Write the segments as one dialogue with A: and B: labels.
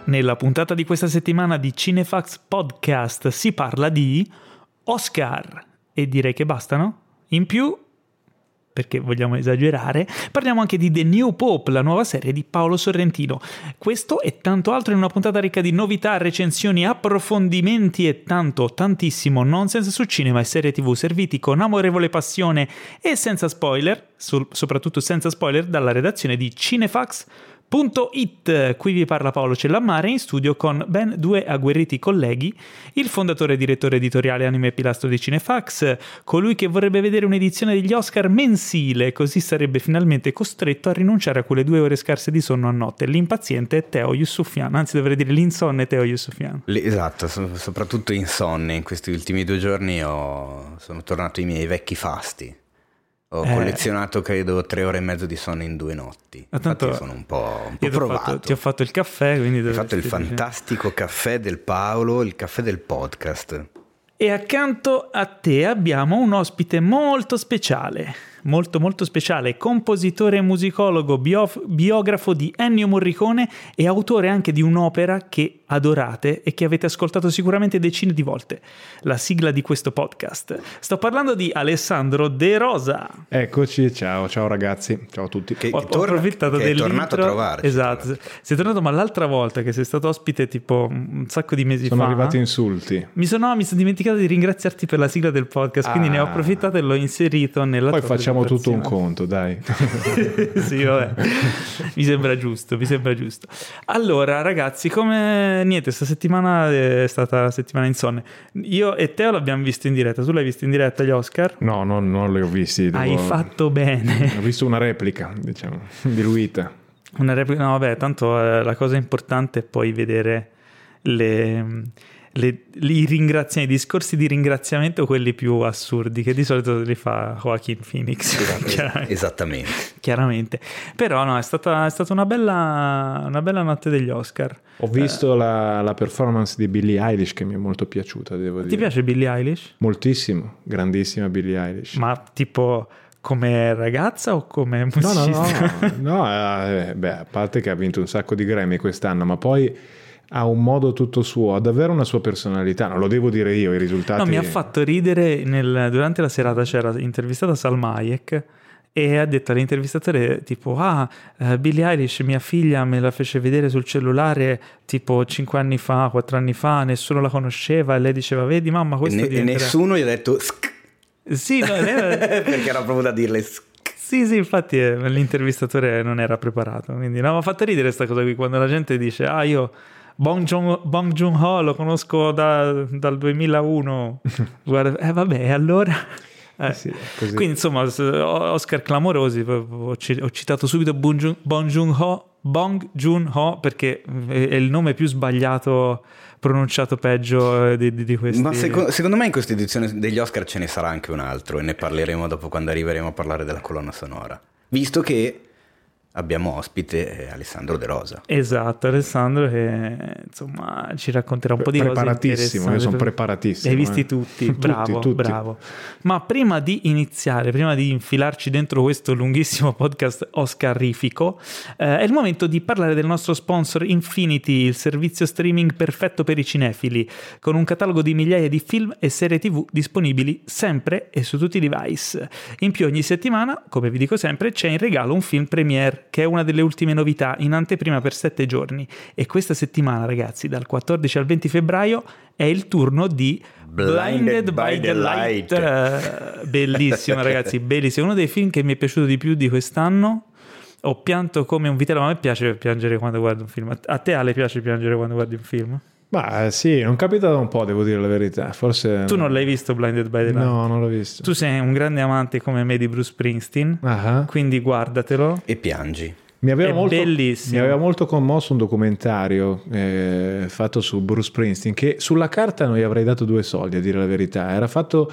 A: Nella puntata di questa settimana di Cinefax Podcast si parla di Oscar e direi che bastano. In più, perché vogliamo esagerare, parliamo anche di The New Pope, la nuova serie di Paolo Sorrentino. Questo e tanto altro in una puntata ricca di novità, recensioni, approfondimenti e tantissimo nonsense su cinema e serie TV, serviti con amorevole passione e senza spoiler, soprattutto senza spoiler, dalla redazione di Cinefax.it. Qui vi parla Paolo Cellammare in studio con ben due agguerriti colleghi, il fondatore e direttore editoriale Anime e Pilastro di Cinefax, colui che vorrebbe vedere un'edizione degli Oscar mensile, così sarebbe finalmente costretto a rinunciare a quelle 2 ore scarse di sonno a notte, l'impaziente Teo Yusufian, anzi dovrei dire l'insonne Teo Yusufian.
B: Esatto, soprattutto insonne. In questi ultimi 2 giorni sono tornato ai miei vecchi fasti. Ho collezionato credo 3 ore e mezzo di sonno in 2 notti. Infatti sono un po' provato.
A: Ti ho fatto il caffè, quindi
B: ho fatto il fantastico caffè del Paolo, il caffè del podcast.
A: E accanto a te abbiamo un ospite molto speciale, molto speciale, compositore e musicologo, biografo di Ennio Morricone e autore anche di un'opera che adorate e che avete ascoltato sicuramente decine di volte, la sigla di questo podcast. Sto parlando di Alessandro De Rosa.
C: Eccoci, ciao ragazzi, ciao a tutti.
A: Ho approfittato
B: che è tornato a trovarci.
A: Esatto, sei tornato, ma l'altra volta che sei stato ospite tipo un sacco di mesi fa
C: sono arrivati insulti.
A: Mi sono dimenticato di ringraziarti per la sigla del podcast, quindi ne ho approfittato e l'ho inserito nella
C: poi facciamo tutto un conto, dai.
A: Sì, vabbè. Mi sembra giusto. Allora ragazzi, come niente, sta settimana è stata la settimana insonne. Io e Teo l'abbiamo visto in diretta. Tu l'hai visto in diretta gli Oscar?
C: No, non li ho visti.
A: Hai fatto bene.
C: Ho visto una replica, diciamo, diluita.
A: Una replica, no vabbè, tanto la cosa importante è poi vedere i ringraziamenti, i discorsi di ringraziamento, quelli più assurdi, che di solito li fa Joaquin Phoenix.
B: Esattamente.
A: Chiaramente. Però no, è stata una bella notte degli Oscar.
C: Ho visto la performance di Billie Eilish che mi è molto piaciuta, devo dire.
A: Ti piace Billie Eilish?
C: Moltissimo, grandissima Billie Eilish.
A: Ma tipo come ragazza o come musicista?
C: No, a parte che ha vinto un sacco di Grammy quest'anno, ma poi ha un modo tutto suo, ha davvero una sua personalità, non lo devo dire io, i risultati...
A: No, mi ha fatto ridere, durante la serata c'era intervistata Salma Hayek e ha detto all'intervistatore tipo Billie Eilish, mia figlia me la fece vedere sul cellulare tipo 5 anni fa, 4 anni fa, nessuno la conosceva e lei diceva vedi mamma questo
B: e nessuno gli ha detto
A: sì, no,
B: perché era proprio da dirle
A: Sì, infatti l'intervistatore non era preparato, quindi no, mi ha fatto ridere questa cosa qui quando la gente dice io Bong Joon-ho lo conosco dal 2001. Guarda, vabbè, allora...
C: Sì,
A: quindi insomma Oscar clamorosi. Ho citato subito Bong Joon-ho perché è il nome più sbagliato, pronunciato peggio di questi.
B: Ma secondo me in questa edizione degli Oscar ce ne sarà anche un altro e ne parleremo dopo quando arriveremo a parlare della colonna sonora, visto che abbiamo ospite Alessandro De Rosa.
A: Esatto, Alessandro che insomma ci racconterà un po' di cose
C: preparatissimo, io sono preparatissimo.
A: Li hai visti tutti,
C: tutti.
A: bravo. Ma prima di iniziare, prima di infilarci dentro questo lunghissimo podcast oscarifico, è il momento di parlare del nostro sponsor Infinity, il servizio streaming perfetto per i cinefili, con un catalogo di migliaia di film e serie TV disponibili sempre e su tutti i device. In più ogni settimana, come vi dico sempre, c'è in regalo un film premiere, che è una delle ultime novità, in anteprima per 7 giorni. E questa settimana, ragazzi, dal 14 al 20 febbraio è il turno di Blinded by the Light. Bellissimo, ragazzi, bellissimo. Uno dei film che mi è piaciuto di più di quest'anno. Ho pianto come un vitello, ma a me piace piangere quando guardo un film. A te, Ale, piace piangere quando guardi un film?
C: Ma sì, non capita da un po', devo dire la verità. Forse
A: tu non l'hai visto Blinded by the Light?
C: No, non l'ho visto.
A: Tu sei un grande amante come me di Bruce Springsteen, quindi guardatelo
B: e piangi.
C: Mi aveva molto commosso un documentario fatto su Bruce Springsteen, che sulla carta non gli avrei dato 2 soldi, a dire la verità. Era fatto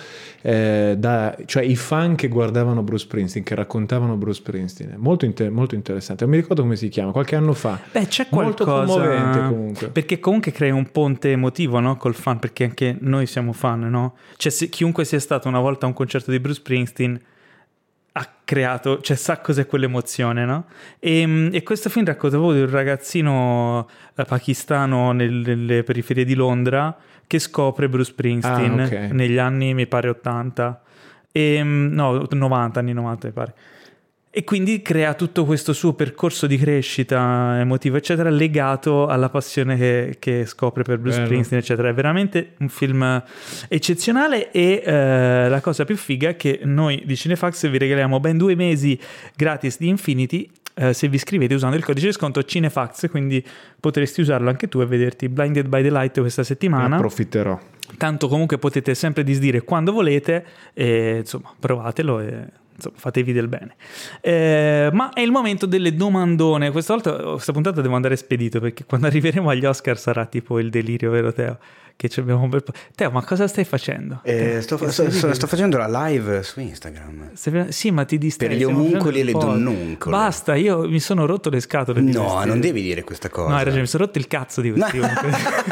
C: cioè i fan che guardavano Bruce Springsteen, che raccontavano Bruce Springsteen. Molto interessante. Non mi ricordo come si chiama, qualche anno fa.
A: C'è qualcosa, molto commovente comunque. Perché comunque crea un ponte emotivo, no? Col fan, perché anche noi siamo fan, no? Cioè chiunque sia stato una volta a un concerto di Bruce Springsteen ha creato, cioè sa cos'è quell'emozione, no? E questo film racconta proprio di un ragazzino pakistano nelle periferie di Londra che scopre Bruce Springsteen negli anni, mi pare, 80. No, 90, anni 90 mi pare. E quindi crea tutto questo suo percorso di crescita emotivo, eccetera, legato alla passione che scopre per Bruce Springsteen, eccetera. È veramente un film eccezionale e la cosa più figa è che noi di Cinefax vi regaliamo ben 2 mesi gratis di Infinity se vi iscrivete usando il codice sconto Cinefax, quindi potresti usarlo anche tu e vederti Blinded by the Light questa settimana.
C: Ne approfitterò.
A: Tanto comunque potete sempre disdire quando volete e insomma provatelo e insomma, fatevi del bene. Ma è il momento delle domandone. Questa puntata devo andare spedito perché quando arriveremo agli Oscar sarà tipo il delirio, vero Teo? Che ci abbiamo un bel po'. Teo, ma cosa stai facendo?
B: Sto facendo la live su Instagram.
A: Sì, ma ti distrai.
B: Per gli omuncoli e le donnuncole.
A: Basta, io mi sono rotto le scatole.
B: No, non devi dire questa cosa.
A: No, hai ragione, mi sono rotto il cazzo di questi omuncoli.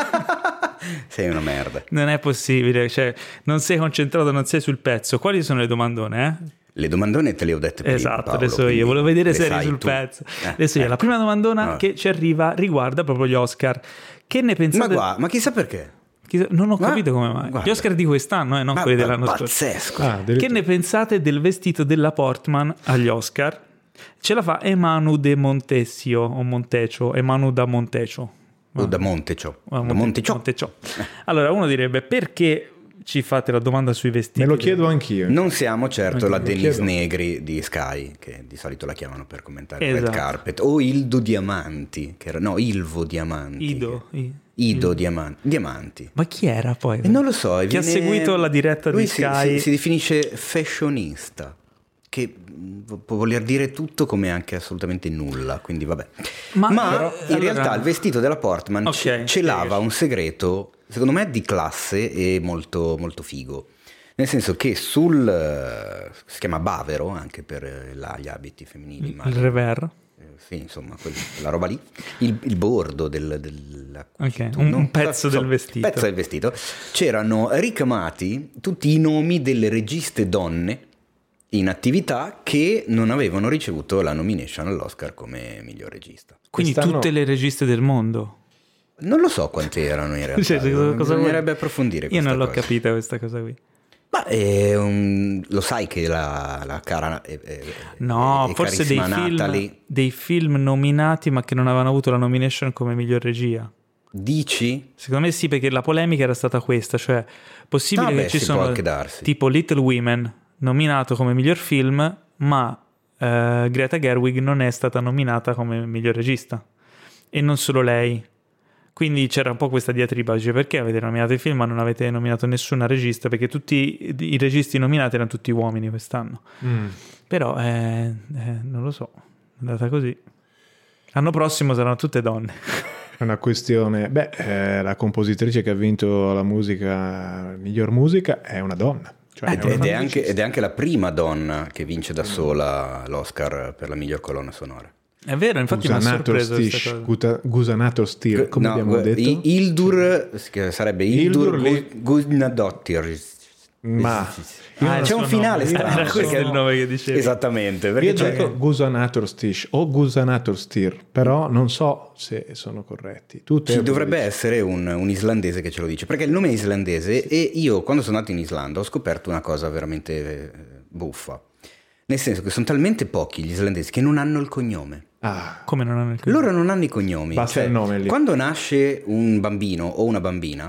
B: Sei una merda.
A: Non è possibile, cioè non sei concentrato, non sei sul pezzo. Quali sono le domandone,
B: Le domandone te le ho dette prima.
A: Esatto,
B: Paolo,
A: adesso io volevo vedere se eri sul pezzo. Adesso io, la prima domandona che ci arriva riguarda proprio gli Oscar. Che ne pensate?
B: Ma chissà perché?
A: Non ho capito come mai.
B: Guarda.
A: Gli Oscar di quest'anno, non quelli dell'anno scorso.
B: Pazzesco.
A: Che ne pensate del vestito della Portman agli Oscar? Ce la fa Emanu de Montesio o Montecio, Emanu da Montecio.
B: O da Montecio.
A: Montecio. Allora uno direbbe: perché ci fate la domanda sui vestiti?
C: Me lo chiedo anch'io.
B: Non siamo certo la Denise Negri di Sky, che di solito la chiamano per commentare il red carpet, o Ildo Diamanti, Ilvo Diamanti. Ido Diamanti.
A: Ma chi era poi?
B: Non lo so.
A: Chi ha seguito la diretta di Sky?
B: Si definisce fashionista, che può voler dire tutto come anche assolutamente nulla, quindi vabbè. Ma in realtà il vestito della Portman celava un segreto, secondo me, di classe e molto, molto figo. Nel senso che si chiama bavero anche per gli abiti femminili.
A: Il revers.
B: Sì, insomma, la roba lì. Il bordo
A: un pezzo del vestito.
B: Pezzo del vestito. C'erano ricamati tutti i nomi delle registe donne in attività che non avevano ricevuto la nomination all'Oscar come miglior regista.
A: Quindi tutte le registe del mondo?
B: Non lo so quante erano in realtà. Bisognerebbe approfondire questa
A: cosa. Io non l'ho capita questa cosa qui.
B: Ma lo sai che la cara
A: forse dei film nominati ma che non avevano avuto la nomination come miglior regia.
B: Dici?
A: Secondo me sì, perché la polemica era stata questa, cioè possibile che ci sono tipo Little Women nominato come miglior film, ma Greta Gerwig non è stata nominata come miglior regista, e non solo lei. Quindi c'era un po' questa diatriba, cioè perché avete nominato il film ma non avete nominato nessuna regista, perché tutti i registi nominati erano tutti uomini quest'anno. Però non lo so, è andata così. L'anno prossimo saranno tutte donne.
C: È una questione, la compositrice che ha vinto la miglior musica è una donna. Cioè
B: ed è anche la prima donna che vince da sola l'Oscar per la miglior colonna sonora.
A: È vero, infatti mi ha sorpreso questa cosa.
C: Gusanato Stir, come abbiamo detto.
B: Hildur, che sarebbe Hildur Guðnadóttir.
C: Ma
B: c'è un finale strano.
A: Era questo il nome che dicevi.
B: Esattamente.
C: Io dico Gusanator Stish o Gusanator Stir, però non so se sono corretti.
B: Ci dovrebbe essere un islandese che ce lo dice, perché il nome è islandese e io quando sono andato in Islanda ho scoperto una cosa veramente buffa. Nel senso che sono talmente pochi gli islandesi che non hanno il cognome.
A: Come non hanno il cognome?
B: Loro non hanno i cognomi.
C: Basta il nome lì.
B: Quando nasce un bambino o una bambina,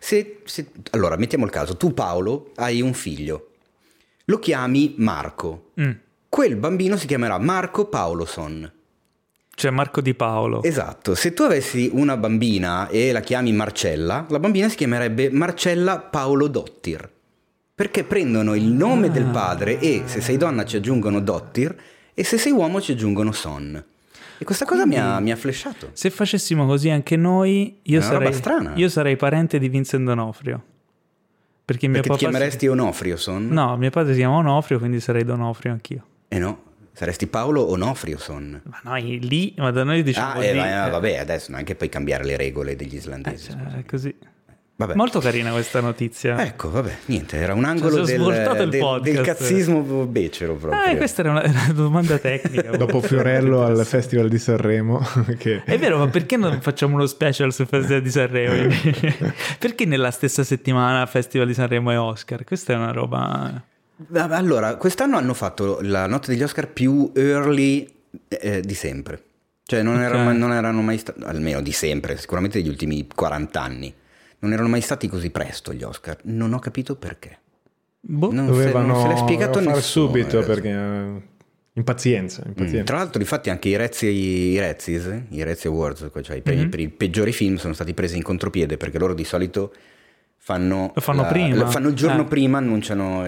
B: allora mettiamo il caso, tu Paolo hai un figlio, lo chiami Marco, quel bambino si chiamerà Marco Paoloson.
A: Cioè Marco Di Paolo.
B: Esatto, se tu avessi una bambina e la chiami Marcella, la bambina si chiamerebbe Marcella Paolodottir. Perché prendono il nome del padre e se sei donna ci aggiungono Dottir e se sei uomo ci aggiungono Son. E questa cosa mi ha flashato.
A: Se facessimo così anche noi, io sarei parente di Vincent D'Onofrio. Perché mio papà
B: ti chiameresti Onofrio Son?
A: No, mio padre si chiama Onofrio, quindi sarei D'Onofrio anch'io.
B: No, saresti Paolo Onofrio Son.
A: Ma noi ma da noi diciamo
B: vabbè, adesso neanche puoi cambiare le regole degli islandesi.
A: È così.
B: Vabbè.
A: Molto carina questa notizia.
B: Ecco, vabbè, niente, era un angolo del cazzismo becero proprio.
A: Questa era una domanda tecnica.
C: Dopo Fiorello al Festival di Sanremo. Che...
A: È vero, ma perché non facciamo uno special sul Festival di Sanremo? Perché nella stessa settimana Festival di Sanremo e Oscar? Questa è una roba...
B: Allora, quest'anno hanno fatto la notte degli Oscar più early di sempre. Cioè non erano mai stati, almeno di sempre, sicuramente degli ultimi 40 anni. Non erano mai stati così presto gli Oscar. Non ho capito perché.
C: Non se l'è spiegato nessuno subito perché impazienza.
B: Tra l'altro infatti anche i Razzie Awards, cioè i premi per i peggiori film, sono stati presi in contropiede, perché loro di solito fanno il giorno prima, annunciano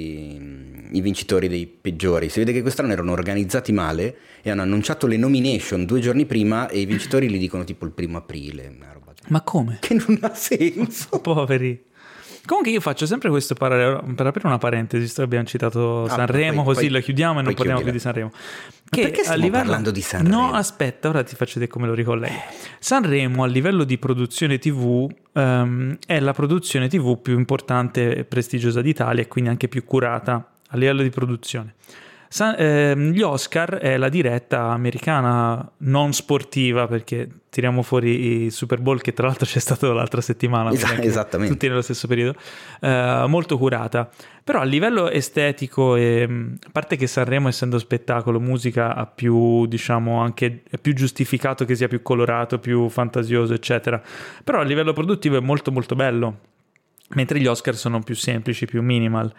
B: i vincitori dei peggiori. Si vede che quest'anno erano organizzati male e hanno annunciato le nomination 2 giorni prima e i vincitori li dicono tipo il 1 aprile, una roba.
A: Ma come?
B: Che non ha senso.
A: Poveri. Comunque io faccio sempre questo parallelo, per aprire una parentesi, visto che abbiamo citato Sanremo, così la chiudiamo e non parliamo più di Sanremo.
B: Che perché stiamo parlando di Sanremo?
A: No, aspetta, ora ti faccio vedere come lo ricollego. Sanremo a livello di produzione TV è la produzione TV più importante e prestigiosa d'Italia e quindi anche più curata a livello di produzione. Gli Oscar è la diretta americana non sportiva, perché tiriamo fuori il Super Bowl, che tra l'altro c'è stato l'altra settimana,
B: esattamente,
A: tutti nello stesso periodo, molto curata. Però a livello estetico, a parte che Sanremo, essendo spettacolo, musica, ha più, diciamo, anche è più giustificato che sia più colorato, più fantasioso, eccetera. Però a livello produttivo è molto molto bello, mentre gli Oscar sono più semplici, più minimal.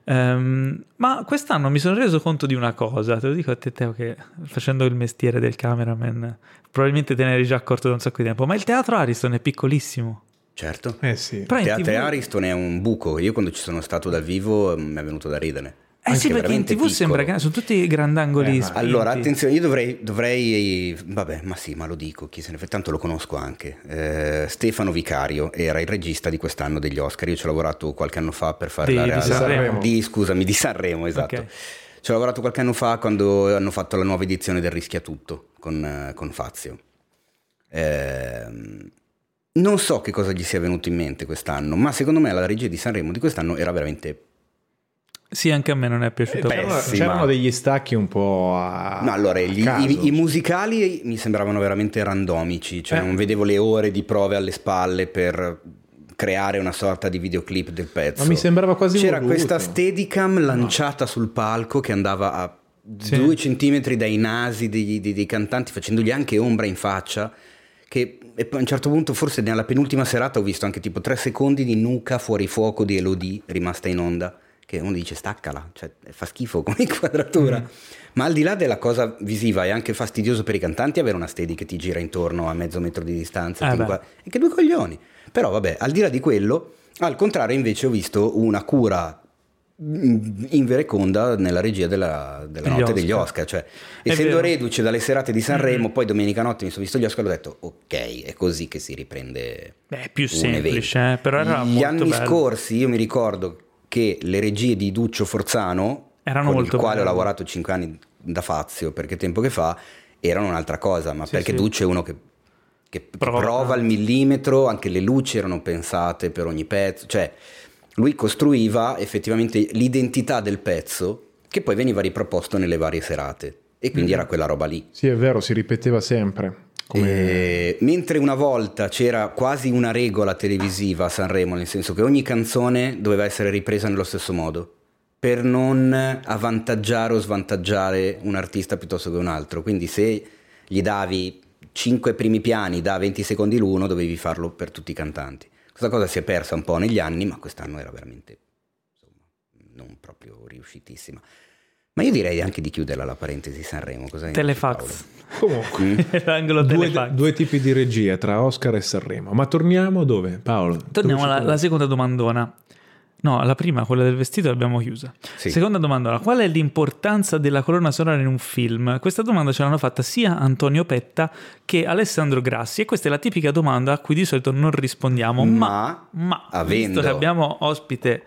A: Ma quest'anno mi sono reso conto di una cosa, te lo dico a te, Teo, che facendo il mestiere del cameraman probabilmente te ne eri già accorto da un sacco di tempo, ma il teatro Ariston è piccolissimo.
B: Certo,
C: sì.
B: Il teatro Ariston è un buco. Io quando ci sono stato dal vivo mi è venuto da ridere.
A: Sì, perché in TV piccolo. Sembra che sono tutti grandangoli spinti.
B: Allora, attenzione, io dovrei vabbè, ma lo dico, chi se ne tanto lo conosco anche. Stefano Vicario era il regista di quest'anno degli Oscar. Io ci ho lavorato qualche anno fa per fare
A: di Sanremo.
B: Di Sanremo, esatto. Okay. Ci ho lavorato qualche anno fa quando hanno fatto la nuova edizione del Rischia Tutto con Fazio. Non so che cosa gli sia venuto in mente quest'anno, ma secondo me la regia di Sanremo di quest'anno era veramente...
A: Sì, anche a me non è piaciuto.
C: C'erano degli stacchi un po'
B: No, allora, i musicali mi sembravano veramente randomici, cioè non vedevo le ore di prove alle spalle per creare una sorta di videoclip del pezzo.
C: Ma mi sembrava quasi
B: c'era
C: voluto.
B: Questa Steadicam lanciata sul palco che andava a 2 centimetri dai nasi dei cantanti, facendogli anche ombra in faccia, che e poi a un certo punto, forse nella penultima serata, ho visto anche tipo 3 secondi di nuca fuori fuoco di Elodie rimasta in onda, che uno dice staccala, cioè fa schifo come inquadratura. Ma al di là della cosa visiva è anche fastidioso per i cantanti avere una Steady che ti gira intorno a mezzo metro di distanza e che 2 coglioni. Però vabbè, al di là di quello, al contrario invece ho visto una cura invereconda nella regia della notte degli Oscar, cioè essendo reduce dalle serate di Sanremo, poi domenica notte mi sono visto gli Oscar e ho detto ok, è così che si riprende.
A: È più semplice, però era
B: gli
A: molto
B: anni
A: bello.
B: Scorsi io mi ricordo che le regie di Duccio Forzano,
A: erano
B: con il quale ho lavorato 5 anni da Fazio, perché tempo che fa, erano un'altra cosa, ma perché Duccio è uno che prova al millimetro, anche le luci erano pensate per ogni pezzo, cioè lui costruiva effettivamente l'identità del pezzo che poi veniva riproposto nelle varie serate e quindi era quella roba lì.
C: Sì, è vero, si ripeteva sempre.
B: Mentre una volta c'era quasi una regola televisiva a Sanremo, nel senso che ogni canzone doveva essere ripresa nello stesso modo per non avvantaggiare o svantaggiare un artista piuttosto che un altro, quindi se gli davi 5 primi piani da 20 secondi l'uno dovevi farlo per tutti i cantanti. Questa cosa si è persa un po' negli anni, ma quest'anno era veramente, insomma, non proprio riuscitissima. Ma io direi anche di chiuderla la parentesi Sanremo.
A: Telefax.
C: Comunque,
A: l'angolo telefax.
C: Due tipi di regia tra Oscar e Sanremo. Ma torniamo dove, Paolo?
A: Torniamo alla seconda domandona. No, la prima, quella del vestito, l'abbiamo chiusa.
B: Sì.
A: Seconda domanda, qual è l'importanza della colonna sonora in un film? Questa domanda ce l'hanno fatta sia Antonio Petta che Alessandro Grassi e questa è la tipica domanda a cui di solito non rispondiamo, ma
B: avendo...
A: visto che abbiamo ospite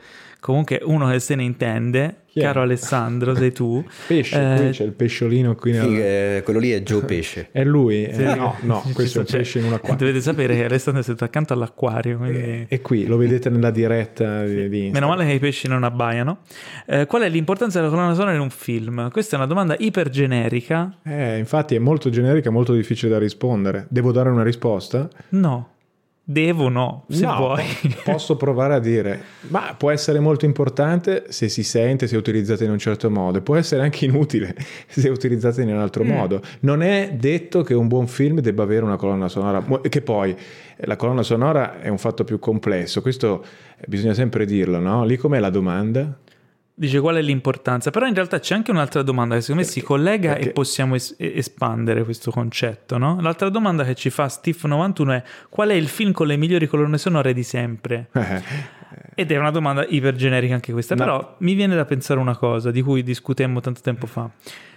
A: Comunque uno che se ne intende, caro Alessandro, sei tu.
C: Pesce, qui c'è il pesciolino qui.
B: Quello lì è Joe Pesce.
C: È lui? No, questo è un pesce in un acquario.
A: Dovete sapere che Alessandro è stato accanto all'acquario. Quindi...
C: E qui, lo vedete nella diretta di Instagram.
A: Meno male che i pesci non abbaiano. Qual è l'importanza della colonna sonora in un film? Questa è una domanda ipergenerica.
C: Infatti è molto generica, molto difficile da rispondere. Devo dare una risposta?
A: No. Se vuoi.
C: Posso provare a dire, ma può essere molto importante se si sente, se è utilizzata in un certo modo, può essere anche inutile se è utilizzata in un altro modo. Non è detto che un buon film debba avere una colonna sonora, che poi la colonna sonora è un fatto più complesso, questo bisogna sempre dirlo, no? Lì com'è la domanda?
A: Dice qual è l'importanza, però in realtà c'è anche un'altra domanda che secondo me si collega e possiamo espandere questo concetto, no? L'altra domanda che ci fa Steve91 è: qual è il film con le migliori colonne sonore di sempre? Ed è una domanda ipergenerica anche questa, però mi viene da pensare una cosa di cui discutemmo tanto tempo fa.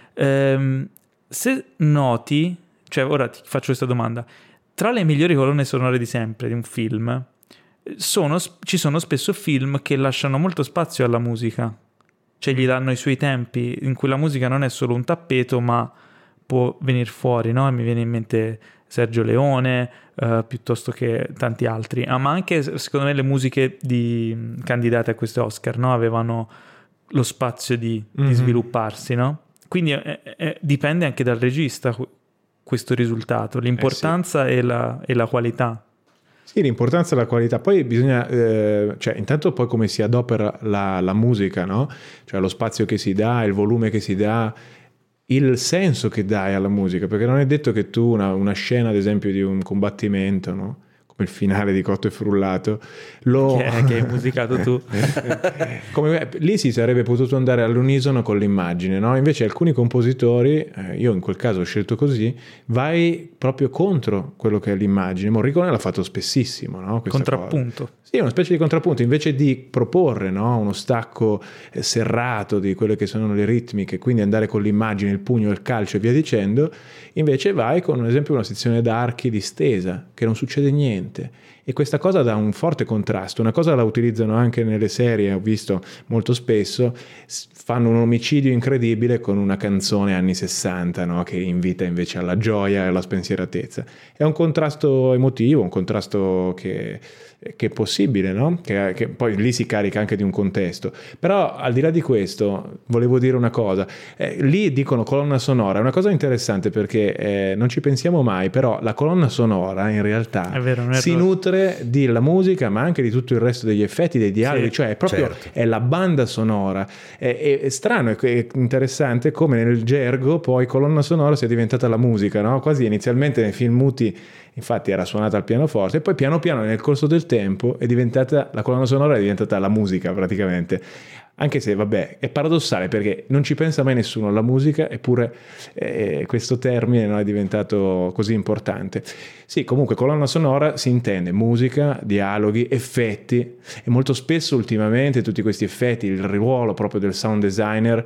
A: Se noti, cioè ora ti faccio questa domanda, tra le migliori colonne sonore di sempre di un film ci sono spesso film che lasciano molto spazio alla musica. Cioè gli danno i suoi tempi in cui la musica non è solo un tappeto ma può venire fuori, no? Mi viene in mente Sergio Leone piuttosto che tanti altri, ma anche secondo me le musiche candidate a questi Oscar, no? Avevano lo spazio di svilupparsi, no? Quindi dipende anche dal regista questo risultato, l'importanza e la qualità.
C: Sì, l'importanza e la qualità. Poi bisogna, cioè intanto poi come si adopera la musica, no? Cioè lo spazio che si dà, il volume che si dà, il senso che dai alla musica, perché non è detto che tu una scena ad esempio di un combattimento, no? Come il finale di Cotto e Frullato,
A: che hai musicato tu.
C: Lì si sarebbe potuto andare all'unisono con l'immagine, no? Invece alcuni compositori, io in quel caso ho scelto così, vai proprio contro quello che è l'immagine. Morricone l'ha fatto spessissimo, no?
A: Contrappunto.
C: Cosa. Sì, una specie di contrappunto, invece di proporre, no? Uno stacco serrato di quelle che sono le ritmiche, quindi andare con l'immagine, il pugno, il calcio e via dicendo, invece vai con, ad esempio, una sezione d'archi distesa, che non succede niente. E questa cosa dà un forte contrasto. Una cosa la utilizzano anche nelle serie, ho visto molto spesso, fanno un omicidio incredibile con una canzone anni 60, no? Che invita invece alla gioia e alla spensieratezza. È un contrasto emotivo, un contrasto che è possibile, no? Che poi lì si carica anche di un contesto. Però al di là di questo volevo dire una cosa, lì dicono colonna sonora, è una cosa interessante perché non ci pensiamo mai, però la colonna sonora in realtà si nutre della musica ma anche di tutto il resto degli effetti, dei dialoghi, cioè è proprio è la banda sonora. È strano, è interessante come nel gergo poi colonna sonora sia diventata la musica, no? Quasi inizialmente nei film muti infatti era suonata al pianoforte e poi piano piano nel corso del tempo è diventata la colonna sonora, è diventata la musica praticamente. Anche se, vabbè, è paradossale perché non ci pensa mai nessuno alla musica, eppure questo termine non è diventato così importante. Sì, comunque colonna sonora si intende musica, dialoghi, effetti, e molto spesso ultimamente tutti questi effetti, il ruolo proprio del sound designer,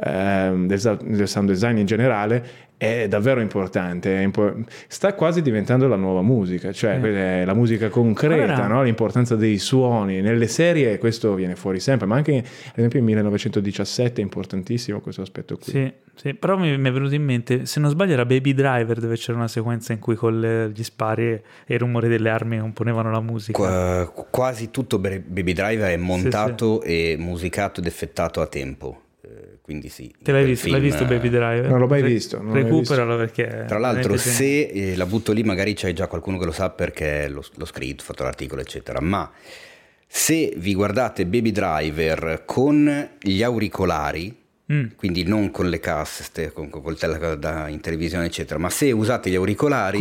C: del sound design in generale, è davvero importante, sta quasi diventando la nuova musica, cioè è la musica concreta, no? L'importanza dei suoni. Nelle serie questo viene fuori sempre, ma anche ad esempio in 1917 è importantissimo questo aspetto qui.
A: Sì, però mi è venuto in mente, se non sbaglio era Baby Driver, dove c'era una sequenza in cui con gli spari e il rumore delle armi componevano la musica.
B: Quasi tutto Baby Driver è montato e musicato ed effettato a tempo. Quindi sì.
A: Te l'hai visto? L'hai visto Baby Driver?
C: Non l'ho mai visto.
A: Recuperalo perché...
B: Tra l'altro se la butto lì magari c'è già qualcuno che lo sa perché l'ho scritto, fatto l'articolo eccetera, ma se vi guardate Baby Driver con gli auricolari, quindi non con le casse, col teleca in televisione eccetera, ma se usate gli auricolari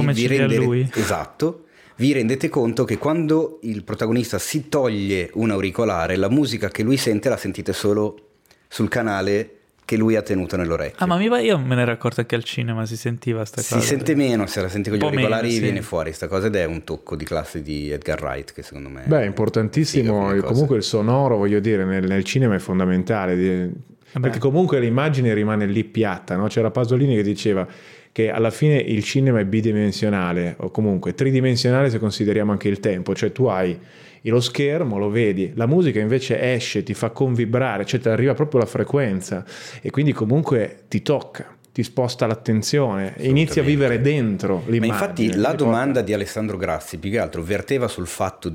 B: vi rendete conto che quando il protagonista si toglie un auricolare, la musica che lui sente la sentite solo sul canale che lui ha tenuto nell'orecchio.
A: Ma io me ne ero accorto anche al cinema, si sentiva sta cosa.
B: Si sente meno, se la senti con gli auricolari viene fuori sta cosa, ed è un tocco di classe di Edgar Wright che secondo me
C: è importantissimo. Comunque il sonoro, voglio dire, nel cinema è fondamentale. perché comunque l'immagine rimane lì piatta, no? C'era Pasolini che diceva che alla fine il cinema è bidimensionale o comunque tridimensionale se consideriamo anche il tempo, cioè tu hai lo schermo, lo vedi, la musica invece esce, ti fa convibrare, cioè ti arriva proprio la frequenza e quindi comunque ti tocca, ti sposta l'attenzione, inizi a vivere dentro l'immagine.
B: Ma infatti la domanda di Alessandro Grassi più che altro verteva sul fatto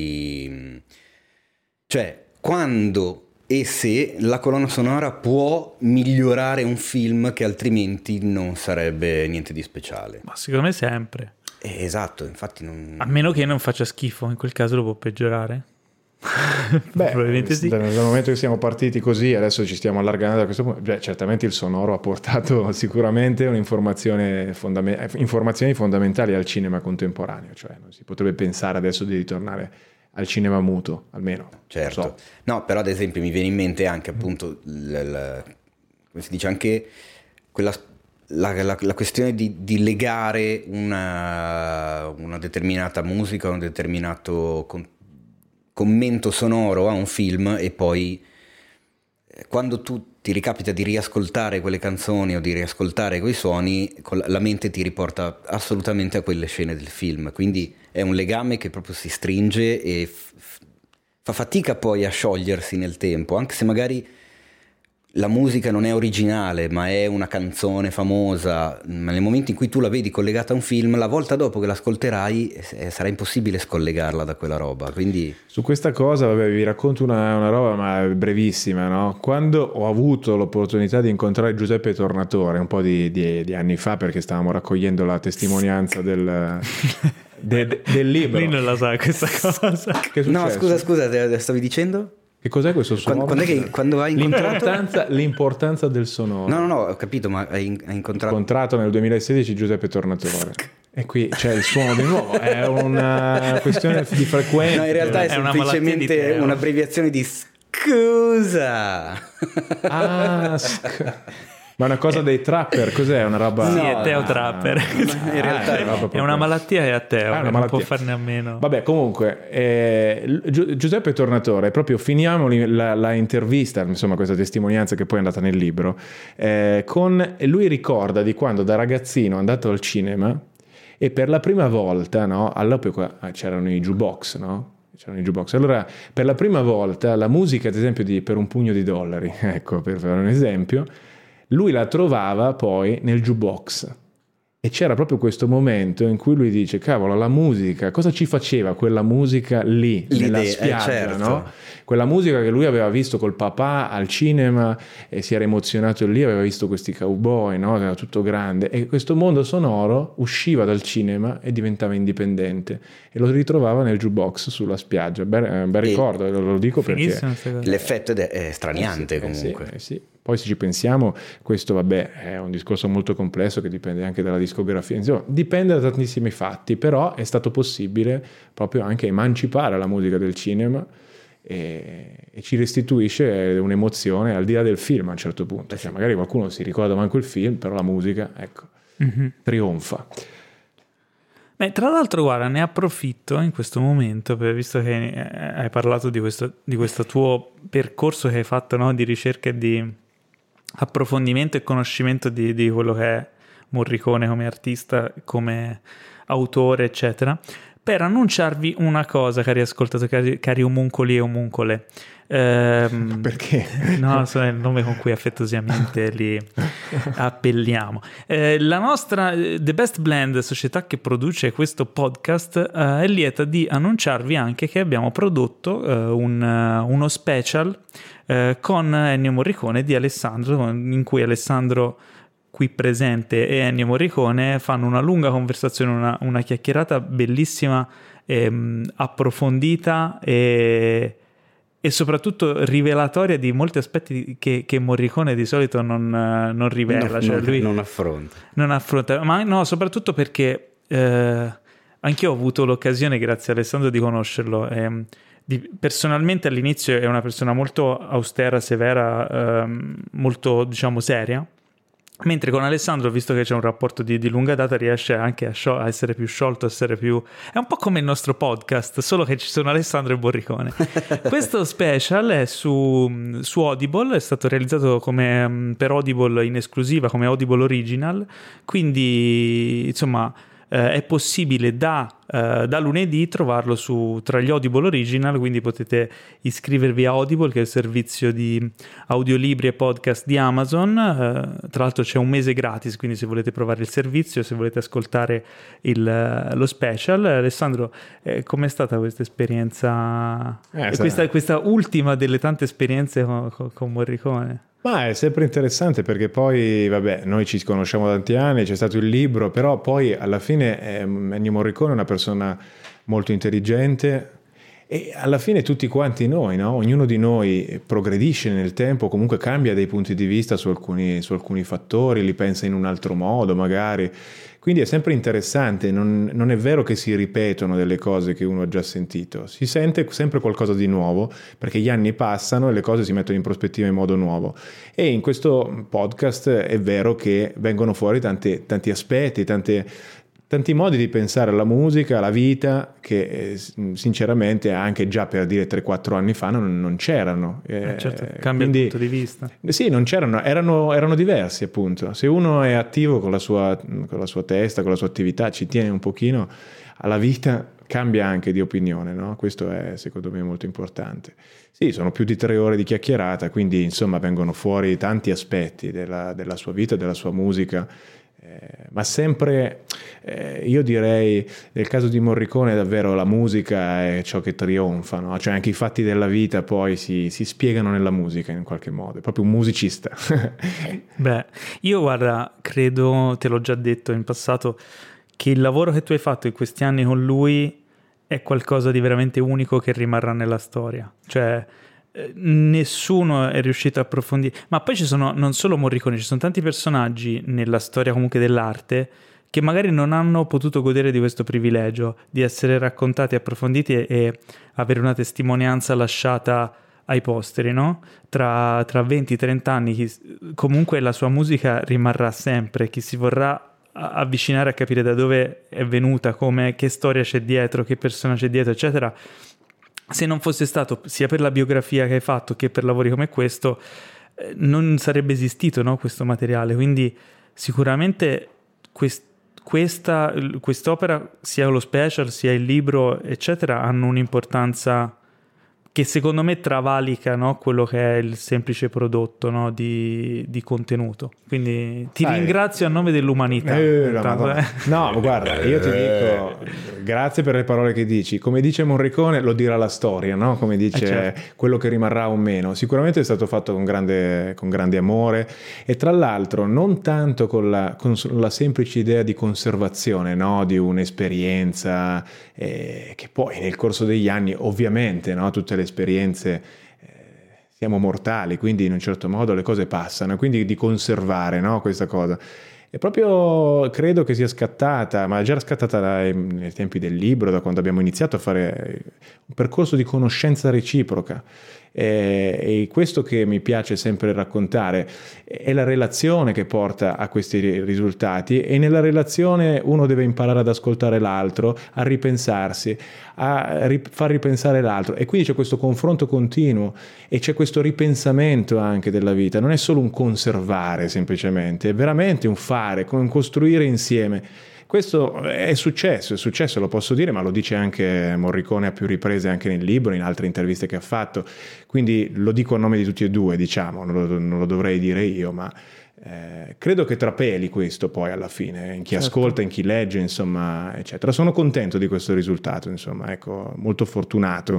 B: cioè quando e se la colonna sonora può migliorare un film che altrimenti non sarebbe niente di speciale.
A: Ma secondo me sempre.
B: Esatto, infatti non...
A: A meno che non faccia schifo, in quel caso lo può peggiorare.
C: Beh,
A: probabilmente sì.
C: Dal momento che siamo partiti così, adesso ci stiamo allargando da questo punto, certamente il sonoro ha portato sicuramente informazioni fondamentali al cinema contemporaneo, cioè non si potrebbe pensare adesso di ritornare al cinema muto, almeno.
B: Certo. So. No, però ad esempio mi viene in mente anche appunto come si dice, anche la questione di legare una determinata musica, un determinato commento sonoro a un film e poi quando tu ti ricapita di riascoltare quelle canzoni o di riascoltare quei suoni, la mente ti riporta assolutamente a quelle scene del film, quindi è un legame che proprio si stringe e fa fatica poi a sciogliersi nel tempo, anche se magari la musica non è originale ma è una canzone famosa, ma nel momento in cui tu la vedi collegata a un film, la volta dopo che l'ascolterai sarà impossibile scollegarla da quella roba. Quindi
C: su questa cosa, vabbè, vi racconto una roba ma brevissima, no? Quando ho avuto l'opportunità di incontrare Giuseppe Tornatore un po' di anni fa, perché stavamo raccogliendo la testimonianza del libro.
A: Lui non la sa questa cosa.
B: No, scusa, stavi dicendo?
C: Che cos'è questo sonoro?
B: Quando hai incontrato?
C: L'importanza del sonoro.
B: No, ho capito, ma hai incontrato...
C: Ho incontrato nel 2016 Giuseppe Tornatore. E qui c'è il suono di nuovo, è una questione di frequenza.
B: No, in realtà è semplicemente un'abbreviazione di scusa.
C: Ma è una cosa dei trapper, cos'è? Una roba...
A: Sì, è Teo Trapper.
B: In realtà
A: è una malattia e a Teo, non può farne a meno.
C: Vabbè, comunque, Giuseppe Tornatore, proprio finiamo la intervista, insomma questa testimonianza che poi è andata nel libro, lui ricorda di quando da ragazzino è andato al cinema e per la prima volta, no, all'epoca c'erano i jukebox, no? Allora, per la prima volta la musica, ad esempio, Per un pugno di dollari, ecco, per fare un esempio, lui la trovava poi nel jukebox e c'era proprio questo momento in cui lui dice: cavolo, la musica, cosa ci faceva quella musica lì nella spiaggia,
B: certo.
C: no? Quella musica che lui aveva visto col papà al cinema e si era emozionato lì, aveva visto questi cowboy, no? Era tutto grande, e questo mondo sonoro usciva dal cinema e diventava indipendente e lo ritrovava nel jukebox sulla spiaggia. Bel ricordo, lo dico perché
B: l'effetto è straniante comunque.
C: Sì. Poi se ci pensiamo, questo vabbè è un discorso molto complesso che dipende anche dalla discografia, insomma, dipende da tantissimi fatti, però è stato possibile proprio anche emancipare la musica del cinema e ci restituisce un'emozione al di là del film a un certo punto. Cioè, magari qualcuno si ricorda manco il film, però la musica, ecco, trionfa.
A: Beh, tra l'altro, guarda, ne approfitto in questo momento, visto che hai parlato di questo tuo percorso che hai fatto, no? Di ricerca e di approfondimento e conoscimento di quello che è Morricone come artista, come autore, eccetera, per annunciarvi una cosa, cari ascoltatori, cari omuncoli e omuncole.
C: Perché?
A: No, è il nome con cui affettuosamente li appelliamo. La nostra The Best Blend, società che produce questo podcast, è lieta di annunciarvi anche che abbiamo prodotto uno special con Ennio Morricone di Alessandro, in cui Alessandro qui presente e Ennio Morricone fanno una lunga conversazione, una chiacchierata bellissima, approfondita e soprattutto rivelatoria di molti aspetti che Morricone di solito non rivela, lui
B: non affronta.
A: Non affronta, ma no, soprattutto perché anch'io ho avuto l'occasione, grazie a Alessandro, di conoscerlo. Personalmente all'inizio è una persona molto austera, severa, molto, diciamo, seria. Mentre con Alessandro, visto che c'è un rapporto di lunga data, riesce anche a essere più sciolto, è un po' come il nostro podcast, solo che ci sono Alessandro e Morricone. Questo special è su Audible, è stato realizzato per Audible in esclusiva, come Audible Original, quindi insomma è possibile da lunedì trovarlo tra gli Audible Original, quindi potete iscrivervi a Audible, che è il servizio di audiolibri e podcast di Amazon. Tra l'altro c'è un mese gratis, quindi se volete provare il servizio, se volete ascoltare lo special. Alessandro, com'è stata questa esperienza, questa ultima delle tante esperienze con Morricone?
C: Ma è sempre interessante, perché poi, vabbè, noi ci conosciamo da tanti anni, c'è stato il libro, però poi alla fine Ennio Morricone è una persona molto intelligente e alla fine tutti quanti noi, no? Ognuno di noi progredisce nel tempo, comunque cambia dei punti di vista su alcuni fattori, li pensa in un altro modo magari. Quindi è sempre interessante, non è vero che si ripetono delle cose che uno ha già sentito, si sente sempre qualcosa di nuovo, perché gli anni passano e le cose si mettono in prospettiva in modo nuovo. E in questo podcast è vero che vengono fuori tanti aspetti, tanti modi di pensare alla musica, alla vita, che sinceramente anche già per dire 3-4 anni fa non c'erano.
A: Certo, cambia il punto di vista.
C: Sì, non c'erano, erano diversi appunto. Se uno è attivo con la sua testa, con la sua attività, ci tiene un pochino alla vita, cambia anche di opinione, no? Questo è secondo me molto importante. Sì, sono più di 3 ore di chiacchierata, quindi insomma vengono fuori tanti aspetti della sua vita, della sua musica. Ma sempre, io direi, nel caso di Morricone davvero la musica è ciò che trionfa, no? Cioè anche i fatti della vita poi si spiegano nella musica in qualche modo, è proprio un musicista.
A: Beh, io guarda, credo, te l'ho già detto in passato, che il lavoro che tu hai fatto in questi anni con lui è qualcosa di veramente unico che rimarrà nella storia, cioè nessuno è riuscito a approfondire, ma poi ci sono non solo Morricone, ci sono tanti personaggi nella storia comunque dell'arte che magari non hanno potuto godere di questo privilegio di essere raccontati, approfonditi e avere una testimonianza lasciata ai posteri, no? Tra 20-30 anni comunque la sua musica rimarrà sempre, chi si vorrà avvicinare a capire da dove è venuta, che storia c'è dietro, che persona c'è dietro, eccetera. Se non fosse stato sia per la biografia che hai fatto che per lavori come questo, non sarebbe esistito, no, questo materiale. Quindi sicuramente quest'opera, sia lo special sia il libro eccetera, hanno un'importanza che secondo me travalica, no, quello che è il semplice prodotto, no, di contenuto. Quindi ti ringrazio a nome dell'umanità.
C: No, guarda, io ti dico grazie per le parole che dici. Come dice Morricone, lo dirà la storia, no? Come dice certo. Quello che rimarrà o meno. Sicuramente è stato fatto con grande amore e tra l'altro non tanto con la semplice idea di conservazione, no? Di un'esperienza che poi nel corso degli anni ovviamente, no? Tutte le esperienze siamo mortali, quindi in un certo modo le cose passano, quindi di conservare, no, questa cosa. E proprio credo che sia scattata, ma già era scattata nei tempi del libro, da quando abbiamo iniziato a fare un percorso di conoscenza reciproca. E questo che mi piace sempre raccontare è la relazione che porta a questi risultati, e nella relazione uno deve imparare ad ascoltare l'altro, a ripensarsi, a far ripensare l'altro, e quindi c'è questo confronto continuo e c'è questo ripensamento anche della vita. Non è solo un conservare semplicemente, è veramente un fare, un costruire insieme. Questo è successo, lo posso dire, ma lo dice anche Morricone a più riprese anche nel libro, in altre interviste che ha fatto, quindi lo dico a nome di tutti e due, diciamo, non lo dovrei dire io, ma credo che trapeli questo poi alla fine, in chi certo. Ascolta, in chi legge, insomma, eccetera. Sono contento di questo risultato, insomma, ecco, molto fortunato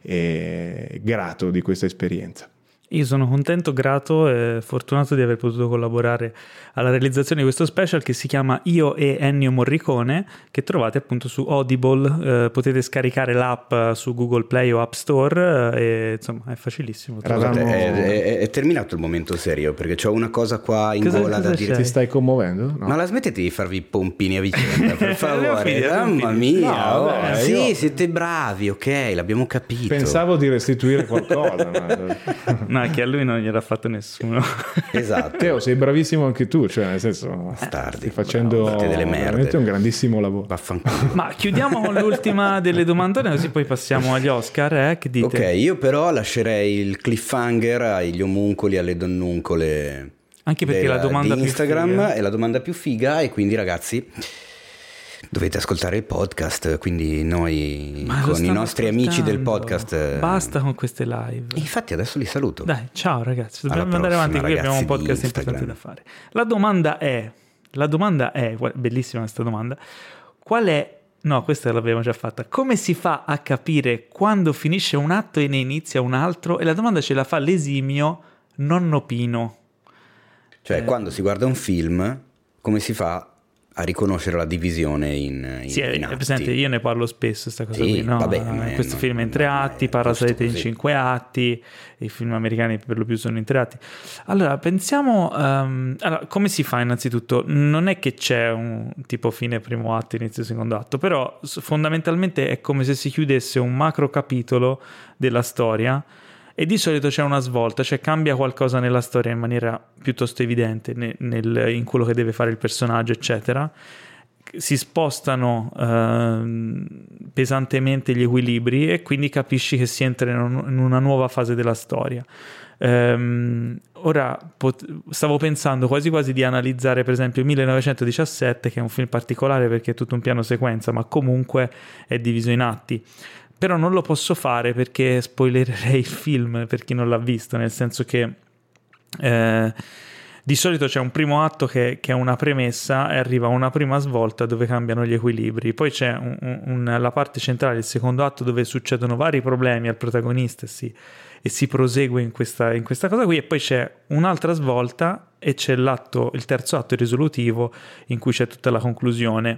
C: e grato di questa esperienza.
A: Io sono contento, grato e fortunato di aver potuto collaborare alla realizzazione di questo special che si chiama Io e Ennio Morricone, che trovate appunto su Audible. Potete scaricare l'app su Google Play o App Store e insomma è facilissimo.
B: È terminato il momento serio, perché c'ho una cosa qua in gola da dire.
C: Ti stai commuovendo? No.
B: Ma la smettete di farvi pompini a vicenda, per favore. Mamma mia, no, vabbè, sì, siete bravi, ok, l'abbiamo capito.
C: Pensavo di restituire qualcosa.
A: No, che a lui non gliel'ha fatto nessuno.
B: Esatto.
C: Teo, sei bravissimo anche tu, cioè nel senso
B: bastardi,
C: stai facendo
B: delle merde,
C: veramente un grandissimo lavoro.
B: Vaffanculo.
A: Ma chiudiamo con l'ultima delle domandone, così poi passiamo agli Oscar, che dite?
B: Ok, io però lascerei il cliffhanger agli omuncoli, alle donnuncole,
A: anche perché la domanda
B: di Instagram
A: più figa
B: è la domanda più figa, e quindi ragazzi dovete ascoltare il podcast, quindi noi con i nostri amici del podcast
A: basta con queste live.
B: Infatti adesso li saluto.
A: Dai, ciao ragazzi, dobbiamo andare avanti, qui abbiamo un podcast importante da fare. La domanda è, bellissima questa domanda, qual è, no, questa l'abbiamo già fatta, come si fa a capire quando finisce un atto e ne inizia un altro? E la domanda ce la fa l'esimio nonno Pino.
B: Cioè quando si guarda un film, come si fa a riconoscere la divisione in
A: sì,
B: in
A: è presente, io ne parlo spesso questa cosa
B: sì,
A: qui, no?
B: vabbè,
A: Questo film è in 3 atti, Parasite in 5 atti, i film americani per lo più sono in 3 atti. Allora, pensiamo, allora, come si fa innanzitutto? Non è che c'è un tipo fine primo atto, inizio secondo atto, però fondamentalmente è come se si chiudesse un macro capitolo della storia, e di solito c'è una svolta, cioè cambia qualcosa nella storia in maniera piuttosto evidente in quello che deve fare il personaggio, eccetera. Si spostano pesantemente gli equilibri e quindi capisci che si entra in una nuova fase della storia. Ora stavo pensando quasi quasi di analizzare per esempio 1917, che è un film particolare perché è tutto un piano sequenza, ma comunque è diviso in atti. Però non lo posso fare perché spoilererei il film per chi non l'ha visto, nel senso che di solito c'è un primo atto che è una premessa e arriva una prima svolta dove cambiano gli equilibri, poi c'è la parte centrale, il secondo atto, dove succedono vari problemi al protagonista e si prosegue in questa cosa qui, e poi c'è un'altra svolta e c'è il terzo atto risolutivo in cui c'è tutta la conclusione.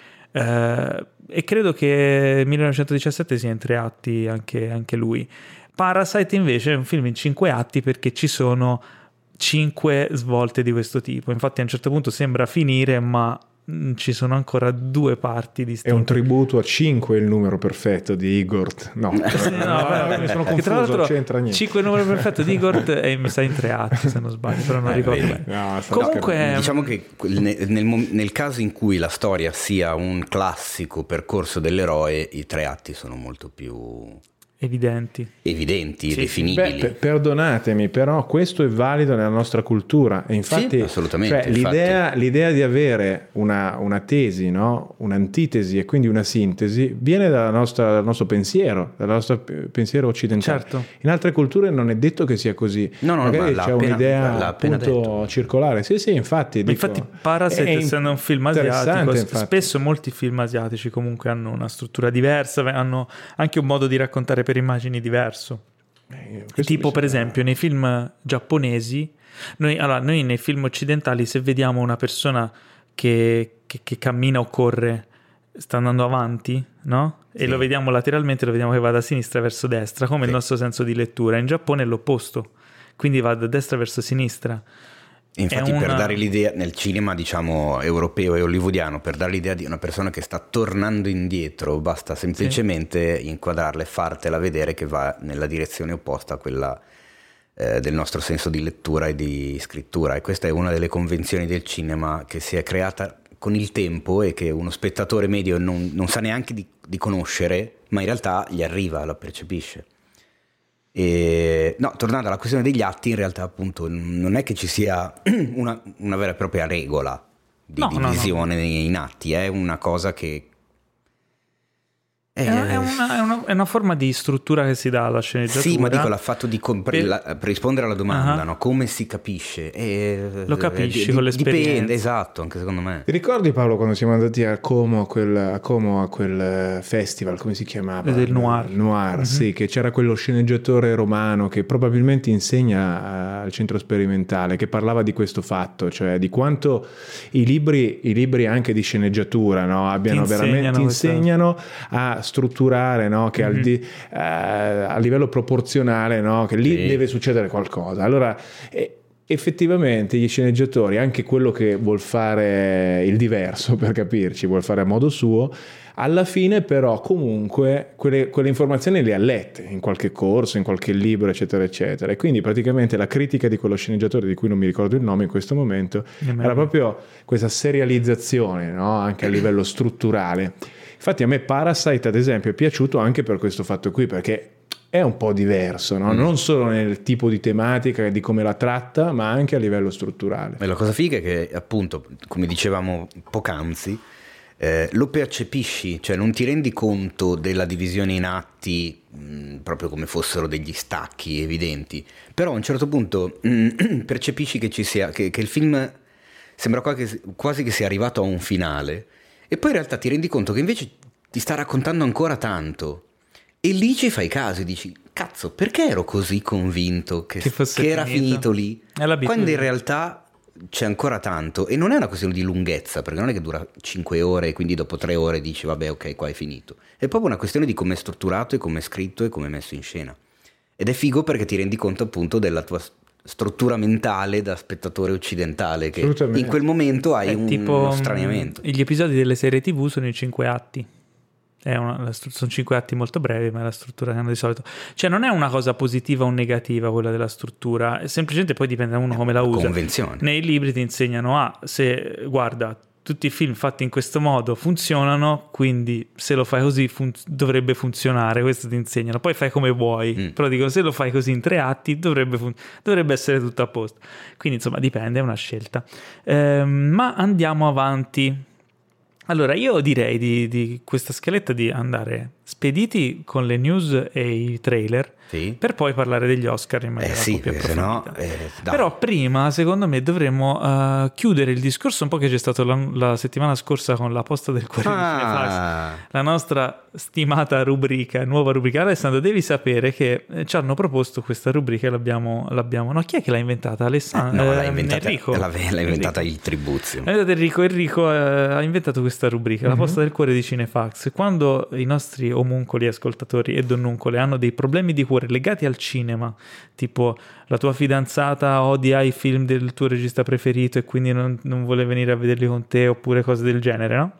A: E credo che 1917 sia in 3 atti anche lui. Parasite invece è un film in 5 atti perché ci sono 5 svolte di questo tipo, infatti a un certo punto sembra finire, ma ci sono ancora 2 parti distinte.
C: È un tributo a 5 il numero perfetto di Igor. No, mi sono confuso,
A: tra l'altro,
C: non c'entra niente.
A: 5 il numero perfetto di Igor e mi sa in 3 atti se non sbaglio, però non ricordo bene.
C: No,
A: comunque
B: diciamo che nel caso in cui la storia sia un classico percorso dell'eroe, i 3 atti sono molto più evidenti,
A: sì,
B: definibili.
C: Beh, perdonatemi, però questo è valido nella nostra cultura, e infatti,
B: sì, assolutamente,
C: cioè, l'idea di avere una tesi, no? Un'antitesi e quindi una sintesi viene dal nostro pensiero, dal nostro pensiero occidentale.
A: Certo.
C: In altre culture non è detto che sia così.
B: No,
C: magari c'è un'idea appunto
B: detto.
C: Circolare. Sì, infatti.
A: Infatti Parasite, essendo un film asiatico, spesso molti film asiatici comunque hanno una struttura diversa, hanno anche un modo di raccontare per immagini diverso. Tipo per esempio nei film giapponesi, noi nei film occidentali, se vediamo una persona che cammina o corre, sta andando avanti, no? E sì, lo vediamo lateralmente, lo vediamo che va da sinistra verso destra, come il nostro senso di lettura. In Giappone è l'opposto, quindi va da destra verso sinistra.
B: Infatti per dare l'idea, nel cinema diciamo europeo e hollywoodiano, per dare l'idea di una persona che sta tornando indietro, basta semplicemente inquadrarla e fartela vedere che va nella direzione opposta a quella del nostro senso di lettura e di scrittura, e questa è una delle convenzioni del cinema che si è creata con il tempo e che uno spettatore medio non sa neanche di conoscere, ma in realtà gli arriva, la percepisce. No, tornando alla questione degli atti, in realtà appunto non è che ci sia una vera e propria regola di divisione in atti, è una cosa che
A: è una forma di struttura che si dà alla sceneggiatura.
B: Sì, ma dico, l'ha fatto per rispondere alla domanda, no? Come si capisce?
A: Lo capisci con l'esperienza.
B: Dipende, esatto, anche secondo me.
C: Ti ricordi, Paolo, quando siamo andati a Como a quel festival, come si chiamava?
A: Del Noir.
C: Noir, sì, che c'era quello sceneggiatore romano che probabilmente insegna al centro sperimentale, che parlava di questo fatto, cioè di quanto i libri anche di sceneggiatura, no, ti insegnano a strutturare, no? Che a livello proporzionale, no? Che lì deve succedere qualcosa. Allora effettivamente gli sceneggiatori, anche quello che vuol fare il diverso, per capirci, vuol fare a modo suo, alla fine però comunque quelle informazioni le ha lette in qualche corso, in qualche libro, eccetera eccetera, e quindi praticamente la critica di quello sceneggiatore, di cui non mi ricordo il nome in questo momento, era proprio questa serializzazione, no? Anche a livello strutturale. Infatti a me Parasite ad esempio è piaciuto anche per questo fatto qui, perché è un po' diverso, no? Non solo nel tipo di tematica e di come la tratta, ma anche a livello strutturale.
B: E la cosa figa è che, appunto, come dicevamo poc'anzi, lo percepisci, cioè non ti rendi conto della divisione in atti proprio come fossero degli stacchi evidenti, però a un certo punto percepisci che ci sia, che il film sembra quasi che sia arrivato a un finale, e poi in realtà ti rendi conto che invece ti sta raccontando ancora tanto. E lì ci fai caso e dici, cazzo, perché ero così convinto che era finito lì? Quando in realtà c'è ancora tanto. E non è una questione di lunghezza, perché non è che dura 5 ore e quindi dopo 3 ore dici, vabbè, ok, qua è finito. È proprio una questione di come è strutturato e come è scritto e come è messo in scena. Ed è figo perché ti rendi conto appunto della tua struttura mentale da spettatore occidentale, che in quel momento hai uno straniamento.
A: Gli episodi delle serie TV sono i 5 atti. Sono 5 atti molto brevi, ma è la struttura che hanno di solito. Cioè non è una cosa positiva o negativa quella della struttura, è semplicemente poi dipende da uno come la usa.
B: Convenzione.
A: Nei libri ti insegnano se guarda, tutti i film fatti in questo modo funzionano, quindi se lo fai così dovrebbe funzionare, questo ti insegnano. Poi fai come vuoi, però dico, se lo fai così in 3 atti dovrebbe essere tutto a posto. Quindi insomma dipende, è una scelta. Ma andiamo avanti. Allora, io direi di questa scaletta di andare spediti con le news e i trailer,
B: sì,
A: per poi parlare degli Oscar in maniera un po' più approfondita. Però prima, secondo me, dovremmo chiudere il discorso un po' che c'è stato la settimana scorsa con la posta del Corriere di Cinefax, la nostra stimata rubrica, nuova rubrica. Alessandro, devi sapere che ci hanno proposto questa rubrica e l'abbiamo no, chi è che l'ha inventata? Alessandro?
B: No, l'ha inventata
A: Enrico.
B: L'ha inventata il Tribuzio.
A: L'ha inventata Enrico ha inventato questa rubrica, la posta del cuore di Cinefax. Quando i nostri omuncoli ascoltatori e donnuncole hanno dei problemi di cuore legati al cinema, tipo la tua fidanzata odia i film del tuo regista preferito e quindi non vuole venire a vederli con te, oppure cose del genere, no?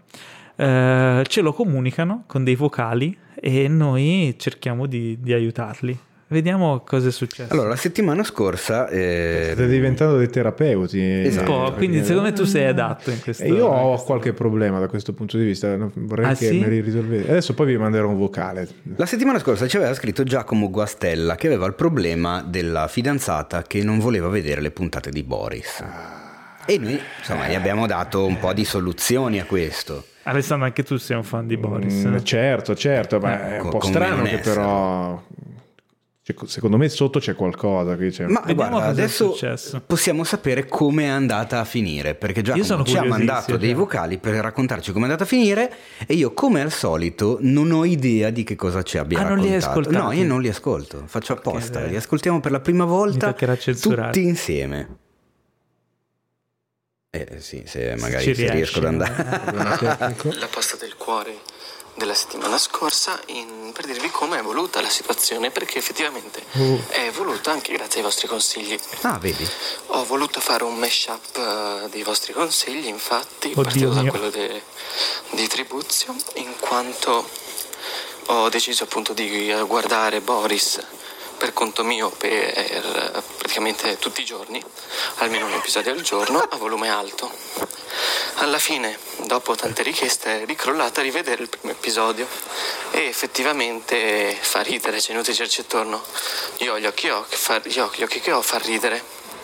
A: Ce lo comunicano con dei vocali e noi cerchiamo di aiutarli. Vediamo cosa è successo.
B: Allora, la settimana scorsa
C: state diventando dei terapeuti.
A: Esatto. Quindi secondo me tu sei adatto in questo.
C: Io ho qualche problema da questo punto di vista, vorrei che me li risolvete. Adesso poi vi manderò un vocale.
B: La settimana scorsa ci aveva scritto Giacomo Guastella, che aveva il problema della fidanzata che non voleva vedere le puntate di Boris. E noi, insomma, gli abbiamo dato un po' di soluzioni a questo.
A: Alessandro, anche tu sei un fan di Boris.
C: Certo, ma è un po' strano che però... Secondo me sotto c'è qualcosa qui.
B: Ma guarda, adesso possiamo sapere come è andata a finire, perché Giacomo ci ha mandato dei vocali per raccontarci come è andata a finire e io, come al solito, non ho idea di che cosa ci abbia raccontato.
A: Non li hai ascoltati?
B: No, io non li ascolto, faccio apposta, li ascoltiamo per la prima volta tutti insieme. Sì, se magari se riesco ad andare.
D: La posta del cuore della settimana scorsa per dirvi come è evoluta la situazione, perché effettivamente è evoluta anche grazie ai vostri consigli.
B: Vedi?
D: Ho voluto fare un mashup dei vostri consigli, infatti partito da quello di Tribuzio, in quanto ho deciso appunto di guardare Boris per conto mio per praticamente tutti i giorni, almeno un episodio al giorno, a volume alto. Alla fine, dopo tante richieste, è ricrollata a rivedere il primo episodio e effettivamente fa ridere, c'è inutile girarci attorno. Io ho gli occhi che ho, fa ridere.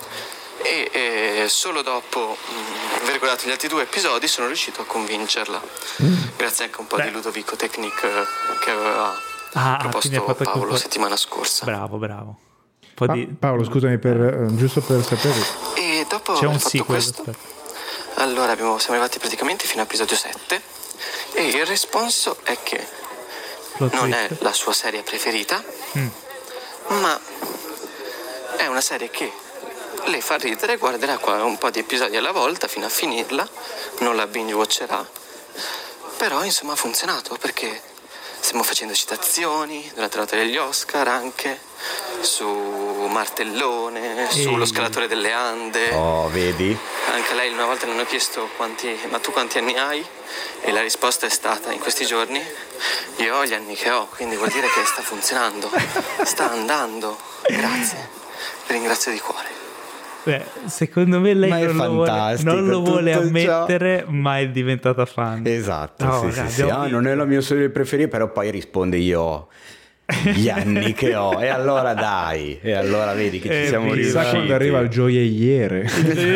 D: E solo dopo aver guardato gli altri 2 episodi sono riuscito a convincerla, grazie anche un po' di Ludovico Technique che aveva proposto Paolo settimana scorsa.
A: Bravo.
C: Paolo, scusami, giusto per sapere.
D: E dopo
A: c'è un
D: fatto questo, allora siamo arrivati praticamente fino all'episodio 7 e il responso è che non è la sua serie preferita, ma è una serie che le fa ridere, guarderà un po' di episodi alla volta fino a finirla, non la binge watcherà, però insomma ha funzionato perché stiamo facendo citazioni durante la notte degli Oscar anche su Martellone, sullo scalatore delle Ande.
B: Oh, vedi?
D: Anche a lei una volta le hanno chiesto ma tu quanti anni hai? E la risposta è stata in questi giorni: io ho gli anni che ho, quindi vuol dire che sta funzionando, sta andando. Grazie, vi ringrazio di cuore.
A: Beh, secondo me lei non lo vuole ammettere,
B: ciò.
A: Ma è diventata fan.
B: Esatto, sì. Non è la mia serie preferita, però poi risponde: io ho gli anni che ho. E allora dai, e allora vedi che ci siamo riusciti.
C: Quando arriva il gioielliere.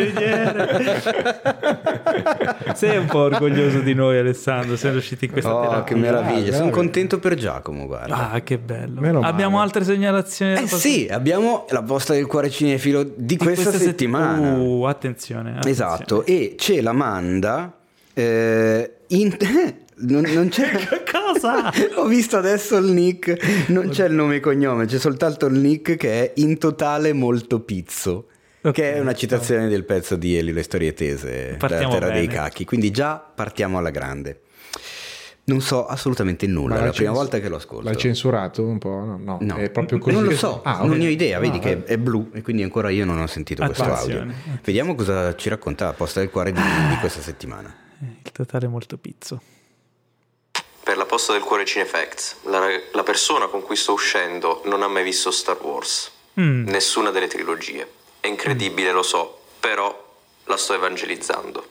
A: Sei un po' orgoglioso di noi, Alessandro, sei riusciti in questa terapia.
B: Che meraviglia, sono contento per Giacomo, guarda.
A: Ah, che bello. Abbiamo altre segnalazioni?
B: Sì, abbiamo la posta del cuore cinefilo di questa settimana.
A: Attenzione.
B: Esatto, e ce la manda non c'è.
A: Cosa?
B: Ho visto adesso il nick, non c'è il nome e cognome, c'è soltanto il nick che è In totale molto pizzo, che è una citazione del pezzo di Eli le storie tese,
A: partiamo
B: della terra
A: bene.
B: dei cacchi, quindi già partiamo alla grande. Non so assolutamente nulla, è la prima volta che lo ascolto.
C: L'hai censurato un po'? No. È proprio così.
B: Non lo so, non ne ho idea, vedi che è blu e quindi ancora io non ho sentito questo audio. Vediamo cosa ci racconta la posta del cuore di questa settimana.
A: Il totale molto pizzo.
E: Per la posta del cuore Cinefacts, la persona con cui sto uscendo non ha mai visto Star Wars, nessuna delle trilogie. È incredibile, lo so, però la sto evangelizzando.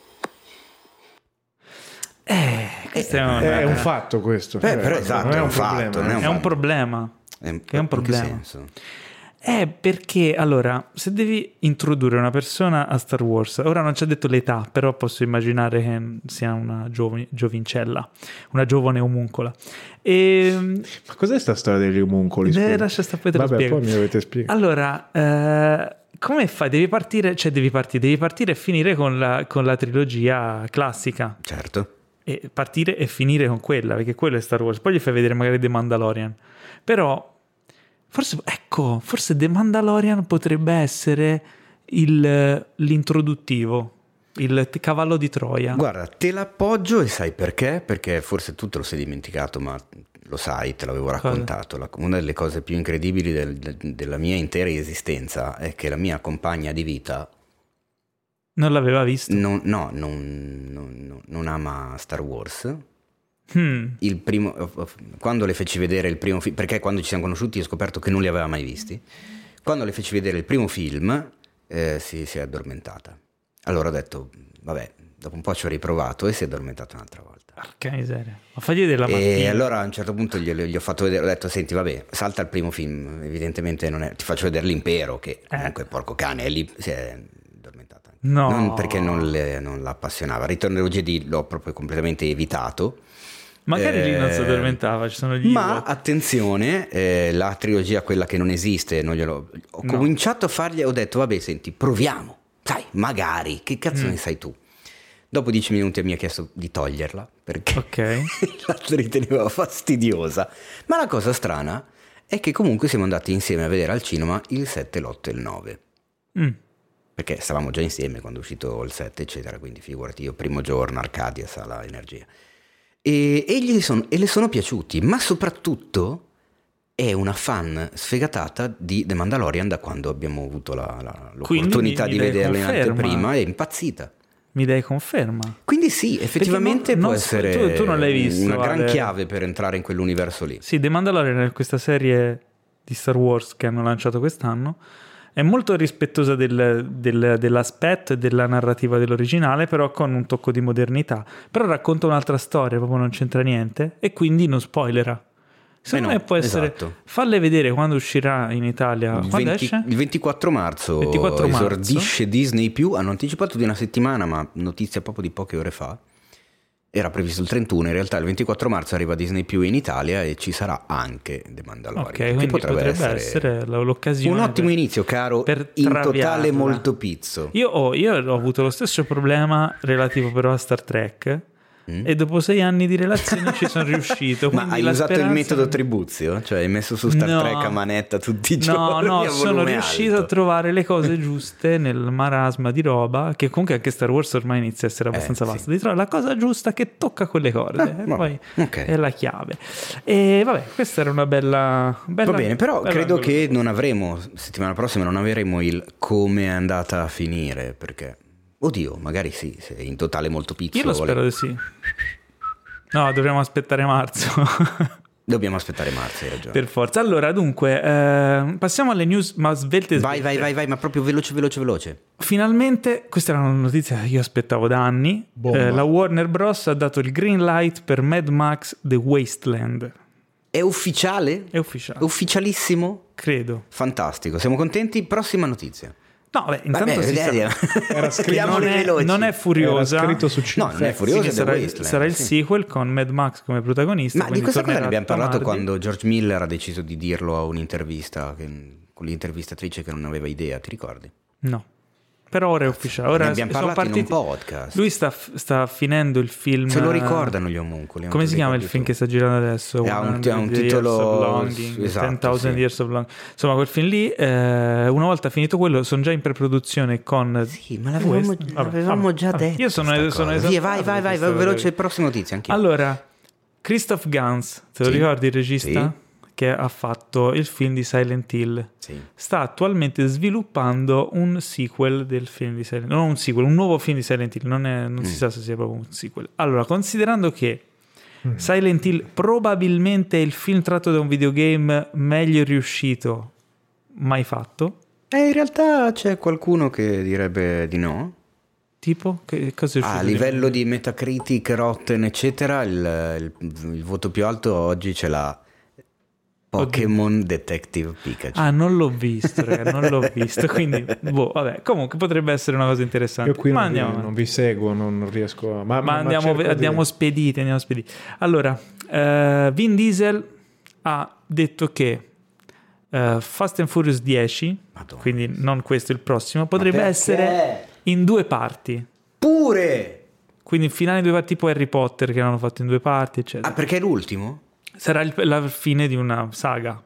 A: Questo
C: è un fatto questo.
B: Però esatto, è un fatto.
A: È un problema.
B: In che senso?
A: Perché allora, se devi introdurre una persona a Star Wars, ora non ci ha detto l'età, però posso immaginare che sia una giovincella, una giovane omuncola.
C: Ma cos'è sta storia degli omuncoli?
A: Lascia stare, poi te lo spiego.
C: Poi mi avete spiegato.
A: Allora, come fai? Devi partire e finire con la trilogia classica.
B: Certo.
A: E partire e finire con quella, perché quello è Star Wars. Poi gli fai vedere magari The Mandalorian. Però forse The Mandalorian potrebbe essere l'introduttivo, il cavallo di Troia.
B: Guarda, te l'appoggio e sai perché? Perché forse tu te lo sei dimenticato, ma lo sai, te l'avevo raccontato. Una delle cose più incredibili della mia intera esistenza è che la mia compagna di vita
A: non l'aveva visto?
B: Non ama Star Wars. Il primo, quando le feci vedere il primo film, perché quando ci siamo conosciuti ho scoperto che non li aveva mai visti. Quando le feci vedere il primo film si è addormentata. Allora ho detto vabbè, dopo un po' ci ho riprovato e si è addormentata un'altra volta.
A: Porca miseria, ma fagli vedere la mattina.
B: E allora a un certo punto gli ho fatto vedere, ho detto senti vabbè, salta il primo film, evidentemente non è, ti faccio vedere l'Impero, che comunque porco cane, e lì si è addormentata.
A: No.
B: Non perché non la appassionava. Ritorno dello Jedi l'ho proprio completamente evitato.
A: Magari lì non si addormentava, ci sono gli
B: ma attenzione, la trilogia, quella che non esiste, ho cominciato a fargli, ho detto vabbè senti, proviamo, sai, magari, che cazzo ne sai tu? Dopo 10 minuti mi ha chiesto di toglierla perché la riteneva fastidiosa, ma la cosa strana è che comunque siamo andati insieme a vedere al cinema il 7, l'8 e il 9 perché stavamo già insieme quando è uscito il 7 eccetera, quindi figurati, io primo giorno Arcadia, Sala Energia. E le sono piaciuti, ma soprattutto è una fan sfegatata di The Mandalorian da quando abbiamo avuto l'opportunità di vederlo in anteprima, è impazzita.
A: Mi dai conferma?
B: Quindi sì, effettivamente può essere
A: tu non l'hai visto,
B: una gran chiave per entrare in quell'universo lì.
A: Sì, The Mandalorian è questa serie di Star Wars che hanno lanciato quest'anno. È molto rispettosa dell'aspetto e della narrativa dell'originale, però con un tocco di modernità. Però racconta un'altra storia, proprio non c'entra niente, e quindi non spoilera. Secondo me può essere...
B: Esatto.
A: Falle vedere quando uscirà in Italia. Quando esce?
B: Il 24 marzo esordisce Disney+, hanno anticipato di una settimana, ma notizia proprio di poche ore fa. Era previsto il 31, in realtà il 24 marzo arriva Disney+ in Italia e ci sarà anche The Mandalorian.
A: Ok, quindi potrebbe essere l'occasione.
B: Un ottimo inizio, caro, in totale molto pizzo.
A: Io ho avuto lo stesso problema relativo però a Star Trek, e dopo 6 anni di relazione ci sono riuscito.
B: Ma hai usato il metodo Tribuzio? Cioè hai messo su Star Trek a manetta tutti i giorni?
A: No, sono riuscito a trovare le cose giuste nel marasma di roba, che comunque anche Star Wars ormai inizia a essere abbastanza vasta, di trovare la cosa giusta che tocca quelle corde, poi è la chiave. E vabbè, questa era una bella
B: va bene, però credo che non avremo, settimana prossima non avremo il come è andata a finire, perché oddio, magari sì, se è in totale molto piccolo.
A: Io lo spero di sì. No, dobbiamo aspettare marzo.
B: Dobbiamo aspettare marzo, hai ragione.
A: Per forza. Allora, dunque, passiamo alle news, ma svelte.
B: Vai, ma proprio veloce.
A: Finalmente, questa era una notizia che io aspettavo da anni. La Warner Bros. Ha dato il green light per Mad Max The Wasteland.
B: È ufficiale?
A: È ufficiale.
B: È ufficialissimo?
A: Credo.
B: Fantastico, siamo contenti. Prossima notizia.
A: No, intanto
C: era scritto
A: non è Furiosa.
C: Era scritto su
B: No, non è Furiosa,
A: sarà il sequel con Mad Max come protagonista.
B: Ma di questa cosa ne abbiamo parlato quando George Miller ha deciso di dirlo a un'intervista con l'intervistatrice che non aveva idea, ti ricordi?
A: No. Però ora è ufficiale. Ora
B: ne abbiamo parlato in un podcast.
A: Lui sta finendo il film.
B: Se lo ricordano gli omuncoli.
A: Come si chiama il film che sta girando adesso?
B: Ha un titolo
A: 10,000 Years of Longing. Insomma, quel film lì, una volta finito quello, sono già in pre-produzione con.
B: Sì, ma l'avevamo già detto.
A: Io sono
B: Via, vai, veloce, prossima notizia. Anch'io.
A: Allora, Christoph Gans, te lo ricordi il regista? Sì. Che ha fatto il film di Silent Hill, sta attualmente sviluppando un sequel del film di Silent Hill, non un sequel, un nuovo film di Silent Hill, non si sa se sia proprio un sequel. Allora, considerando che Silent Hill probabilmente è il film tratto da un videogame meglio riuscito mai fatto,
B: in realtà c'è qualcuno che direbbe di no.
A: Tipo? Che cosa è uscito?
B: A livello di Metacritic, Rotten, eccetera, il voto più alto oggi ce l'ha Pokémon Detective Pikachu.
A: Non l'ho visto, raga, non l'ho visto, quindi vabbè, comunque potrebbe essere una cosa interessante.
C: Io qui non vi seguo, non riesco a... Ma
A: andiamo spediti. Allora, Vin Diesel ha detto che Fast and Furious 10, Madonna, quindi non questo, il prossimo, potrebbe essere in 2 parti.
B: Pure!
A: Quindi il finale in 2 parti, tipo Harry Potter che l'hanno fatto in 2 parti, eccetera.
B: Perché è l'ultimo?
A: Sarà la fine di una saga.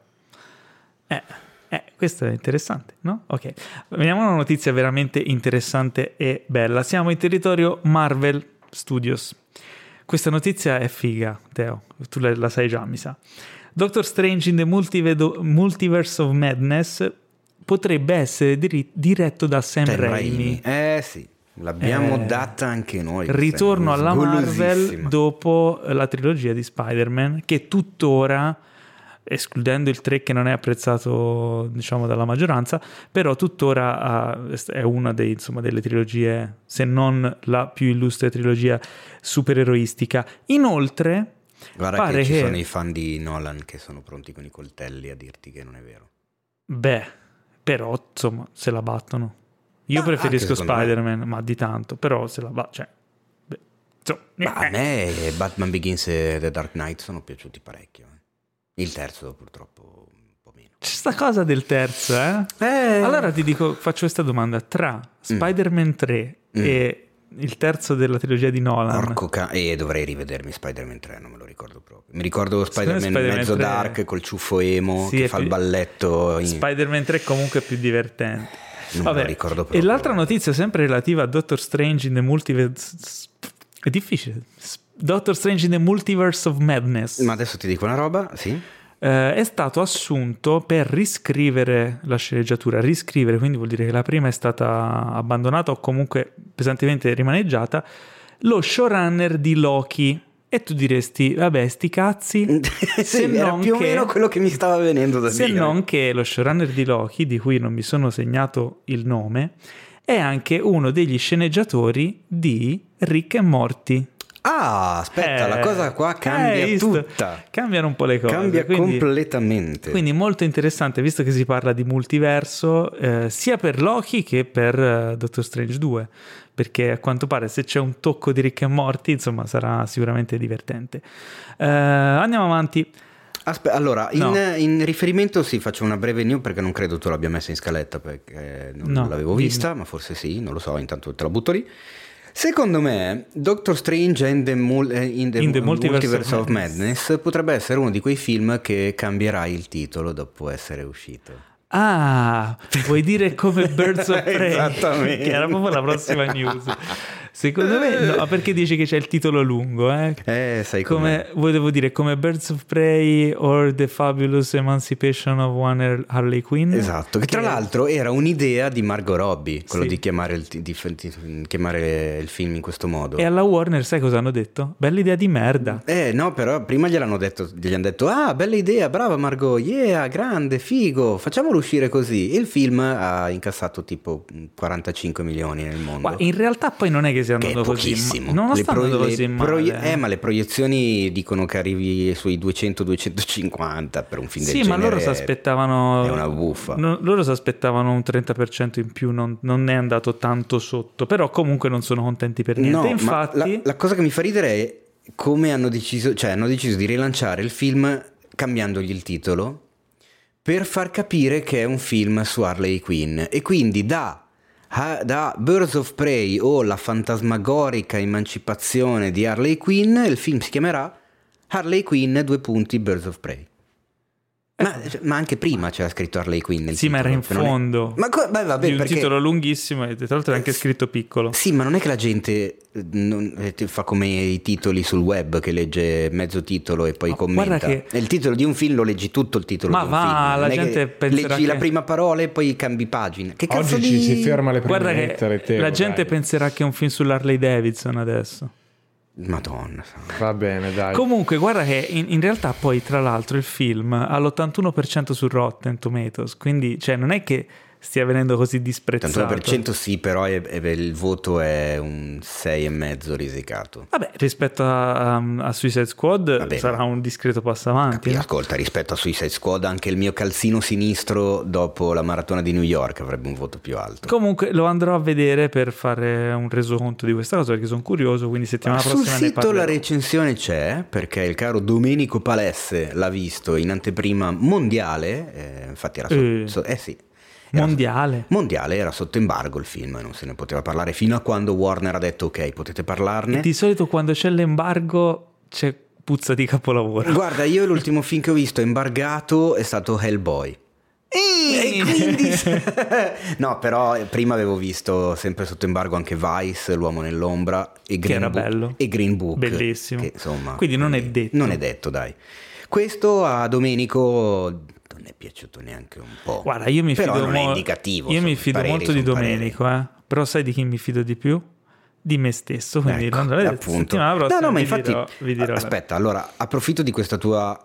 A: Questo è interessante, no? Ok. Veniamo a una notizia veramente interessante e bella. Siamo in territorio Marvel Studios. Questa notizia è figa, Teo. Tu la sai già, mi sa. Doctor Strange in the Multiverse of Madness potrebbe essere diretto da Sam Raimi.
B: Sì. L'abbiamo data anche noi.
A: Ritorno alla Marvel dopo la trilogia di Spider-Man, che tuttora, escludendo il 3 che non è apprezzato diciamo dalla maggioranza, però tuttora è una delle trilogie, se non la più illustre trilogia supereroistica. Inoltre
B: guarda che ci sono i fan di Nolan che sono pronti con i coltelli a dirti che non è vero.
A: Però insomma se la battono. Io preferisco Spider-Man, ma di tanto, però se la va,
B: a me Batman Begins e The Dark Knight sono piaciuti parecchio. Il terzo purtroppo un po' meno.
A: C'è sta cosa del terzo, Allora ti dico, faccio questa domanda, tra Spider-Man 3 e il terzo della trilogia di Nolan.
B: Dovrei rivedermi Spider-Man 3, non me lo ricordo proprio. Mi ricordo Spider-Man mezzo 3, dark col ciuffo emo che fa il balletto.
A: Spider-Man 3 comunque è più divertente.
B: Non me lo ricordo proprio.
A: E l'altra notizia sempre relativa a Doctor Strange in the Multiverse, è difficile, Doctor Strange in the Multiverse of Madness.
B: Ma adesso ti dico una roba, sì.
A: È stato assunto per riscrivere la sceneggiatura. Riscrivere quindi vuol dire che la prima è stata abbandonata o comunque pesantemente rimaneggiata, lo showrunner di Loki. E tu diresti, vabbè, sti cazzi.
B: Sì, era più o meno quello che mi stava venendo da dire.
A: Se non che lo showrunner di Loki, di cui non mi sono segnato il nome, è anche uno degli sceneggiatori di Rick e Morty.
B: Aspetta, la cosa qua cambia tutta.
A: Cambiano un po' le cose.
B: Cambia completamente.
A: Quindi molto interessante, visto che si parla di multiverso, sia per Loki che per Doctor Strange 2. Perché a quanto pare se c'è un tocco di Rick e Morty, insomma, sarà sicuramente divertente. Andiamo avanti.
B: Aspetta, allora, in riferimento faccio una breve news perché non credo tu l'abbia messa in scaletta perché non l'avevo vista, ma forse sì, non lo so, intanto te la butto lì. Secondo me Doctor Strange in the Multiverse of Madness potrebbe essere uno di quei film che cambierà il titolo dopo essere uscito.
A: Ah, vuoi dire come Birds of Prey?
B: Esattamente.
A: Che era proprio la prossima news. Secondo me no, perché dici che c'è il titolo lungo,
B: sai
A: come volevo dire come Birds of Prey or The Fabulous Emancipation of One Harley Quinn.
B: Esatto, che tra l'altro era un'idea di Margot Robbie, quello di chiamare il film in questo modo.
A: E alla Warner sai cosa hanno detto? Bella idea di merda.
B: No, però prima gli hanno detto ah, bella idea, brava Margot, yeah, grande, figo, facciamolo uscire così. E il film ha incassato tipo 45 milioni nel mondo.
A: Ma in realtà poi non è che sia andato così, non sta andando così male.
B: Ma le proiezioni dicono che arrivi sui 200-250 per un film del genere.
A: Sì, ma loro si aspettavano,
B: è una buffa.
A: Loro si aspettano un 30% in più, non è andato tanto sotto, però comunque non sono contenti per niente.
B: No,
A: infatti
B: la cosa che mi fa ridere è come hanno deciso di rilanciare il film cambiandogli il titolo per far capire che è un film su Harley Quinn, e quindi da Birds of Prey o la fantasmagorica emancipazione di Harley Quinn, il film si chiamerà Harley Quinn : Birds of Prey. Ma anche prima c'era scritto Harley Quinn nel
A: titolo, ma era in fondo
B: vabbè,
A: un titolo lunghissimo e tra l'altro è anche scritto piccolo.
B: Sì, ma non è che la gente fa come i titoli sul web, che legge mezzo titolo e poi commenta.
A: Che
B: il titolo di un film lo leggi tutto il titolo di un film.
A: La gente penserà
B: leggi la prima parola e poi cambi pagina. Che cazzo
C: oggi ci si ferma alle prime lettere.
A: La gente penserà che è un film sull'Harley Davidson adesso.
B: Madonna.
C: Va bene, dai.
A: Comunque guarda che in realtà poi tra l'altro il film ha l'81% su Rotten Tomatoes, quindi cioè non è che stia venendo così disprezzato.
B: L'81% sì, però il voto è un 6,5 risicato.
A: Vabbè, rispetto a Suicide Squad sarà un discreto passo avanti.
B: Ascolta, rispetto a Suicide Squad anche il mio calzino sinistro dopo la maratona di New York avrebbe un voto più alto.
A: Comunque lo andrò a vedere per fare un resoconto di questa cosa, perché sono curioso, quindi settimana prossima
B: ne parlerò. Sul sito la recensione c'è, perché il caro Domenico Palesse l'ha visto in anteprima mondiale, infatti era sì. Mondiale, era sotto embargo il film, non se ne poteva parlare fino a quando Warner ha detto ok, potete parlarne.
A: E di solito quando c'è l'embargo c'è puzza di capolavoro.
B: Guarda, io l'ultimo film che ho visto embargato è stato Hellboy. E quindi no, però prima avevo visto sempre sotto embargo anche Vice, L'uomo nell'ombra e Green Book,
A: bellissimo,
B: che, insomma,
A: quindi non è detto,
B: dai. Questo a Domenico non è piaciuto neanche un po'.
A: Guarda, io mi
B: però
A: fido
B: non è indicativo.
A: Io mi fido molto di Domenico, però sai di chi mi fido di più? Di me stesso, quindi
B: appunto. No, ma infatti vi dirò. Aspetta, allora approfitto di questa tua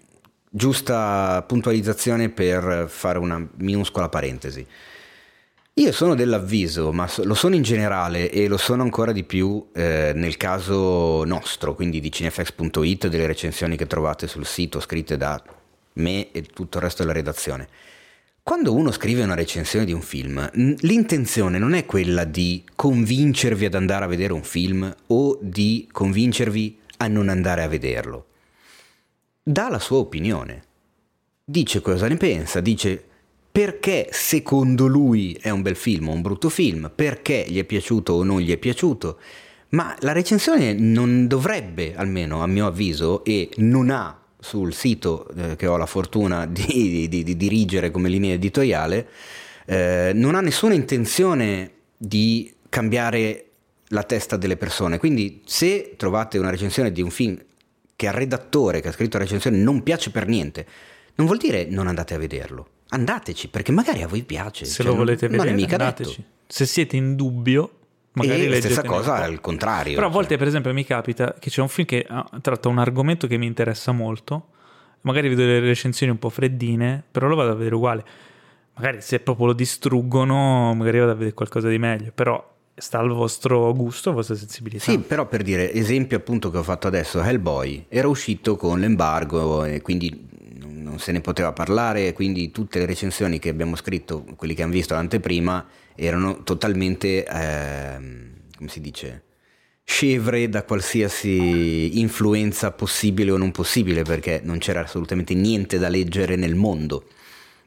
B: giusta puntualizzazione per fare una minuscola parentesi. Io sono dell'avviso, ma lo sono in generale e lo sono ancora di più nel caso nostro, quindi di cinefx.it, delle recensioni che trovate sul sito scritte da me e tutto il resto della redazione. Quando uno scrive una recensione di un film, l'intenzione non è quella di convincervi ad andare a vedere un film o di convincervi a non andare a vederlo. Dà la sua opinione, dice cosa ne pensa, dice perché secondo lui è un bel film o un brutto film, perché gli è piaciuto o non gli è piaciuto, ma la recensione non dovrebbe, almeno a mio avviso, e non ha sul sito che ho la fortuna di dirigere come linea editoriale, non ha nessuna intenzione di cambiare la testa delle persone. Quindi se trovate una recensione di un film che al redattore che ha scritto la recensione non piace per niente, non vuol dire non andate a vederlo. Andateci, perché magari a voi piace.
A: Se lo volete vedere,
B: non è mica
A: andateci.
B: Detto.
A: Se siete in dubbio, magari
B: la stessa cosa al contrario.
A: Però a volte, per esempio, mi capita che c'è un film che tratta un argomento che mi interessa molto, magari vedo le recensioni un po' freddine, però lo vado a vedere uguale. Magari se proprio lo distruggono, magari vado a vedere qualcosa di meglio, però sta al vostro gusto, alla vostra sensibilità.
B: Sì, però per dire, esempio appunto che ho fatto adesso, Hellboy era uscito con l'embargo e quindi non se ne poteva parlare, quindi tutte le recensioni che abbiamo scritto, quelli che hanno visto l'anteprima, erano totalmente, come si dice, scevre da qualsiasi influenza possibile o non possibile, perché non c'era assolutamente niente da leggere nel mondo.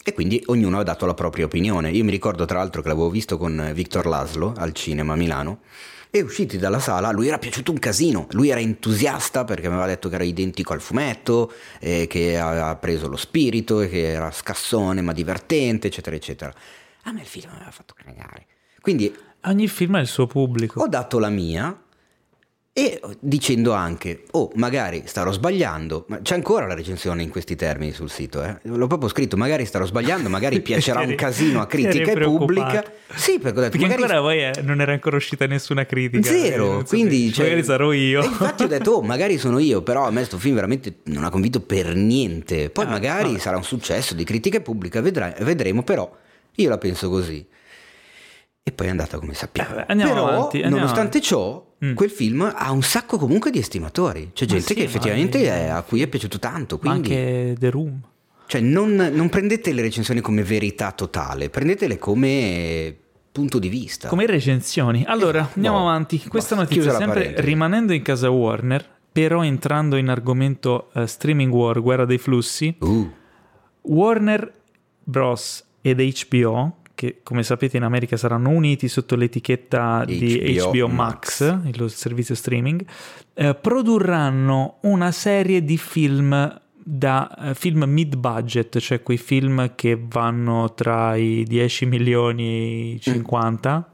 B: E quindi ognuno ha dato la propria opinione. Io mi ricordo tra l'altro che l'avevo visto con Victor Laszlo al cinema a Milano, e usciti dalla sala, lui era piaciuto un casino, lui era entusiasta perché mi aveva detto che era identico al fumetto, che aveva preso lo spirito, e che era scassone ma divertente, eccetera eccetera. A me il film mi aveva fatto cagare. Quindi
A: ogni film ha il suo pubblico.
B: Ho dato la mia, e dicendo anche, magari starò sbagliando, ma c'è ancora la recensione in questi termini sul sito, l'ho proprio scritto, magari starò sbagliando, magari piacerà un casino a critica e pubblica. Sì, perché ho detto,
A: perché
B: magari
A: ancora poi non era ancora uscita nessuna critica.
B: Zero, quindi
A: magari sarò io.
B: E infatti ho detto, magari sono io, però a me sto film veramente non ha convinto per niente. Poi magari sarà un successo di critica e pubblica, vedremo, però io la penso così. E poi è andata come sappiamo. Però,
A: avanti,
B: nonostante ciò, quel film ha un sacco comunque di estimatori. C'è gente che effettivamente a cui è piaciuto tanto. Quindi,
A: anche The Room.
B: Cioè non prendete le recensioni come verità totale, prendetele come punto di vista.
A: Come recensioni. Allora, andiamo avanti. Questa notizia, sempre rimanendo in casa Warner, però entrando in argomento streaming war, guerra dei flussi. Warner Bros. Ed HBO, che come sapete in America saranno uniti sotto l'etichetta di HBO Max, il servizio streaming, produrranno una serie di film film mid-budget, cioè quei film che vanno tra i 10 milioni e i 50,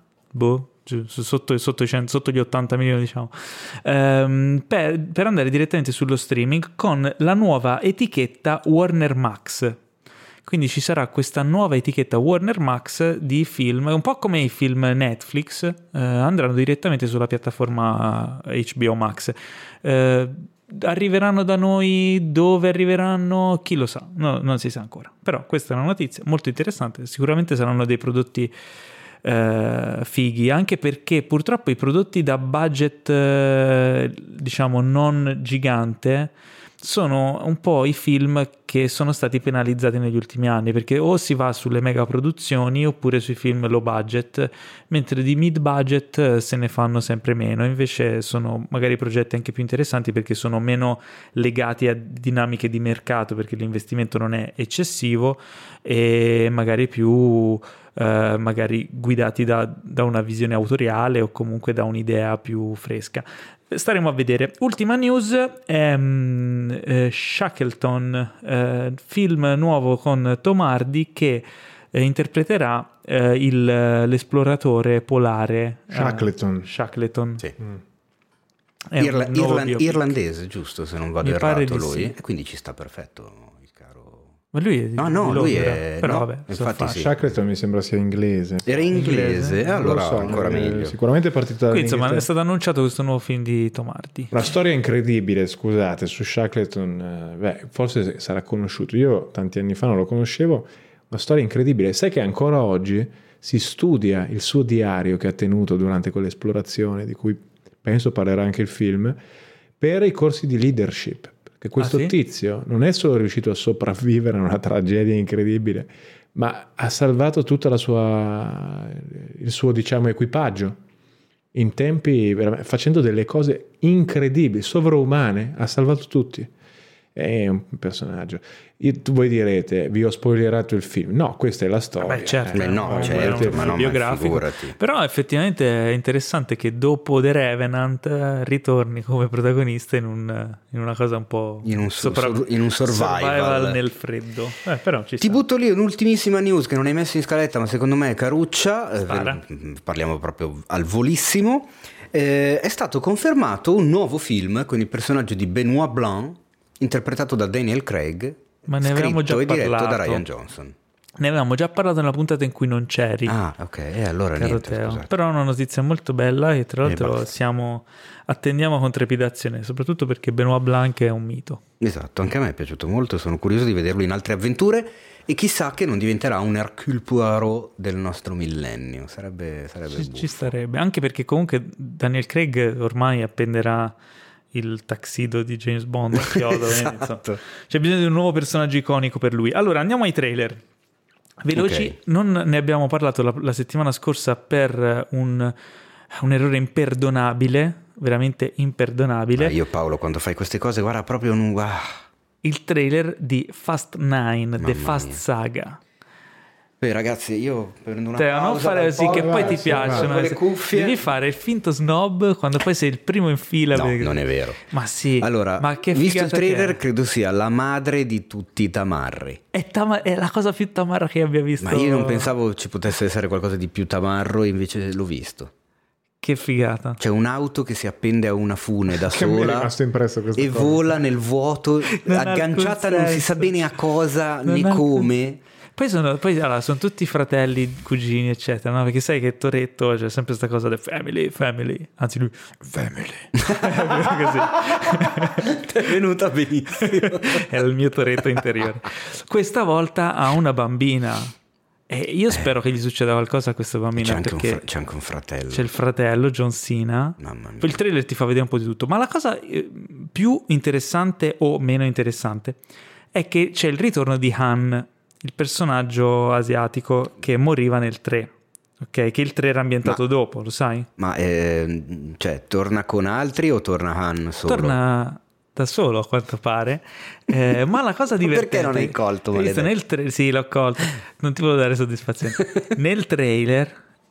A: sotto gli 80 milioni diciamo, per andare direttamente sullo streaming con la nuova etichetta Warner Max. Quindi ci sarà questa nuova etichetta Warner Max di film, un po' come i film Netflix, andranno direttamente sulla piattaforma HBO Max. Arriveranno da noi, dove arriveranno? Chi lo sa, non si sa ancora. Però questa è una notizia molto interessante, sicuramente saranno dei prodotti fighi, anche perché purtroppo i prodotti da budget diciamo non gigante sono un po' i film che sono stati penalizzati negli ultimi anni, perché o si va sulle mega produzioni oppure sui film low budget, mentre di mid budget se ne fanno sempre meno. Invece sono magari progetti anche più interessanti perché sono meno legati a dinamiche di mercato, perché l'investimento non è eccessivo, e magari più magari guidati da una visione autoriale o comunque da un'idea più fresca. Staremo a vedere. Ultima news è Shackleton, film nuovo con Tom Hardy che interpreterà l'esploratore polare Shackleton.
B: Sì. Irlandese, giusto, se non vado errato lui, sì. E quindi ci sta perfetto.
A: Ma lui è
B: lui è
A: però
B: no,
A: vabbè,
B: infatti sì.
C: Shackleton mi sembra sia inglese.
B: Era inglese? Allora so, ancora meglio.
C: Sicuramente è partita da
A: insomma è stato annunciato questo nuovo film di Tom Hardy.
C: Una storia incredibile, scusate, su Shackleton, forse sarà conosciuto, io tanti anni fa non lo conoscevo. Una storia incredibile. Sai che ancora oggi si studia il suo diario che ha tenuto durante quell'esplorazione, di cui penso parlerà anche il film, per i corsi di leadership. Che questo tizio non è solo riuscito a sopravvivere a una tragedia incredibile, ma ha salvato tutta il suo diciamo equipaggio in tempi facendo delle cose incredibili, sovraumane, ha salvato tutti. È un personaggio. Voi direte, vi ho spoilerato il film. No, questa è la storia.
A: Beh, certo,
B: ma non
A: biografico. Però effettivamente è interessante che dopo The Revenant ritorni come protagonista in una cosa un po'
B: in un survival
A: nel freddo. Però
B: ti butto lì un'ultimissima news che non hai messo in scaletta, ma secondo me è caruccia. Parliamo proprio al volissimo. È stato confermato un nuovo film con il personaggio di Benoit Blanc, interpretato da Daniel Craig,
A: ma ne avevamo già
B: diretto
A: parlato
B: da Rian Johnson.
A: Ne avevamo già parlato nella puntata in cui non c'eri.
B: Ah, ok, allora niente, scusate.
A: Però è una notizia molto bella e tra l'altro attendiamo con trepidazione, soprattutto perché Benoit Blanc è un mito.
B: Esatto, anche a me è piaciuto molto, sono curioso di vederlo in altre avventure e chissà che non diventerà un Hercule Poirot del nostro millennio, sarebbe
A: ci starebbe, anche perché comunque Daniel Craig ormai appenderà il tuxedo di James Bond a chiodo.
B: Esatto.
A: C'è bisogno di un nuovo personaggio iconico per lui. Allora andiamo ai trailer veloci. Okay. Non ne abbiamo parlato la settimana scorsa per un errore imperdonabile, veramente imperdonabile.
B: Io Paolo, quando fai queste cose, guarda, proprio il trailer
A: di Fast 9, The Fast Saga.
B: Beh ragazzi, io prendo una pausa
A: non fare così che poi ti piacciono
B: le cuffie.
A: Devi fare il finto snob quando poi sei il primo in fila.
B: No, non è vero.
A: Ma sì.
B: Allora,
A: ma che
B: visto il trailer, credo sia la madre di tutti i tamarri.
A: È la cosa più tamarra che abbia visto.
B: Ma io non pensavo ci potesse essere qualcosa di più tamarro, invece l'ho visto.
A: Che figata.
B: C'è un'auto che si appende a una fune da sola,
C: mi è rimasto impresso
B: e cosa. Vola nel vuoto, agganciata non si sa bene a cosa né come.
A: Poi sono tutti fratelli, cugini, eccetera, no? Perché sai che Toretto c'è sempre questa cosa del family. Anzi lui, family. Così.
B: Ti è venuta benissimo.
A: È il mio Toretto interiore. Questa volta ha una bambina. E io spero che gli succeda qualcosa a questo bambino.
B: C'è anche un fratello.
A: C'è il fratello, John Cena.
B: Mamma mia.
A: Poi il trailer ti fa vedere un po' di tutto. Ma la cosa più interessante o meno interessante è che c'è il ritorno di Han, il personaggio asiatico che moriva nel 3. Ok, che il 3 era ambientato dopo, lo sai?
B: Ma cioè, torna con altri o torna Han solo?
A: Torna da solo a quanto pare, ma la cosa divertente
B: perché non hai colto?
A: Sì, l'ho colto, non ti volevo dare soddisfazione. Nel trailer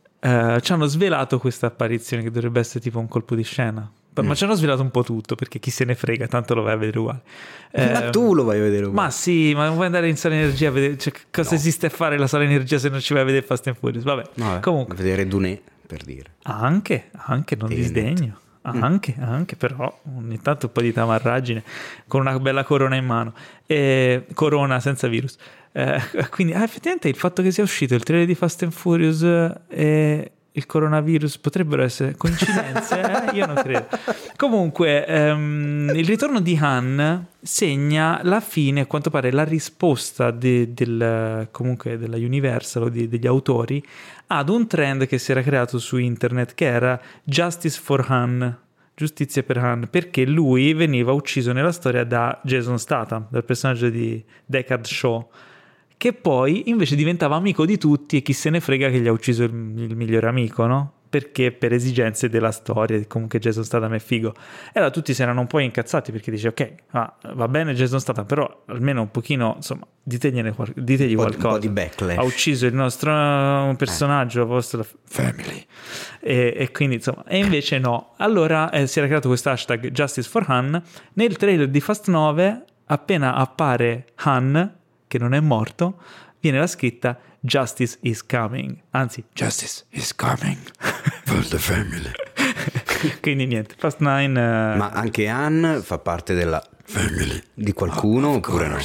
A: ci hanno svelato questa apparizione che dovrebbe essere tipo un colpo di scena, ma ci hanno svelato un po' tutto, perché chi se ne frega, tanto lo vai a vedere uguale.
B: Ma tu lo vai a vedere uguale?
A: Ma sì, ma vuoi andare in sala energia a vedere, cioè, cosa esiste a fare la sala energia se non ci vai a vedere Fast and Furious? Vabbè. Comunque,
B: vedere Dune, per dire.
A: Anche non disdegno. Anche, però ogni tanto un po' di tamarragine con una bella corona in mano, corona senza virus, quindi effettivamente il fatto che sia uscito il trailer di Fast and Furious e il coronavirus potrebbero essere coincidenze. Io non credo. Comunque il ritorno di Han segna la fine, a quanto pare la risposta comunque della Universal o degli autori ad un trend che si era creato su internet, che era Justice for Han, giustizia per Han, perché lui veniva ucciso nella storia da Jason Statham, dal personaggio di Deckard Shaw, che poi invece diventava amico di tutti e chi se ne frega che gli ha ucciso il migliore amico, no? Perché per esigenze della storia, comunque Jason Statham è figo. E allora tutti si erano un po' incazzati, perché dice ok, va bene Jason Statham, però almeno un pochino, insomma, ditegli qualcosa.
B: Un po' di backlash.
A: Ha ucciso il nostro personaggio, vostra family. E quindi insomma, e invece no. Allora si era creato questo hashtag Justice for Han. Nel trailer di Fast 9, appena appare Han, che non è morto, viene la scritta Justice is coming, anzi Justice is coming for the family. Quindi niente, Fast 9
B: ma anche Han fa parte della family di qualcuno oppure no?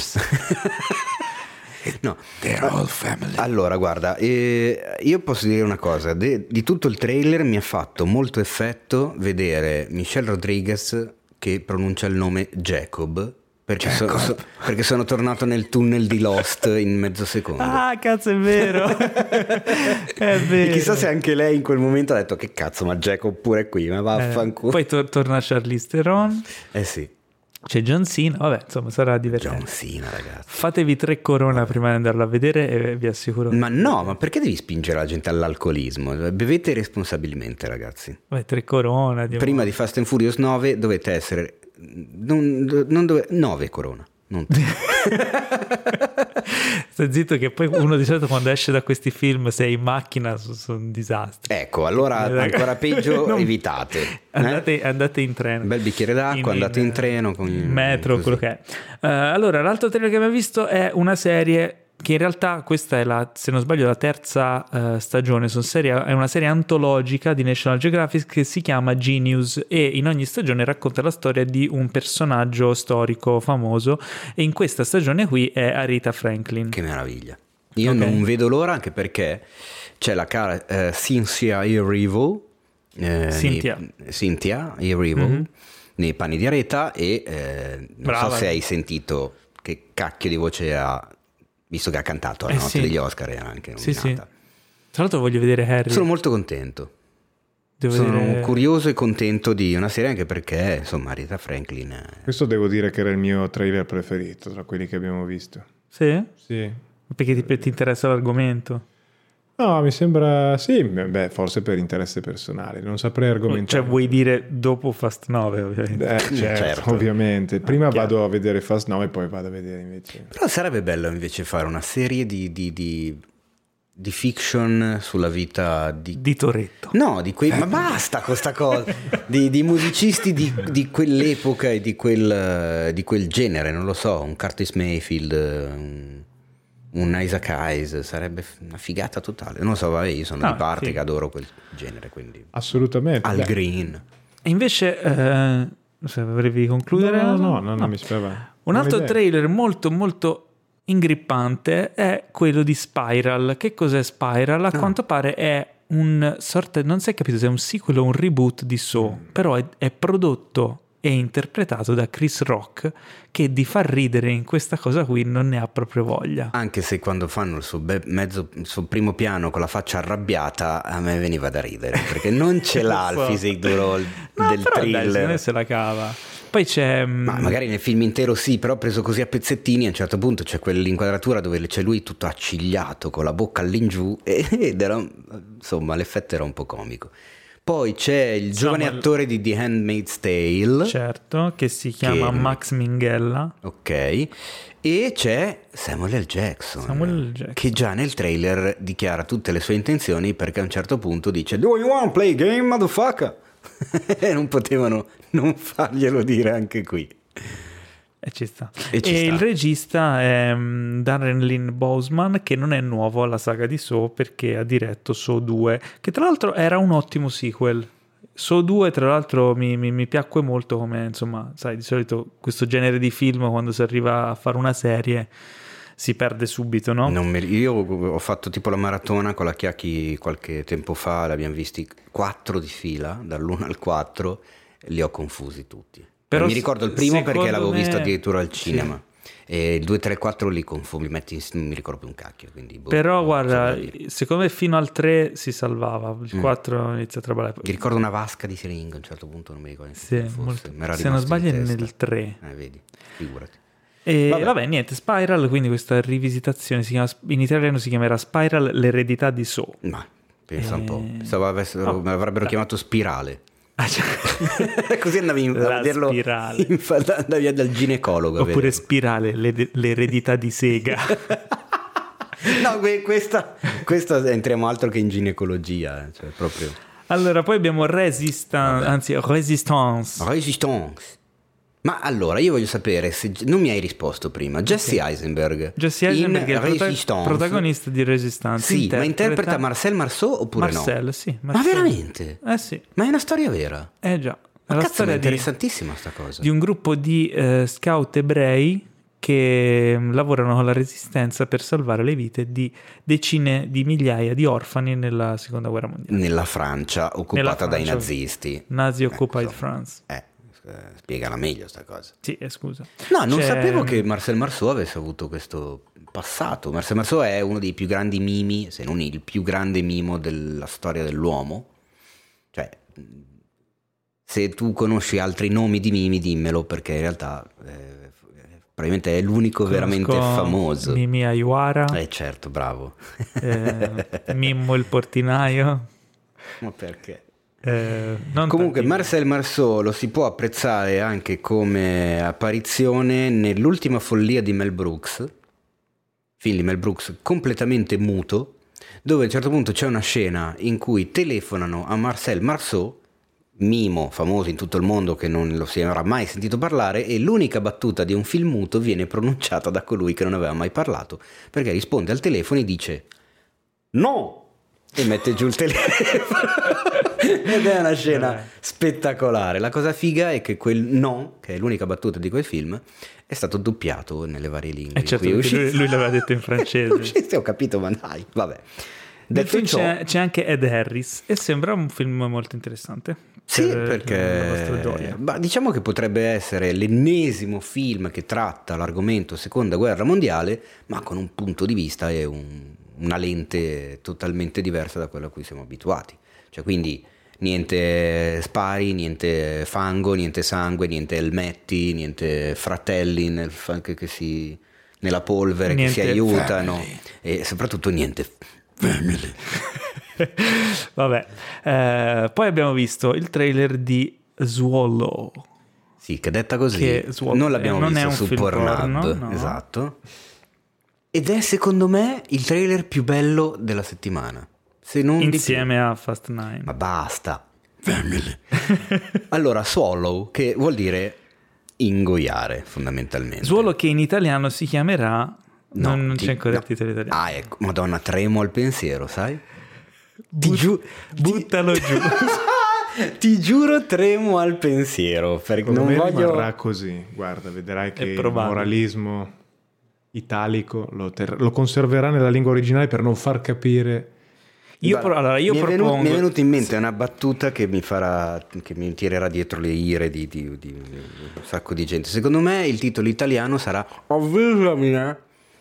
B: No, they're all family. Allora guarda, io posso dire una cosa, di tutto il trailer mi ha fatto molto effetto vedere Michelle Rodriguez che pronuncia il nome Jacob, perché sono tornato nel tunnel di Lost in mezzo secondo.
A: Ah, cazzo, è vero. È vero.
B: E chissà se anche lei in quel momento ha detto che cazzo, ma Jacob pure è qui, ma vaffanculo.
A: Poi torna Charlize Theron.
B: Sì.
A: C'è John Cena, vabbè, insomma, sarà divertente.
B: John Cena, ragazzi.
A: Fatevi 3 corona prima di andarlo a vedere e vi assicuro.
B: Ma no, ma perché devi spingere la gente all'alcolismo? Bevete responsabilmente, ragazzi.
A: 3 corona.
B: Prima di Fast and Furious 9 dovete essere... 9 corona.
A: Stai zitto che poi uno di solito quando esce da questi film, se è in macchina, sono un disastro.
B: Ecco, allora ancora peggio, evitate.
A: Andate in treno.
B: Un bel bicchiere d'acqua, andate in treno con il
A: metro, così. Quello che è. Allora, l'altro trailer che abbiamo visto è una serie che in realtà questa è se non sbaglio, la terza stagione. È una serie antologica di National Geographic che si chiama Genius e in ogni stagione racconta la storia di un personaggio storico famoso e in questa stagione qui è Aretha Franklin.
B: Che meraviglia. Io non vedo l'ora, anche perché c'è la cara Cynthia Erivo, Cynthia Erivo nei panni di Aretha e non so se hai sentito che cacchio di voce ha, visto che ha cantato alla notte degli Oscar e anche nominata.
A: Sì. Tra l'altro voglio vedere Harry.
B: Sono molto contento. Sono curioso e contento di una serie, anche perché insomma Aretha Franklin
C: questo devo dire che era il mio trailer preferito tra quelli che abbiamo visto.
A: Sì?
C: Sì.
A: Perché ti interessa l'argomento?
C: No, mi sembra sì, forse per interesse personale, non saprei argomentare.
A: Cioè vuoi dire dopo Fast 9 ovviamente.
C: Certo, ovviamente. Prima vado a vedere Fast 9 e poi vado a vedere invece.
B: Però sarebbe bello invece fare una serie di di fiction sulla vita
A: di Toretto.
B: No, di quei... ma basta con sta cosa. di musicisti di quell'epoca e di quel genere, non lo so, un Curtis Mayfield, un Isaac Hayes, sarebbe una figata totale. Non lo so, vabbè, io sono di parte che adoro quel genere, quindi...
C: Assolutamente.
B: Al Green.
A: E invece, se volevi concludere...
C: No, non mi spiegava.
A: Un altro trailer molto molto ingrippante è quello di Spiral. Che cos'è Spiral? A quanto pare è un sorta, non si è capito se è un sequel o un reboot di Saw, però è prodotto e interpretato da Chris Rock, che di far ridere in questa cosa qui non ne ha proprio voglia.
B: Anche se quando fanno il suo primo piano con la faccia arrabbiata, a me veniva da ridere, perché non ce l'ha il physique d'oro del thriller.
A: Dai, me se la cava. Poi c'è...
B: Ma magari nel film intero sì, però preso così a pezzettini, a un certo punto c'è quell'inquadratura dove c'è lui tutto accigliato con la bocca all'ingiù ed era, insomma, l'effetto era un po' comico. Poi c'è il giovane attore di The Handmaid's Tale,
A: certo, che si chiama Max Minghella.
B: Ok. E c'è Samuel L. Jackson, che già nel trailer dichiara tutte le sue intenzioni, perché a un certo punto dice "Do you want to play a game, motherfucker?" E non potevano non farglielo dire anche qui.
A: E ci sta. Il regista è Darren Lynn Bousman, che non è nuovo alla saga di Saw, perché ha diretto Saw 2, che tra l'altro era un ottimo sequel. Saw 2 tra l'altro mi piacque molto, come, insomma, sai, di solito questo genere di film quando si arriva a fare una serie si perde subito, no?
B: Io ho fatto tipo la maratona con la Chiacchi qualche tempo fa, l'abbiamo visti 4 di fila, dall'1 al 4, li ho confusi tutti. Però mi ricordo il primo perché l'avevo visto addirittura al cinema. Sì. E il 2, 3, 4 li confondi, non mi ricordo più un cacchio. Quindi,
A: però guarda, secondo me fino al 3 si salvava, il 4 inizia a traballare.
B: Mi ricordo una vasca di siringhe a un certo punto, non mi ricordo.
A: Sì, se non sbaglio è nel 3.
B: Vedi, figurati.
A: E vabbè, niente, Spiral, quindi questa rivisitazione in italiano si chiamerà Spiral, l'eredità di Saw.
B: Ma pensa un po', avrebbero chiamato Spirale. Così andavi a vederlo, andavi dal ginecologo,
A: oppure Spirale, l'eredità di Sega.
B: No, questa entriamo altro che in ginecologia, cioè proprio.
A: Allora poi abbiamo Resistance.
B: Ma allora io voglio sapere se non mi hai risposto prima. Jesse Eisenberg
A: è il protagonista di Resistance.
B: Sì, ma interpreta Marcel Marceau oppure
A: Marcel,
B: no?
A: Sì,
B: Marcel. Ma veramente?
A: Sì.
B: Ma è una storia vera?
A: Già.
B: Ma la storia è interessantissima sta cosa.
A: Di un gruppo di scout ebrei che lavorano con la Resistenza per salvare le vite di decine di migliaia di orfani nella Seconda Guerra Mondiale.
B: Nella Francia occupata dai nazisti.
A: Nazi Occupied France.
B: Spiegala meglio sta cosa.
A: Sì, scusa.
B: No, non sapevo che Marcel Marceau avesse avuto questo passato. Marcel Marceau è uno dei più grandi mimi, se non il più grande mimo della storia dell'uomo. Cioè, se tu conosci altri nomi di mimi, dimmelo, perché in realtà probabilmente è l'unico veramente famoso.
A: Mimi Aiuara.
B: Certo, bravo.
A: Mimmo il portinaio.
B: Ma perché? Comunque Marcel Marceau lo si può apprezzare anche come apparizione nell'ultima follia di Mel Brooks, film di Mel Brooks completamente muto, dove a un certo punto c'è una scena in cui telefonano a Marcel Marceau, mimo famoso in tutto il mondo che non lo si era mai sentito parlare, e l'unica battuta di un film muto viene pronunciata da colui che non aveva mai parlato, perché risponde al telefono e dice "No!" e mette giù il telefono. Ed è una scena spettacolare. La cosa figa è che quel "no", che è l'unica battuta di quel film, è stato doppiato nelle varie lingue.
A: Certo, lui l'aveva detto in francese.
B: Ho capito, ma dai, vabbè.
A: Nel film c'è anche Ed Harris e sembra un film molto interessante.
B: Sì, perché diciamo che potrebbe essere l'ennesimo film che tratta l'argomento Seconda Guerra Mondiale, ma con un punto di vista e una lente totalmente diversa da quella a cui siamo abituati. Cioè, quindi niente spari, niente fango, niente sangue, niente elmetti, niente fratelli nella polvere, niente che si aiutano, family. E soprattutto niente family.
A: Vabbè, poi abbiamo visto il trailer di Swallow.
B: Sì, che detta così non l'abbiamo visto su Pornhub, no. Esatto. Ed è secondo me il trailer più bello della settimana. Se non
A: insieme a Fast 9.
B: Ma basta. Family. Allora, swallow, che vuol dire ingoiare fondamentalmente.
A: Swallow che in italiano si chiamerà...
B: No,
A: non c'è ancora il titolo italiano.
B: Ah, ecco, Madonna, tremo al pensiero, sai?
A: Buttalo giù.
B: Ti giuro, tremo al pensiero. Perché non voglio...
C: rimarrà così. Guarda, vedrai che il moralismo italico lo conserverà nella lingua originale per non far capire.
B: Io propongo... Mi è venuta in mente una battuta che mi tirerà dietro le ire di un sacco di gente. Secondo me il titolo italiano sarà Avvisami.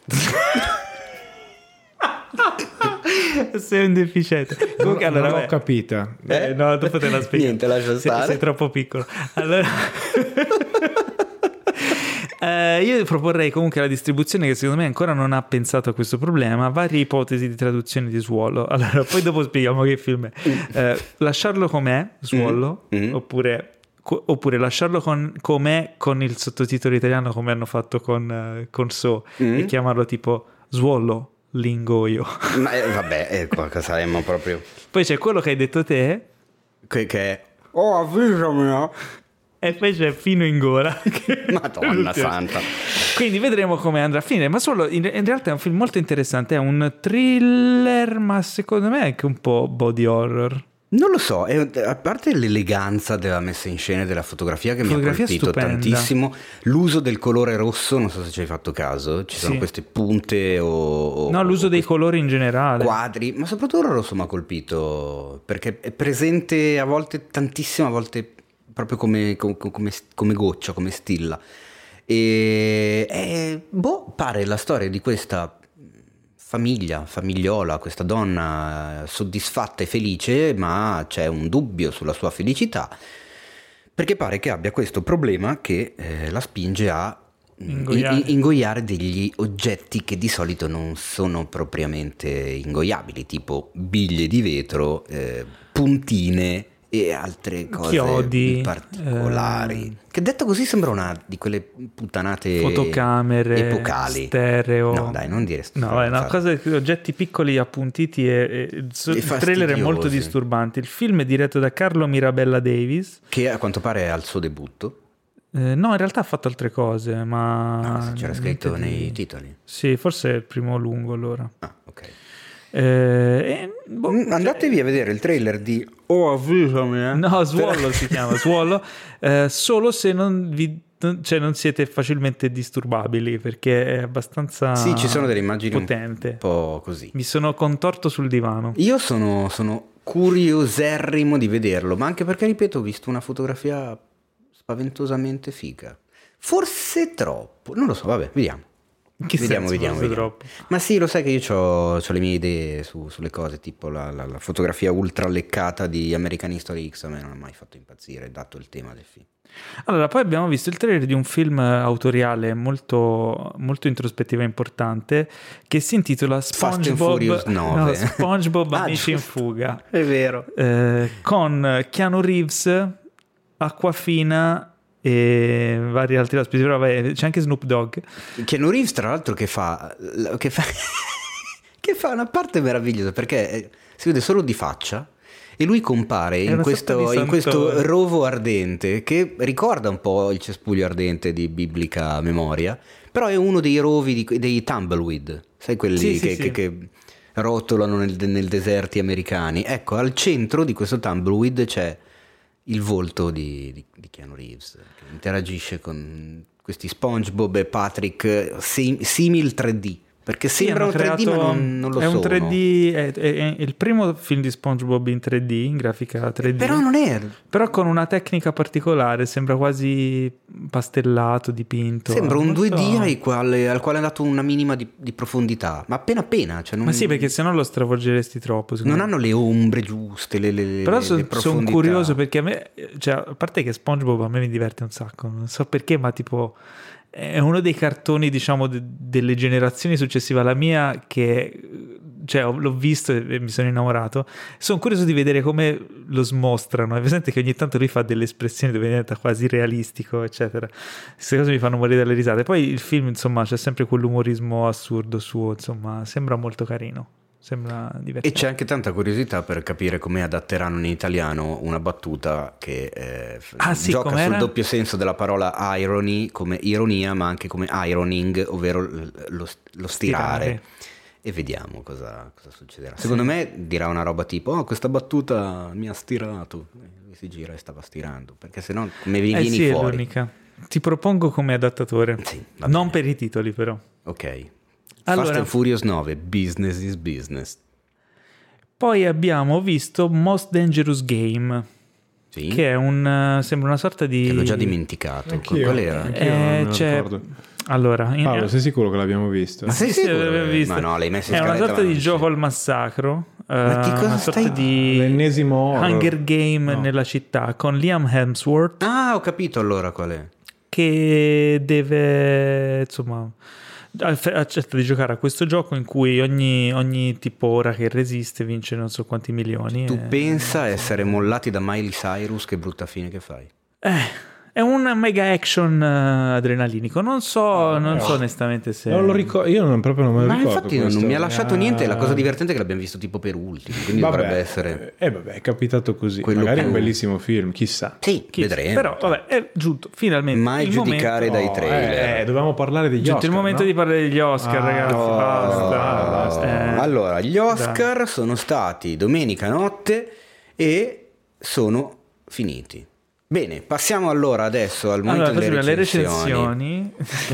A: Sei un deficiente. Comunque,
C: non l'ho capita.
A: No, dopo te la spiego.
B: Niente, lascia stare.
A: Sei troppo piccolo. Allora io proporrei comunque la distribuzione, che secondo me ancora non ha pensato a questo problema, varie ipotesi di traduzione di Swallow. Allora, poi dopo spieghiamo che film è. Lasciarlo com'è, Swallow, oppure lasciarlo com'è con il sottotitolo italiano, come hanno fatto con So, e chiamarlo tipo Swallow l'ingoio.
B: Ma vabbè, qua saremmo proprio...
A: Poi c'è quello che hai detto te,
B: che è avvisami.
A: e poi c'è Fino in gola.
B: Madonna santa.
A: Quindi vedremo come andrà a finire. Ma solo in realtà è un film molto interessante, è un thriller, ma secondo me è anche un po' body horror.
B: Non lo so, a parte l'eleganza della messa in scena e della fotografia che mi ha colpito tantissimo, l'uso del colore rosso, non so se ci hai fatto caso, ci sono queste punte
A: no, l'uso dei colori in generale,
B: quadri, ma soprattutto il rosso mi ha colpito perché è presente a volte tantissimo, a volte proprio come goccia, come stilla, e pare la storia di questa famigliola, questa donna soddisfatta e felice, ma c'è un dubbio sulla sua felicità, perché pare che abbia questo problema che la spinge a ingoiare degli oggetti che di solito non sono propriamente ingoiabili, tipo biglie di vetro, puntine e altre cose
A: chiodi,
B: particolari, che detto così sembra una di quelle puttanate
A: fotocamere
B: epocali,
A: stereo.
B: No dai, non dire
A: oggetti piccoli appuntiti, e il trailer è molto disturbante. Il film è diretto da Carlo Mirabella Davis,
B: che a quanto pare è al suo debutto.
A: No, in realtà ha fatto altre cose, ma
B: c'era scritto nei titoli.
A: Sì, forse è il primo lungo allora.
B: Ok.
A: Andatevi
B: a vedere il trailer di avvisami.
A: No, Swallow si chiama Swallow, solo se non siete facilmente disturbabili, perché è abbastanza
B: ci sono delle immagini
A: potente,
B: un po' così.
A: Mi sono contorto sul divano.
B: Io sono curioserrimo di vederlo, ma anche perché, ripeto, ho visto una fotografia spaventosamente figa, forse troppo, non lo so, vabbè, vediamo. Vediamo.
A: Troppo.
B: Ma sì, lo sai che io ho le mie idee sulle cose, tipo la fotografia ultra leccata di American History X a me non ha mai fatto impazzire, dato il tema del film.
A: Allora, poi abbiamo visto il trailer di un film autoriale molto, molto introspettivo e importante, che si intitola SpongeBob Amici in fuga.
B: È vero.
A: Con Keanu Reeves, Aquafina e vari altri ospiti, però c'è anche Snoop Dogg.
B: Keanu Reeves, tra l'altro, che fa una parte meravigliosa, perché si vede solo di faccia e lui compare in questo rovo ardente che ricorda un po' il cespuglio ardente di biblica memoria, però è uno dei rovi dei tumbleweed, sai, quelli che rotolano nel deserti americani. Ecco, al centro di questo tumbleweed c'è il volto di Keanu Reeves, che interagisce con questi SpongeBob e Patrick simil 3D, perché sembrano 3D ma non lo sono.
A: È un 3D, è il primo film di SpongeBob in 3D, in grafica 3D.
B: Però non è.
A: Però con una tecnica particolare, sembra quasi pastellato, dipinto.
B: Sembra un 2D al quale è dato una minima di profondità, ma appena. Cioè
A: ma sì, perché sennò lo stravolgeresti troppo.
B: Non hanno le ombre giuste,
A: però sono curioso, perché a me, cioè, a parte che SpongeBob a me mi diverte un sacco, non so perché, ma tipo... è uno dei cartoni, diciamo, delle generazioni successive alla mia che, cioè, l'ho visto e mi sono innamorato. Sono curioso di vedere come lo smostrano. È presente che ogni tanto lui fa delle espressioni dove diventa quasi realistico, eccetera. Queste cose mi fanno morire dalle risate. Poi il film, insomma, c'è sempre quell'umorismo assurdo suo, insomma, sembra molto carino. Sembra divertente.
B: E c'è anche tanta curiosità per capire come adatteranno in italiano una battuta che gioca sul doppio senso della parola irony, come ironia, ma anche come ironing, ovvero lo stirare. E vediamo cosa succederà. Secondo me dirà una roba tipo: questa battuta mi ha stirato. Lui si gira e stava stirando, perché sennò come vieni
A: sì,
B: fuori.
A: È l'unica. Ti propongo come adattatore.
B: Sì,
A: non per i titoli, però.
B: Ok. Allora, Fast and Furious 9, business is business.
A: Poi abbiamo visto Most Dangerous Game,
B: sì?
A: Che è sembra una sorta di...
B: Che l'ho già dimenticato. Qual era?
C: Non ricordo.
A: Allora,
C: Paolo, sei sicuro che l'abbiamo visto?
B: Ma sei sicuro?
A: L'abbiamo visto.
B: Ma no, l'hai messo in
A: scaletta. È una sorta di gioco al massacro. Ma di cosa una sorta di
C: l'ennesimo horror.
A: Hunger Game nella città con Liam Hemsworth.
B: Ah, ho capito allora qual è.
A: Che deve, insomma, accetta di giocare a questo gioco in cui ogni tipo ora che resiste vince non so quanti milioni.
B: Tu pensa a essere mollati da Miley Cyrus, che brutta fine che fai.
A: È un mega action adrenalinico. Non so onestamente se.
C: Non lo ricordo, io proprio non me lo ricordo.
B: Ma infatti non mi ha lasciato niente. La cosa divertente è che l'abbiamo visto tipo per ultimo. Quindi dovrebbe essere.
C: Vabbè, è capitato così. Magari è un bellissimo film, chissà.
B: Sì, vedremo.
A: Però, vabbè, è giunto finalmente.
B: Mai giudicare dai trailer.
C: Dovevamo parlare degli Oscar.
A: È il momento di parlare degli Oscar, ragazzi. Basta.
B: Allora, gli Oscar sono stati domenica notte e sono finiti. Bene, passiamo allora adesso al momento delle recensioni.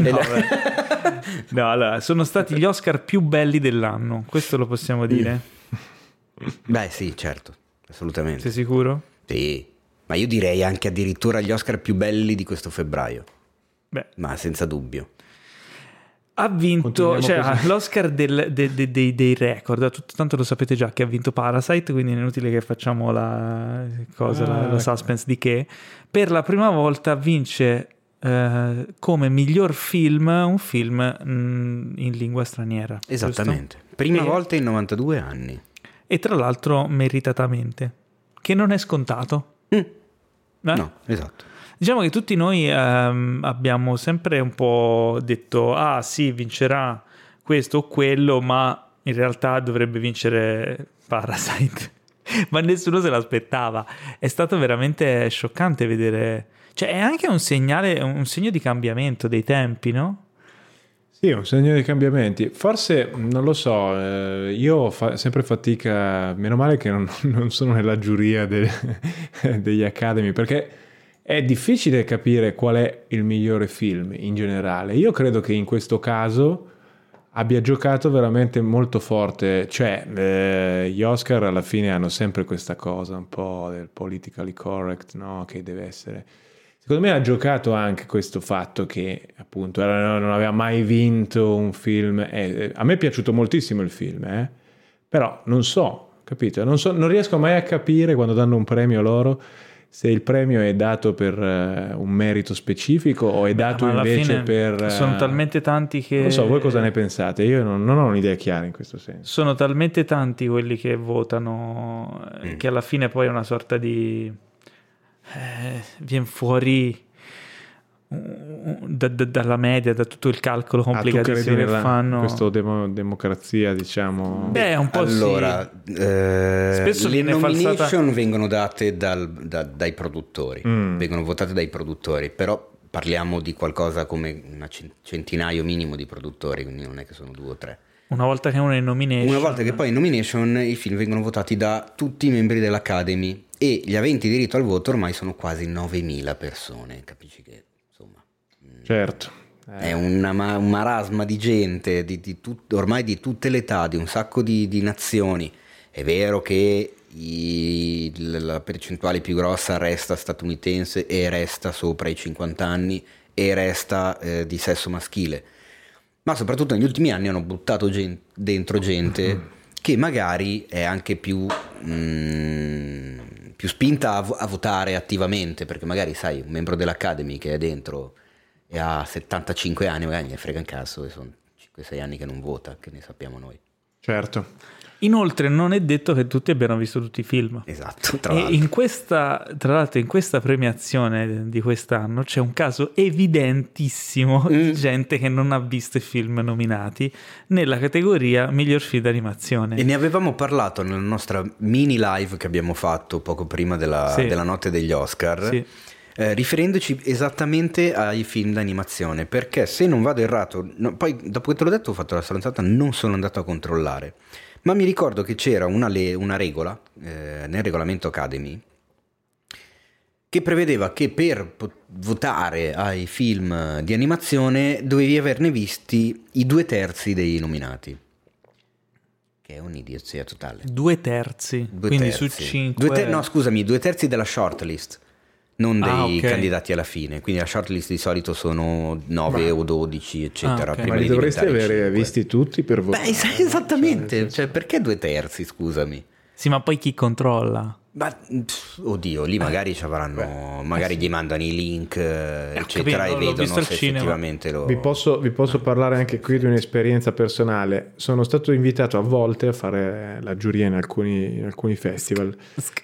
A: No, allora, sono stati gli Oscar più belli dell'anno, questo lo possiamo dire?
B: Beh sì, certo, assolutamente.
A: Sei sicuro?
B: Sì, ma io direi anche addirittura gli Oscar più belli di questo febbraio.
A: Beh,
B: ma senza dubbio.
A: Ha vinto, cioè, l'Oscar dei record, tanto lo sapete già che ha vinto Parasite, quindi è inutile che facciamo la suspense di che. Per la prima volta vince come miglior film un film in lingua straniera.
B: Esattamente,
A: giusto?
B: Prima volta in 92 anni.
A: E tra l'altro meritatamente, che non è scontato.
B: No, esatto.
A: Diciamo che tutti noi abbiamo sempre un po' detto sì, vincerà questo o quello, ma in realtà dovrebbe vincere Parasite. Ma nessuno se l'aspettava. È stato veramente scioccante vedere. Cioè è anche un segnale, un segno di cambiamento dei tempi, no?
C: Sì, un segno di cambiamenti. Forse, non lo so, io ho sempre fatica, meno male che non sono nella giuria degli Academy, perché è difficile capire qual è il migliore film in generale. Io credo che in questo caso abbia giocato veramente molto forte, cioè gli Oscar alla fine hanno sempre questa cosa un po' del politically correct, no? Che deve essere. Secondo me ha giocato anche questo fatto che appunto non aveva mai vinto un film. A me è piaciuto moltissimo il film, però non so, capito? Non riesco mai a capire quando danno un premio loro se il premio è dato per un merito specifico o è dato invece per...
A: Sono talmente tanti che...
C: Non so, voi cosa ne pensate? Io non ho un'idea chiara in questo senso.
A: Sono talmente tanti quelli che votano che alla fine poi è una sorta di... viene fuori dalla media, da tutto il calcolo complicatissimo che fanno.
C: Questo democrazia, diciamo.
A: Beh, un po'
B: allora,
A: spesso
B: le nomination vengono date dai produttori, vengono votate dai produttori, però parliamo di qualcosa come una centinaio minimo di produttori, quindi non è che sono 2 o 3.
A: Una volta che uno è in nomination,
B: una volta che poi in nomination i film vengono votati da tutti i membri dell'Academy e gli aventi diritto al voto ormai sono quasi 9.000 persone, capisci che insomma
C: certo
B: è un marasma di gente ormai di tutte le età, di un sacco di nazioni. È vero che la percentuale più grossa resta statunitense e resta sopra i 50 anni e resta di sesso maschile, ma soprattutto negli ultimi anni hanno buttato dentro gente che magari è anche più spinta a votare attivamente, perché magari sai, un membro dell'Academy che è dentro e ha 75 anni, magari ne frega un cazzo, e sono 5-6 anni che non vota, che ne sappiamo noi.
C: Certo.
A: Inoltre non è detto che tutti abbiano visto tutti i film.
B: Esatto,
A: tra l'altro in questa premiazione di quest'anno c'è un caso evidentissimo di gente che non ha visto i film nominati nella categoria miglior film d'animazione.
B: E ne avevamo parlato nella nostra mini live che abbiamo fatto poco prima della notte degli Oscar. Sì. Riferendoci esattamente ai film d'animazione, perché se non vado errato, poi dopo che te l'ho detto ho fatto la stronzata, non sono andato a controllare, ma mi ricordo che c'era una regola nel regolamento Academy che prevedeva che per votare ai film di animazione dovevi averne visti i 2/3 dei nominati, che è un'idiozia totale.
A: 2/3? Quindi su 5?
B: No, scusami, 2/3 della shortlist, non dei candidati alla fine. Quindi la shortlist di solito sono 9 o 12 eccetera.
C: Ma li dovresti avere visti tutti per votare.
B: Esattamente, cioè perché 2/3, scusami?
A: Sì, ma poi chi controlla?
B: Ma oddio, lì magari ci avranno, magari gli mandano i link eccetera, e vedono se effettivamente lo...
C: Vi posso parlare anche qui di un'esperienza personale. Sono stato invitato a volte a fare la giuria in alcuni festival.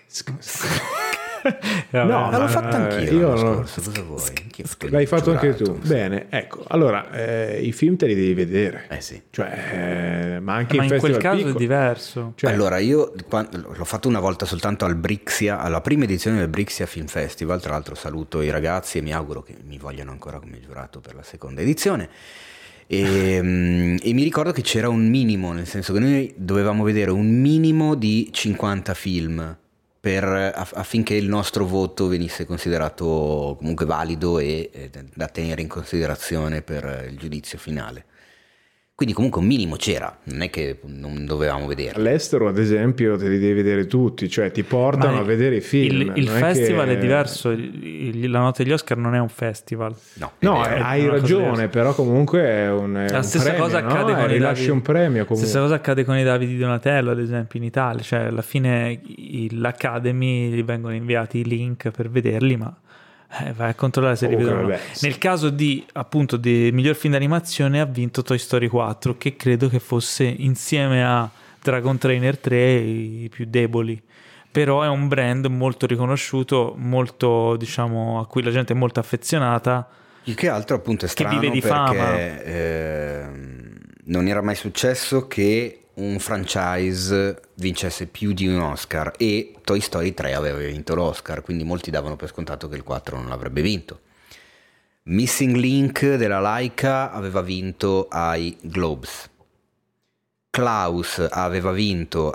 B: No, l'ho fatto anch'io l'anno scorso, cosa vuoi?
C: L'hai fatto anche tu? Bene, ecco, allora i film te li devi vedere.
B: Sì.
C: Cioè, ma anche
A: in quel caso
C: piccolo.
A: È diverso.
B: Cioè, allora io l'ho fatto una volta soltanto al Brixia, alla prima edizione del Brixia Film Festival. Tra l'altro saluto i ragazzi e mi auguro che mi vogliano ancora come giurato per la seconda edizione. E mi ricordo che c'era un minimo, nel senso che noi dovevamo vedere un minimo di 50 film affinché il nostro voto venisse considerato comunque valido e da tenere in considerazione per il giudizio finale. Quindi comunque un minimo c'era, non è che non dovevamo vederlo.
C: All'estero ad esempio te li devi vedere tutti, cioè ti portano a vedere i film.
A: Il festival è diverso, la notte degli Oscar non è un festival.
C: No, hai ragione, però comunque è
A: la stessa
C: premio,
A: cosa accade con
C: rilasci un premio comunque.
A: Stessa cosa accade con i David di Donatello ad esempio in Italia, cioè alla fine l'Academy gli vengono inviati i link per vederli, ma vai a controllare se li vedono. Nel caso di appunto di miglior film d'animazione ha vinto Toy Story 4, che credo che fosse insieme a Dragon Trainer 3 i più deboli, però è un brand molto riconosciuto, molto, diciamo, a cui la gente è molto affezionata.
B: Il che altro appunto è strano,
A: che vive di
B: perché non era mai successo che un franchise vincesse più di un Oscar, e Toy Story 3 aveva vinto l'Oscar, quindi molti davano per scontato che il 4 non l'avrebbe vinto. Missing Link della Laika aveva vinto ai Globes. Klaus aveva vinto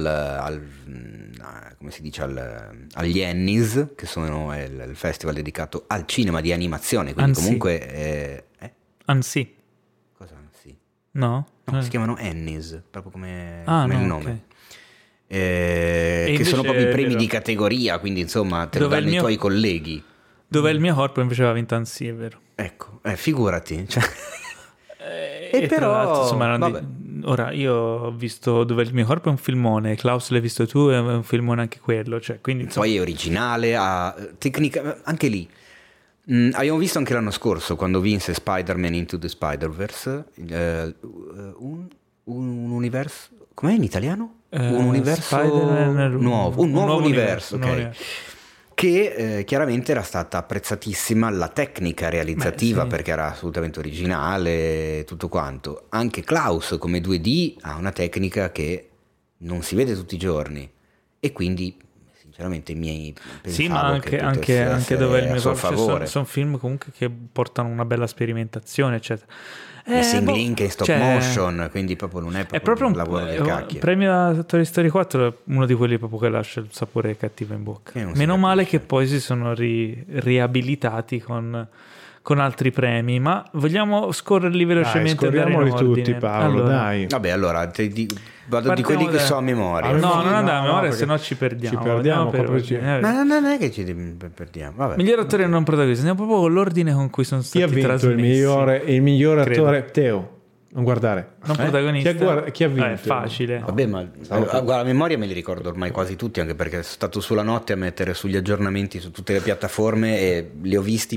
B: come si dice, agli Emmys, che sono il festival dedicato al cinema di animazione, quindi comunque
A: Ansi.
B: Cosa Ansi?
A: No?
B: No, si chiamano Emmys, proprio come il nome. Che sono proprio i premi di categoria, quindi insomma te lo danno i tuoi colleghi.
A: Dove il mio corpo invece aveva vinto Ansi, è vero.
B: Ecco, figurati. Cioè.
A: E però insomma, ora io ho visto Dove il mio corpo è un filmone, Klaus l'hai visto tu, è un filmone anche quello, cioè, quindi, insomma... Poi
B: è originale, tecnica, anche lì. Abbiamo visto anche l'anno scorso quando vinse Spider-Man Into the Spider-Verse un universo, com'è in italiano? Un universo nuovo, un nuovo universo, ok. Che chiaramente era stata apprezzatissima la tecnica realizzativa, perché era assolutamente originale, tutto quanto. Anche Klaus come 2D ha una tecnica che non si vede tutti i giorni, e quindi sinceramente i miei
A: ma anche Dove il mio corpo sono film comunque che portano una bella sperimentazione, eccetera.
B: Missing Link è stop motion, quindi proprio non è proprio un lavoro del cacchio.
A: Il premio a Toy Story 4 è uno di quelli proprio che lascia il sapore cattivo in bocca. Meno male che poi si sono riabilitati con altri premi, ma vogliamo scorrerli velocemente?
C: Scorriamoli tutti, Paolo, dai.
B: Vabbè, allora vado di quelli che so a memoria.
A: No, non andiamo a memoria, se no ci perdiamo.
B: Ma non è che ci perdiamo. Vabbè.
A: Miglior attore non protagonista, andiamo proprio con l'ordine con cui sono stati trasmessi.
C: Il miglior attore? Teo, non guardare.
A: Non protagonista?
C: Chi ha vinto?
A: È facile.
B: Vabbè, ma guarda, a memoria me li ricordo ormai quasi tutti, anche perché sono stato sulla notte a mettere sugli aggiornamenti su tutte le piattaforme e li ho visti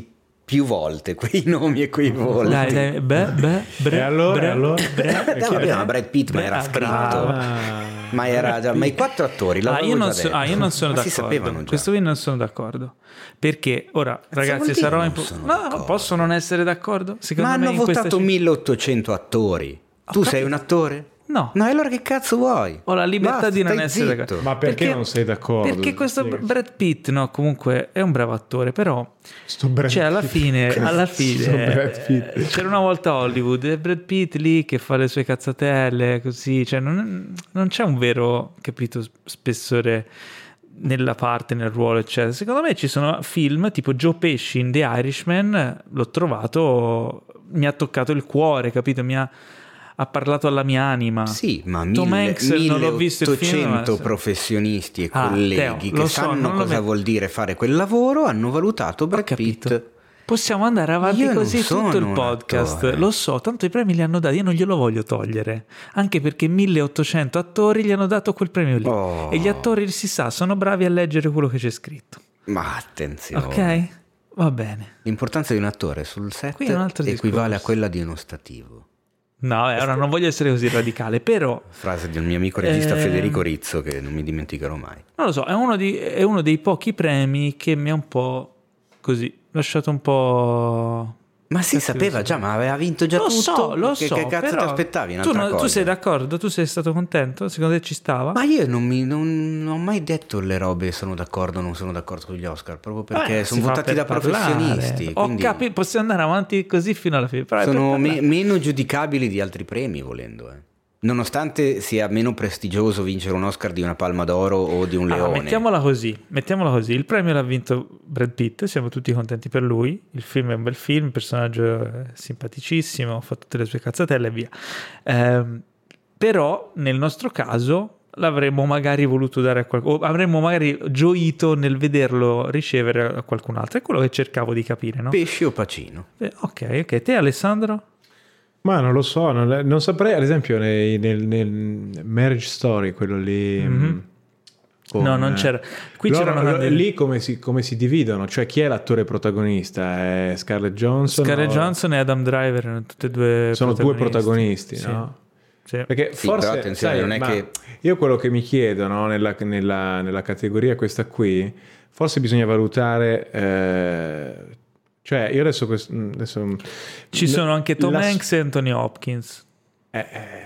B: più volte quei nomi e quei volti.
A: Dai,
C: allora?
B: Ma Brad Pitt era scritto. Ma era già, ma i 4 attori
A: io non sono d'accordo.
B: Si sapevano già.
A: Questo qui non sono d'accordo. Perché ora, ragazzi, sarò posso non essere d'accordo?
B: Ma hanno votato 1800 attori. Tu sei un attore?
A: No.
B: No, allora che cazzo vuoi?
A: Ho la libertà di non essere d'accordo.
C: Ma perché non sei d'accordo?
A: Perché questo Brad Pitt, no, comunque è un bravo attore, però alla fine c'era una volta Hollywood e Brad Pitt lì che fa le sue cazzatelle così, cioè non c'è un vero, capito, spessore nella parte, nel ruolo, eccetera. Secondo me ci sono film tipo Joe Pesci in The Irishman, l'ho trovato, mi ha toccato il cuore, capito, ha parlato alla mia anima.
B: Sì, ma
A: Tom Hanks non l'ho visto il film,
B: 1800 professionisti e colleghi che sanno cosa vuol dire fare quel lavoro hanno valutato Brad Pitt.
A: Possiamo andare avanti così tutto il podcast. Lo so, tanto i premi li hanno dati, io non glielo voglio togliere. Anche perché 1800 attori gli hanno dato quel premio lì. E gli attori, si sa, sono bravi a leggere quello che c'è scritto.
B: Ma attenzione.
A: Ok? Va bene.
B: L'importanza di un attore sul set equivale a quella di uno stativo.
A: No, ora non voglio essere così radicale, però...
B: Frase di un mio amico regista Federico Rizzo che non mi dimenticherò mai.
A: Non lo so, è uno dei pochi premi che mi ha un po' così lasciato un po'...
B: Ma si sapeva già, ma aveva vinto già tutto.
A: Lo so,
B: che cazzo ti aspettavi?
A: Tu sei d'accordo? Tu sei stato contento? Secondo te ci stava?
B: Ma io non ho mai detto le robe sono d'accordo o non sono d'accordo con gli Oscar, proprio perché sono votati da professionisti. Quindi
A: possiamo andare avanti così fino alla fine.
B: Sono meno giudicabili di altri premi, volendo. Nonostante sia meno prestigioso vincere un Oscar di una Palma d'Oro o di un Leone.
A: Mettiamola così, il premio l'ha vinto Brad Pitt, siamo tutti contenti per lui, il film è un bel film, il personaggio è simpaticissimo, fa tutte le sue cazzatelle e via. Però nel nostro caso l'avremmo magari voluto dare a qualcuno, o avremmo magari gioito nel vederlo ricevere a qualcun altro, è quello che cercavo di capire, no?
B: Pesci o Pacino?
A: Ok, te Alessandro?
C: Ma non lo so, non saprei, ad esempio nel Marriage Story, quello lì...
A: Mm-hmm. No, non c'era. Qui c'erano
C: lì come si dividono, cioè chi è l'attore protagonista? È Scarlett Johansson?
A: Johansson e Adam Driver, tutte e due
C: sono due protagonisti,
A: sì.
C: No?
A: Sì.
C: Perché forse,
B: però attenzione, non è che...
C: Io quello che mi chiedo, no, nella categoria questa qui, forse bisogna valutare... Cioè, io adesso
A: ci sono anche Tom Hanks e Anthony Hopkins.
C: No.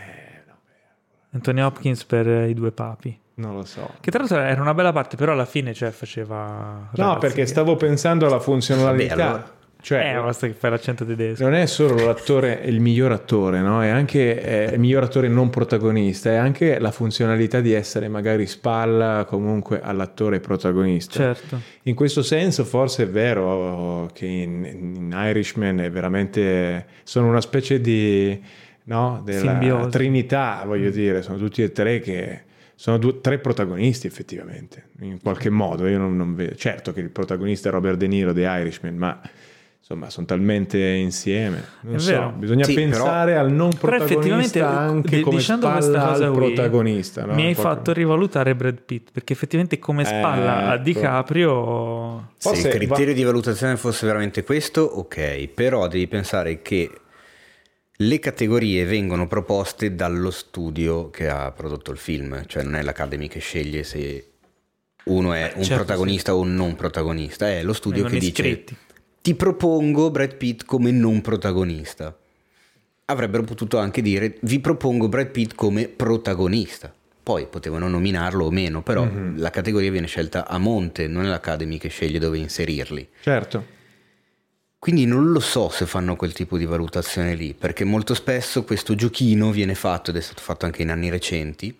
A: Anthony Hopkins per I Due Papi.
C: Non lo so.
A: Che tra l'altro era una bella parte, però alla fine faceva...
C: No, perché stavo pensando alla funzionalità.
B: Vabbè, allora...
C: Cioè,
A: basta che fai l'accento tedesco.
C: Non è solo l'attore, il miglior attore, no? È anche il miglior attore non protagonista, è anche la funzionalità di essere magari spalla comunque all'attore protagonista.
A: Certo.
C: In questo senso forse è vero che in Irishman è veramente sono una specie di della
A: simbiosi.
C: Trinità, voglio dire, sono tutti e tre che sono tre protagonisti effettivamente, in qualche modo. Io non vedo, certo che il protagonista è Robert De Niro di Irishman, ma insomma sono talmente insieme, non so, bisogna pensare al non protagonista anche come spalla al protagonista, no?
A: Mi hai fatto rivalutare Brad Pitt, perché effettivamente come spalla a DiCaprio...
B: Se il criterio di valutazione fosse veramente questo, ok, però devi pensare che le categorie vengono proposte dallo studio che ha prodotto il film, cioè non è l'Academy che sceglie se uno è un protagonista o un non protagonista, è lo studio che dice ti propongo Brad Pitt come non protagonista. Avrebbero potuto anche dire vi propongo Brad Pitt come protagonista, poi potevano nominarlo o meno, però la categoria viene scelta a monte, non è l'Academy che sceglie dove inserirli.
C: Certo.
B: Quindi non lo so se fanno quel tipo di valutazione lì, perché molto spesso questo giochino viene fatto, ed è stato fatto anche in anni recenti,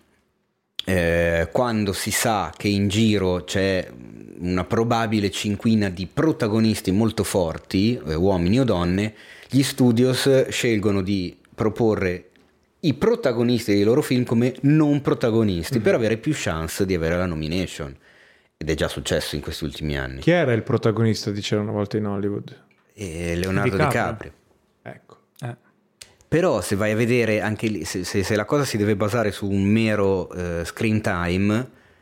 B: quando si sa che in giro c'è una probabile cinquina di protagonisti molto forti, uomini o donne, gli studios scelgono di proporre i protagonisti dei loro film come non protagonisti per avere più chance di avere la nomination, ed è già successo in questi ultimi anni.
C: Chi era il protagonista, diceva una volta in Hollywood?
B: Leonardo DiCaprio.
C: Ecco.
B: Però se vai a vedere anche lì, se la cosa si deve basare su un mero screen time,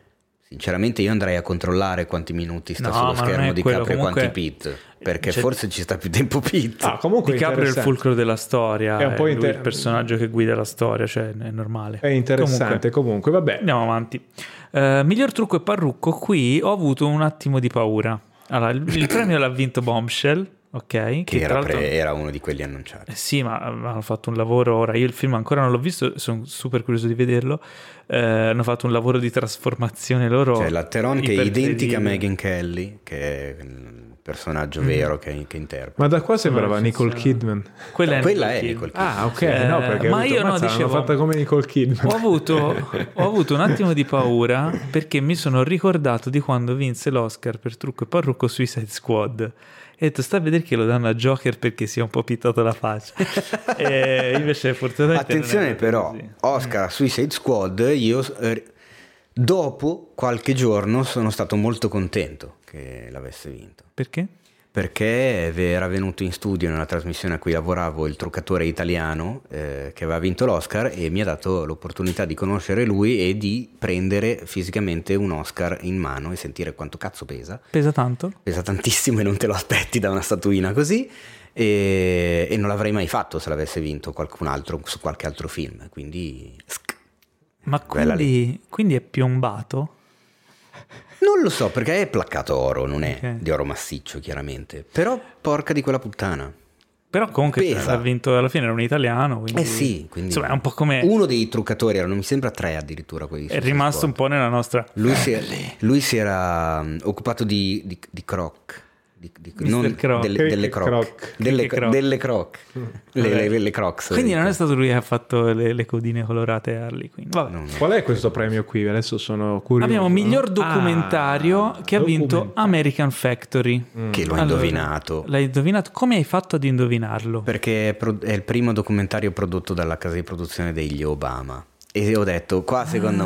B: Sinceramente io andrei a controllare quanti minuti sta sullo schermo DiCaprio e quanti Pitt, perché forse ci sta più tempo Pitt.
A: Comunque DiCaprio è il fulcro della storia, è un po' il personaggio che guida la storia, cioè è normale.
C: È interessante comunque vabbè.
A: Andiamo avanti. Miglior trucco e parrucco, qui ho avuto un attimo di paura. Allora, il premio l'ha vinto Bombshell, ok?
B: Che era uno di quelli annunciati.
A: Sì, ma hanno fatto un lavoro, ora io il film ancora non l'ho visto, sono super curioso di vederlo, hanno fatto un lavoro di trasformazione loro.
B: Cioè la Theron che è identica a Megyn Kelly, che è il personaggio vero che interpreta.
C: Ma da qua sembrava Nicole Kidman.
B: Quella è Nicole Kidman.
C: Ah, ok, no, perché
A: ma io no, dicevo,
C: l'hanno fatta come Nicole Kidman.
A: Ho avuto un attimo di paura perché mi sono ricordato di quando vinse l'Oscar per trucco e parrucco Suicide Squad. E ho detto, sta a vedere che lo danno a Joker perché si è un po' pittato la faccia. E invece fortunatamente
B: attenzione però, Oscar Suicide Squad, io dopo qualche giorno sono stato molto contento che l'avesse vinto.
A: Perché?
B: Perché era venuto in studio nella trasmissione a cui lavoravo il truccatore italiano che aveva vinto l'Oscar e mi ha dato l'opportunità di conoscere lui e di prendere fisicamente un Oscar in mano e sentire quanto cazzo pesa.
A: Pesa tanto?
B: Pesa tantissimo e non te lo aspetti da una statuina così e non l'avrei mai fatto se l'avesse vinto qualcun altro su qualche altro film, quindi...
A: Ma quindi è piombato?
B: Non lo so, perché è placcato oro, non è di oro massiccio chiaramente, però porca di quella puttana.
A: Però comunque ha vinto alla fine, era un italiano, quindi...
B: sì, quindi
A: insomma è un po' come...
B: Uno dei truccatori, erano mi sembra 3 addirittura quelli.
A: È rimasto un po' nella nostra...
B: Lui si era occupato di croc.
A: Non
B: croc. Delle croc. Le crocs.
A: Quindi non è stato lui che ha fatto le codine colorate Harley Quinn.
C: Qual è questo premio qui? Adesso sono curioso.
A: Abbiamo miglior documentario che ha vinto American Factory.
B: Che l'ho indovinato.
A: L'hai indovinato? Come hai fatto ad indovinarlo?
B: Perché è il primo documentario prodotto dalla casa di produzione degli Obama. E ho detto, qua secondo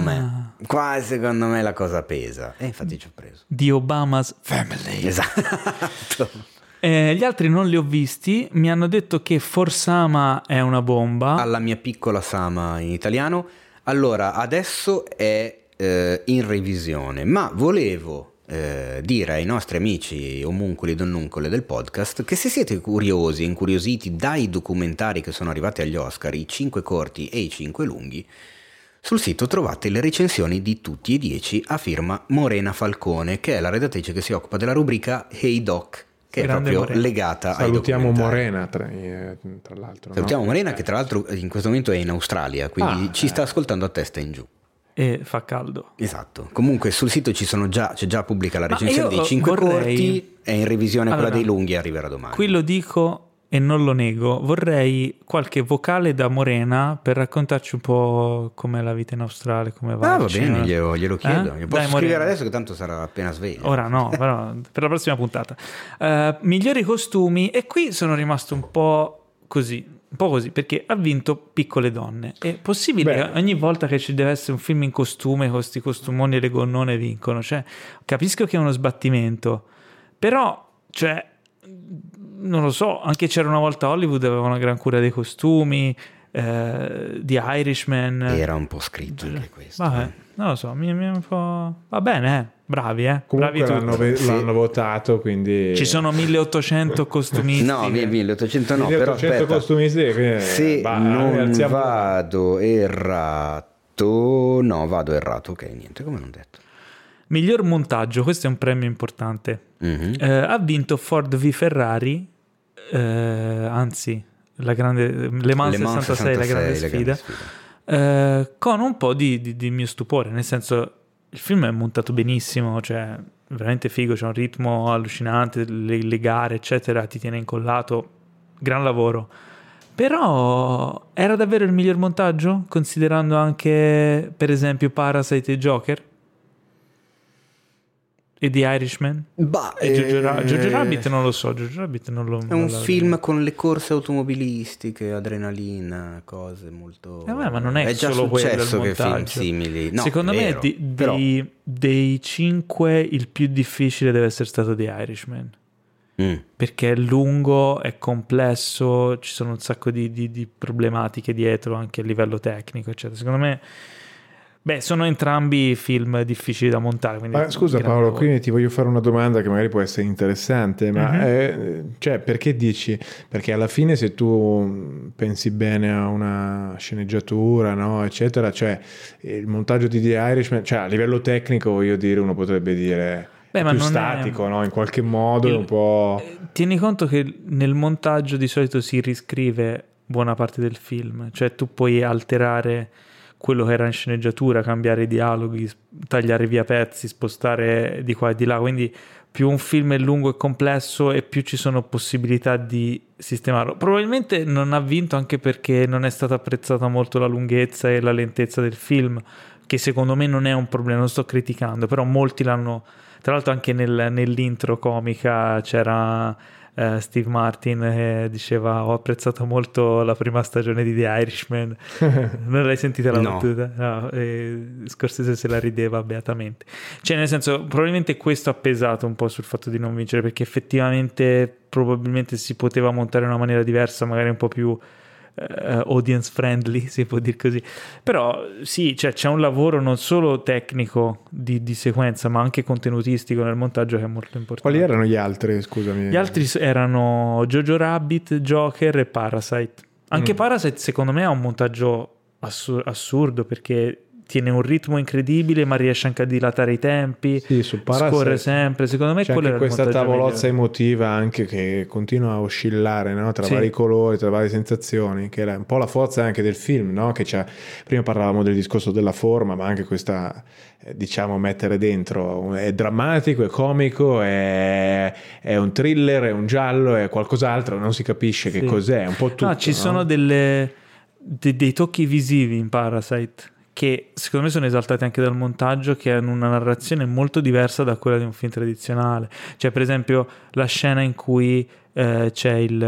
B: me la cosa pesa. E infatti ci ho preso.
A: The Obama's Family.
B: Esatto.
A: Gli altri non li ho visti. Mi hanno detto che Forsama è una bomba.
B: Alla mia piccola Sama in italiano. Allora, adesso è in revisione, ma volevo dire ai nostri amici omuncoli e donnuncole del podcast che se siete curiosi, incuriositi dai documentari che sono arrivati agli Oscar, i 5 corti e i 5 lunghi, sul sito trovate le recensioni di tutti e 10 a firma Morena Falcone, che è la redattrice che si occupa della rubrica Hey Doc, che è proprio
A: Morena.
B: Legata
C: Salutiamo
B: ai documentari.
C: Morena tra l'altro.
B: Salutiamo Morena che tra l'altro in questo momento è in Australia, quindi ci sta ascoltando a testa in giù.
A: E fa caldo.
B: Esatto. Comunque sul sito c'è già pubblica la recensione dei 5 corti, è in revisione quella dei lunghi, arriverà domani.
A: Qui lo dico e non lo nego, vorrei qualche vocale da Morena per raccontarci un po' com'è la vita in Australia, come va.
B: Va bene, glielo chiedo. Io posso scrivere
A: Morena.
B: adesso che tanto sarà appena sveglio.
A: Ora no, però per la prossima puntata. Migliori costumi, e qui sono rimasto un po' così, perché ha vinto Piccole donne. È possibile che ogni volta che ci deve essere un film in costume, con questi costumoni e le gonnone vincono? Cioè, capisco che è uno sbattimento, però, cioè, non lo so, anche C'era una volta Hollywood aveva una gran cura dei costumi, The Irishman.
B: Era un po' scritto anche questo.
A: Vabbè, non lo so, mi un po'... Va bene, bravi,
C: Comunque
A: bravi
C: l'hanno votato, quindi...
A: Ci sono 1800 costumisti.
B: No, 1800 no, 1800
C: però aspetta. Costumisti
B: se non vado errato... No, vado errato, ok, niente, come non detto.
A: Miglior montaggio, questo è un premio importante. Ha vinto Ford v Ferrari, anzi Le Mans 66, la grande sfida. Con un po' di mio stupore, nel senso il film è montato benissimo, cioè veramente figo, c'è un ritmo allucinante, le gare eccetera, ti tiene incollato, gran lavoro. Però era davvero il miglior montaggio, considerando anche per esempio Parasite e Joker? E The Irishman? E Jojo Rabbit non lo so, Jojo Rabbit non lo...
B: È un film con le corse automobilistiche, adrenalina, cose molto...
A: ma non è
B: già
A: solo
B: successo
A: quello il
B: che film
A: montaggio.
B: simili. No,
A: secondo me dei 5 il più difficile deve essere stato The Irishman. Perché è lungo, è complesso, ci sono un sacco di problematiche dietro anche a livello tecnico eccetera. Secondo me Beh, sono entrambi film difficili da montare.
C: Ma scusa Paolo, quindi ti voglio fare una domanda che magari può essere interessante, ma cioè, perché dici? Perché alla fine se tu pensi bene a una sceneggiatura, no, eccetera, cioè il montaggio di The Irishman, cioè a livello tecnico, voglio dire, uno potrebbe dire più statico, no? In qualche modo un po'...
A: Tieni conto che nel montaggio di solito si riscrive buona parte del film, cioè tu puoi alterare quello che era in sceneggiatura, cambiare i dialoghi, tagliare via pezzi, spostare di qua e di là, quindi più un film è lungo e complesso e più ci sono possibilità di sistemarlo. Probabilmente non ha vinto anche perché non è stata apprezzata molto la lunghezza e la lentezza del film, che secondo me non è un problema, non sto criticando, però molti l'hanno, tra l'altro anche nell'intro comica c'era Steve Martin che diceva: ho apprezzato molto la prima stagione di The Irishman. Non l'hai sentita la battuta? No, Scorsese se la rideva beatamente, cioè nel senso, probabilmente questo ha pesato un po' sul fatto di non vincere, perché effettivamente probabilmente si poteva montare in una maniera diversa, magari un po' più audience friendly, si può dire così. Però sì, cioè, c'è un lavoro non solo tecnico di sequenza, ma anche contenutistico nel montaggio che è molto importante.
C: Quali erano gli altri, scusami?
A: Gli altri erano Jojo Rabbit, Joker e Parasite. Anche Parasite secondo me ha un montaggio assurdo, perché tiene un ritmo incredibile ma riesce anche a dilatare i tempi,
C: sì, su Parasite
A: scorre sempre, secondo me
C: c'è
A: quello
C: anche
A: era
C: questa tavolozza
A: migliore.
C: Emotiva anche che continua a oscillare, no? Tra vari colori, tra varie sensazioni, che è un po' la forza anche del film, no? Che c'è, prima parlavamo del discorso della forma, ma anche questa diciamo mettere dentro, è drammatico, è comico, è un thriller, è un giallo, è qualcos'altro, non si capisce che cos'è, è un po' tutto.
A: No, ci sono dei tocchi visivi in Parasite che secondo me sono esaltati anche dal montaggio, che hanno una narrazione molto diversa da quella di un film tradizionale. Cioè, per esempio, la scena in cui c'è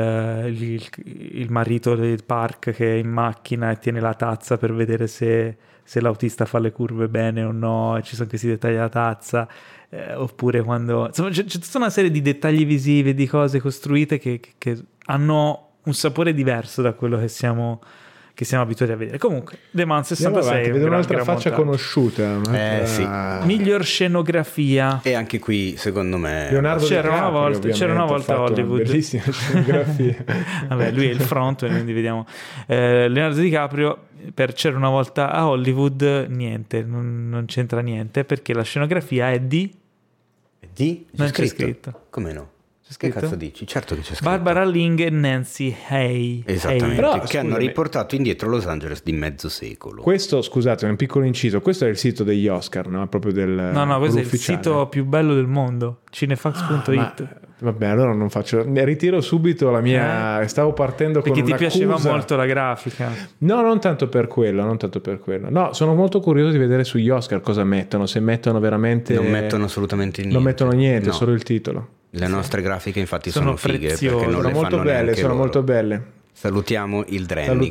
A: il marito del Park che è in macchina e tiene la tazza per vedere se l'autista fa le curve bene o no, e ci sono questi dettagli della tazza, oppure quando... Insomma, c'è tutta una serie di dettagli visivi, di cose costruite che hanno un sapore diverso da quello che siamo abituati a vedere. Comunque, The Man 66
C: vedo un'altra faccia conosciuta,
B: sì.
A: Miglior scenografia,
B: e anche qui secondo me
C: Leonardo
A: c'era
C: DiCaprio,
A: una volta a Hollywood,
C: bellissima scenografia.
A: vabbè, lui è il front, quindi vediamo Leonardo DiCaprio per C'era una volta a Hollywood. Niente, non c'entra niente, perché la scenografia è non c'è scritto.
B: Come no? Che cazzo dici? Certo che c'è scritto.
A: Barbara Ling e Nancy Hay.
B: Esattamente,
C: Però,
B: che hanno riportato indietro Los Angeles di mezzo secolo.
C: Questo, scusate, un piccolo inciso, questo è il sito degli Oscar, no? Proprio del
A: No, questo è il
C: ufficiale.
A: sito più bello del mondo, cinefax.it.
C: Vabbè, allora non faccio, ritiro subito la mia, stavo partendo
A: perché
C: con
A: ti
C: un'accusa.
A: piaceva molto la grafica.
C: No, non tanto per quello. No, sono molto curioso di vedere sugli Oscar cosa mettono, se mettono veramente...
B: Non mettono assolutamente niente.
C: Non mettono niente,
B: no.
C: Solo il titolo.
B: Le nostre grafiche infatti sono fighe,
A: preziose.
B: perché non
C: Sono
B: le
C: molto
B: fanno
C: belle,
B: neanche
C: sono
B: loro.
C: molto belle.
B: Salutiamo il Drenny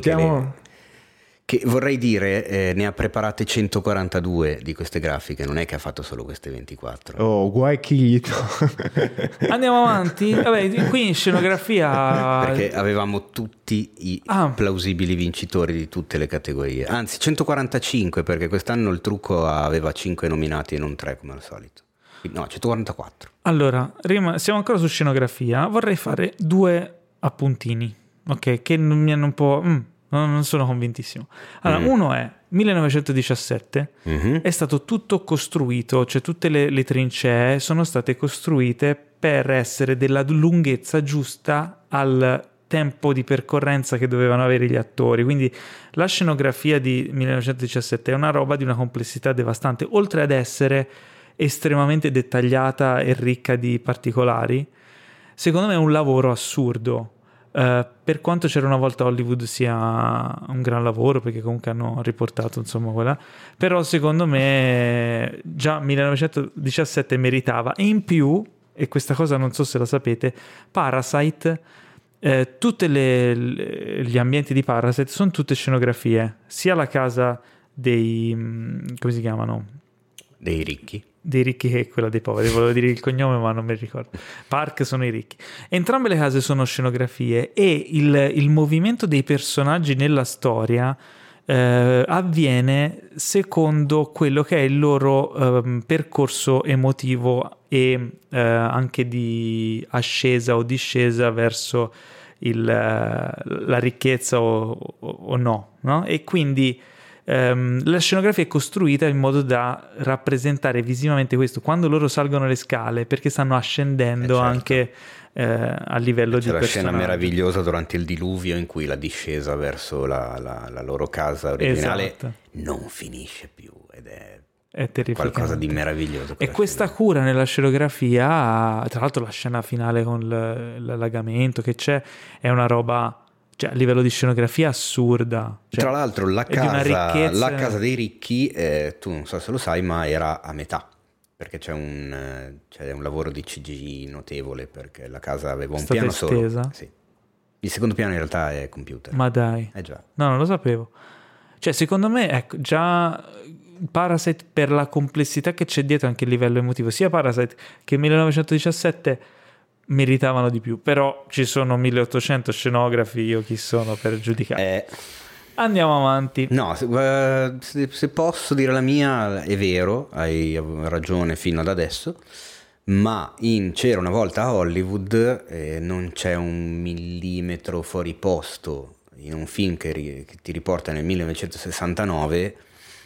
B: che vorrei dire ne ha preparate 142 di queste grafiche, non è che ha fatto solo queste 24.
C: Oh, guai chi gli
A: Andiamo avanti. Vabbè, qui in scenografia
B: Perché avevamo tutti i plausibili vincitori di tutte le categorie, anzi 145, perché quest'anno il trucco aveva 5 nominati e non 3 come al solito. No, 144.
A: Allora, siamo ancora su scenografia. Vorrei fare 2 appuntini, ok? Che mi hanno un po'... non sono convintissimo. Allora, uno è 1917, è stato tutto costruito, cioè tutte le trincee sono state costruite per essere della lunghezza giusta al tempo di percorrenza che dovevano avere gli attori. Quindi la scenografia di 1917 è una roba di una complessità devastante, oltre ad essere estremamente dettagliata e ricca di particolari. Secondo me è un lavoro assurdo. Per quanto C'era una volta a Hollywood sia un gran lavoro, perché comunque hanno riportato insomma quella, però secondo me già 1917 meritava. E in più, e questa cosa non so se la sapete, Parasite, tutti gli ambienti di Parasite sono tutte scenografie, sia la casa dei come si chiamano?
B: Dei ricchi
A: Che quella dei poveri, volevo dire il cognome ma non mi ricordo. Park sono i ricchi. Entrambe le case sono scenografie e il movimento dei personaggi nella storia avviene secondo quello che è il loro percorso emotivo e anche di ascesa o discesa verso la ricchezza o no? E quindi la scenografia è costruita in modo da rappresentare visivamente questo quando loro salgono le scale, perché stanno ascendendo, certo, anche a livello di personaggio. C'è la scena
B: meravigliosa durante il diluvio in cui la discesa verso la loro casa originale, esatto, non finisce più ed è qualcosa di meraviglioso.
A: E questa cura nella scenografia, tra l'altro la scena finale con l'allagamento che c'è, è una roba, cioè, a livello di scenografia assurda. Cioè,
B: tra l'altro la casa dei ricchi, tu non so se lo sai, ma era a metà, perché c'è un lavoro di CGI notevole, perché la casa aveva un piano
A: estesa
B: solo. Sì. Il secondo piano in realtà è computer.
A: Ma dai.
B: Già.
A: No, non lo sapevo. Cioè, secondo me, ecco, già Parasite, per la complessità che c'è dietro anche a livello emotivo, sia Parasite che 1917 meritavano di più, però ci sono 1800 scenografi, io chi sono per giudicare. Andiamo avanti.
B: No, se posso dire la mia, è vero, hai ragione fino ad adesso, ma C'era una volta a Hollywood non c'è un millimetro fuori posto in un film che ti riporta nel 1969,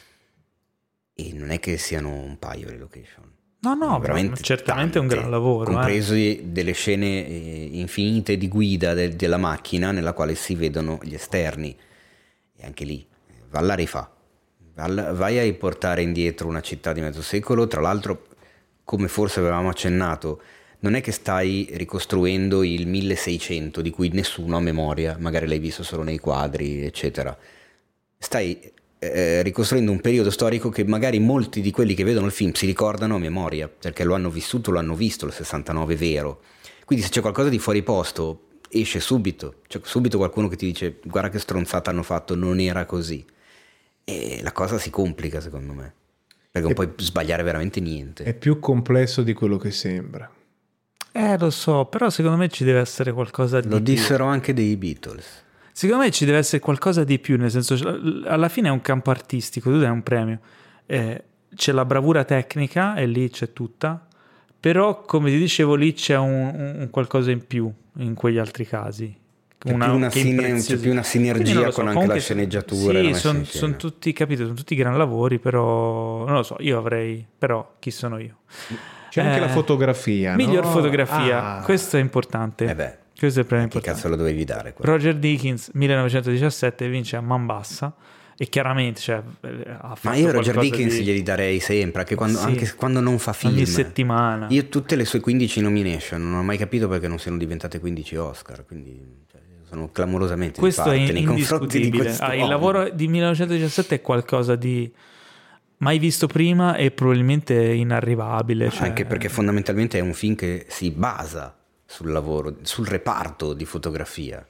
B: e non è che siano un paio le location.
A: No, veramente certamente tante, è un gran lavoro.
B: Compreso delle scene infinite di guida della macchina nella quale si vedono gli esterni. E anche lì, valla rifà. Vai a riportare indietro una città di mezzo secolo. Tra l'altro, come forse avevamo accennato, non è che stai ricostruendo il 1600 di cui nessuno ha memoria, magari l'hai visto solo nei quadri, eccetera. Stai ricostruendo un periodo storico che magari molti di quelli che vedono il film si ricordano a memoria, perché lo hanno vissuto, lo hanno visto, il 69 vero. Quindi se c'è qualcosa di fuori posto, esce subito. C'è subito qualcuno che ti dice: guarda che stronzata hanno fatto, non era così. E la cosa si complica, secondo me, perché non puoi sbagliare veramente niente.
C: È più complesso di quello che sembra.
A: Lo so, però secondo me ci deve essere qualcosa di
B: più. Lo dissero anche dei Beatles.
A: Secondo me ci deve essere qualcosa di più, nel senso, alla fine è un campo artistico, tu dai un premio, c'è la bravura tecnica e lì c'è tutta, però come ti dicevo lì c'è un qualcosa in più in quegli altri casi.
B: C'è più una sinergia con anche la sceneggiatura.
A: Sì, sono tutti, capito, sono tutti gran lavori, però non lo so, io avrei, però chi sono io?
C: C'è anche la fotografia,
A: miglior
C: no?
A: fotografia, questo è importante. Questo è il premio importante.
B: Che cazzo lo dovevi dare? Quello?
A: Roger Deakins 1917 vince a Man Bassa e chiaramente ha fatto.
B: Ma io Roger Deakins glieli darei sempre, anche quando non fa film,
A: ogni settimana.
B: Io tutte le sue 15 nomination non ho mai capito perché non siano diventate 15 Oscar, quindi sono clamorosamente
A: questo
B: di parte
A: è
B: nei confronti di questo
A: il lavoro di 1917 è qualcosa di mai visto prima e probabilmente inarrivabile,
B: anche perché fondamentalmente è un film che si basa sul lavoro, sul reparto di fotografia,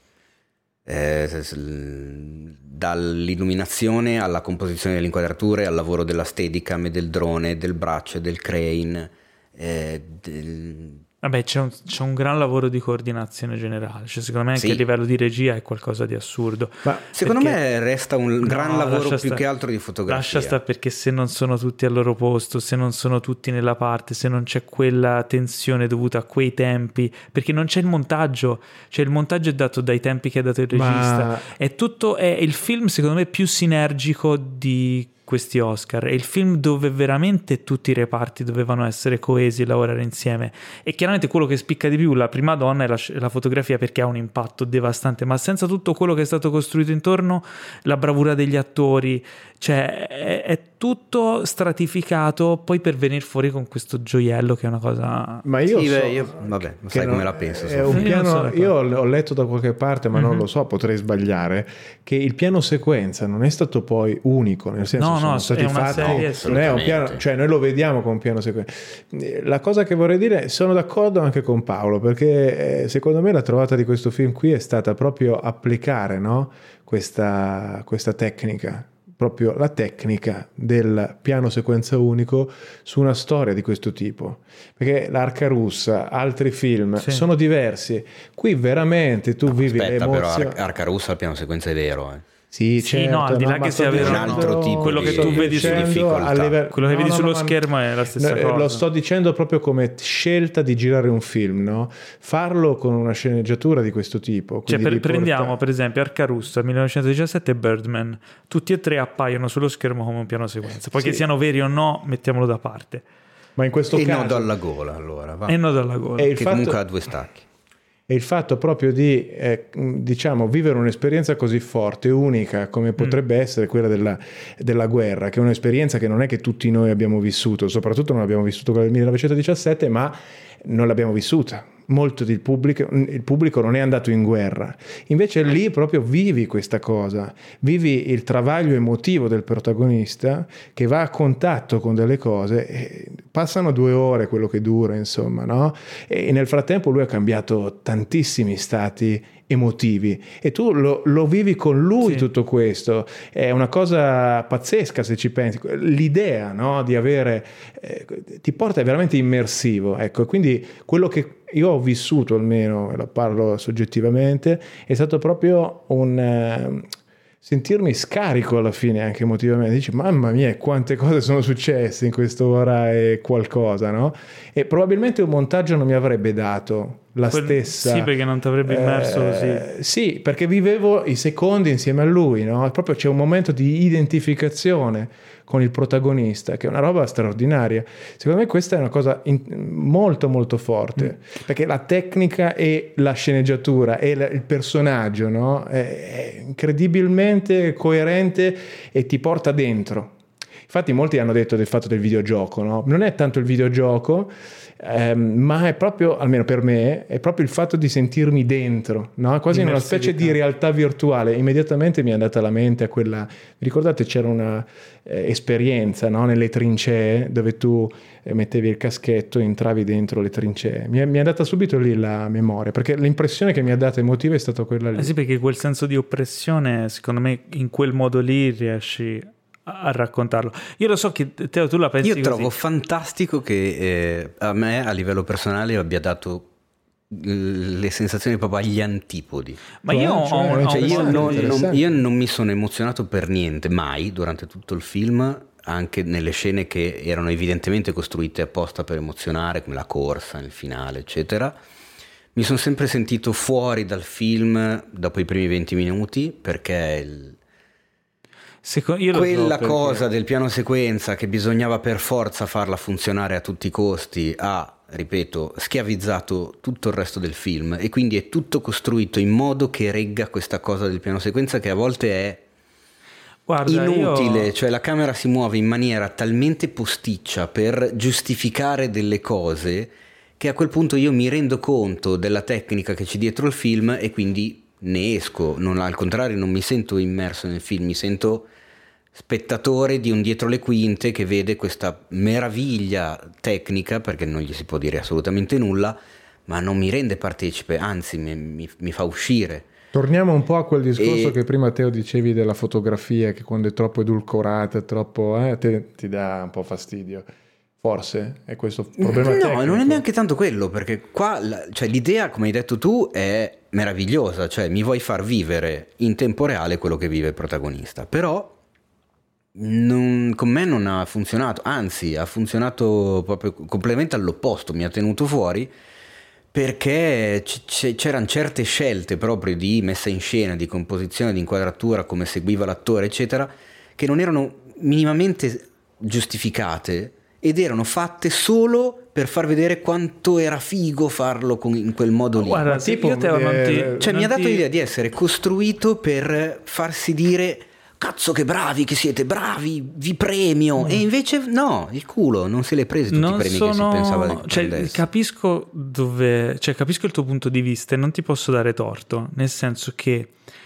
B: dall'illuminazione alla composizione delle inquadrature, al lavoro della Steadicam e del drone, del braccio e del crane,
A: Vabbè, c'è un gran lavoro di coordinazione generale, cioè secondo me anche a livello di regia è qualcosa di assurdo.
B: Ma secondo me resta un gran lavoro più che altro di fotografia.
A: Lascia stare, perché se non sono tutti al loro posto, se non sono tutti nella parte, se non c'è quella tensione dovuta a quei tempi, perché non c'è il montaggio, cioè il montaggio è dato dai tempi che ha dato il regista. È il film secondo me più sinergico di questi Oscar, è il film dove veramente tutti i reparti dovevano essere coesi e lavorare insieme, e chiaramente quello che spicca di più la prima donna è la fotografia, perché ha un impatto devastante, ma senza tutto quello che è stato costruito intorno, la bravura degli attori, cioè è tutto stratificato poi per venire fuori con questo gioiello che è una cosa.
C: Ma io
B: vabbè, non sai come la penso.
C: È un piano, io ho letto da qualche parte, ma non lo so, potrei sbagliare, che il piano sequenza non è stato poi unico, nel senso sono stati fatti, non è un piano, cioè noi lo vediamo come un piano sequenza. La cosa che vorrei dire, sono d'accordo anche con Paolo, perché secondo me la trovata di questo film qui è stata proprio applicare, no? questa tecnica, proprio la tecnica del piano sequenza unico su una storia di questo tipo, perché l'Arca Russa, altri film sono diversi, qui veramente tu vivi l'emozione.
B: Però Arca Russa il piano sequenza è vero,
C: Sì, certo,
A: no, al di là che sia vero
B: un altro tipo
A: quello che tu vedi sullo schermo è la stessa cosa.
C: Lo sto dicendo proprio come scelta di girare un film, no? Farlo con una sceneggiatura di questo tipo.
A: Cioè, prendiamo per esempio Arcarusta 1917 e Birdman, tutti e tre appaiono sullo schermo come un piano sequenza, poi che siano veri o no mettiamolo da parte.
C: Ma in questo caso
B: nodo alla gola, allora va.
A: E nodo alla gola,
B: che comunque ha 2 stacchi.
C: E il fatto proprio di diciamo vivere un'esperienza così forte, unica come potrebbe essere quella della guerra, che è un'esperienza che non è che tutti noi abbiamo vissuto, soprattutto non abbiamo vissuto quella del 1917, ma non l'abbiamo vissuta. Molto il pubblico non è andato in guerra, invece lì proprio vivi questa cosa, vivi il travaglio emotivo del protagonista che va a contatto con delle cose, e passano 2 ore quello che dura, insomma, no? E nel frattempo lui ha cambiato tantissimi stati emotivi e tu lo vivi con lui, tutto questo è una cosa pazzesca se ci pensi. L'idea, no, di avere ti porta, è veramente immersivo, ecco. Quindi quello che io ho vissuto, almeno la parlo soggettivamente, è stato proprio un sentirmi scarico alla fine, anche emotivamente. Dici, mamma mia, quante cose sono successe in quest'ora e qualcosa, no? E probabilmente un montaggio non mi avrebbe dato la stessa.
A: Sì, perché non ti avrebbe immerso così.
C: Sì, perché vivevo i secondi insieme a lui, no? Proprio c'è un momento di identificazione con il protagonista, che è una roba straordinaria. Secondo me questa è una cosa molto molto forte, perché la tecnica e la sceneggiatura e il personaggio, no? È incredibilmente coerente e ti porta dentro. Infatti molti hanno detto del fatto del videogioco, no? Non è tanto il videogioco, ma è proprio, almeno per me, è proprio il fatto di sentirmi dentro, no? Quasi in una specie di realtà virtuale. Immediatamente mi è andata alla mente a quella, vi ricordate, c'era una esperienza, no? Nelle trincee, dove tu mettevi il caschetto e entravi dentro le trincee. Mi è andata subito lì la memoria, perché l'impressione che mi ha dato emotiva è stata quella lì.
A: Sì, perché quel senso di oppressione, secondo me, in quel modo lì riesci a raccontarlo. Io lo so che Teo, tu la pensi così.
B: Io trovo fantastico che a me a livello personale abbia dato le sensazioni proprio agli antipodi.
A: Ma io
B: non mi sono emozionato per niente mai durante tutto il film, anche nelle scene che erano evidentemente costruite apposta per emozionare, come la corsa nel finale eccetera. Mi sono sempre sentito fuori dal film dopo i primi 20 minuti, perché quella cosa del piano sequenza che bisognava per forza farla funzionare a tutti i costi ha, ripeto, schiavizzato tutto il resto del film, e quindi è tutto costruito in modo che regga questa cosa del piano sequenza, che a volte è inutile. Cioè la camera si muove in maniera talmente posticcia per giustificare delle cose che a quel punto io mi rendo conto della tecnica che c'è dietro il film e quindi ne esco. Al contrario, non mi sento immerso nel film, mi sento spettatore di un dietro le quinte che vede questa meraviglia tecnica, perché non gli si può dire assolutamente nulla, ma non mi rende partecipe, anzi mi fa uscire.
C: Torniamo un po' a quel discorso che prima Teo dicevi della fotografia, che quando è troppo edulcorata, troppo ti dà un po' fastidio. Forse è questo problema tecnico.
B: No, non è neanche tanto quello, perché qua cioè, l'idea, come hai detto tu, è meravigliosa, cioè mi vuoi far vivere in tempo reale quello che vive il protagonista, però con me non ha funzionato, anzi ha funzionato proprio completamente all'opposto, mi ha tenuto fuori, perché c'erano certe scelte proprio di messa in scena, di composizione, di inquadratura, come seguiva l'attore eccetera, che non erano minimamente giustificate ed erano fatte solo per far vedere quanto era figo farlo in quel modo lì.
A: Guarda, tipo, io
B: mi ha dato l'idea di essere costruito per farsi dire cazzo che bravi che siete, bravi, vi premio, e invece no, il culo, non se li è presi tutti i premi che si pensava di prendesse.
A: Capisco capisco il tuo punto di vista e non ti posso dare torto, nel senso che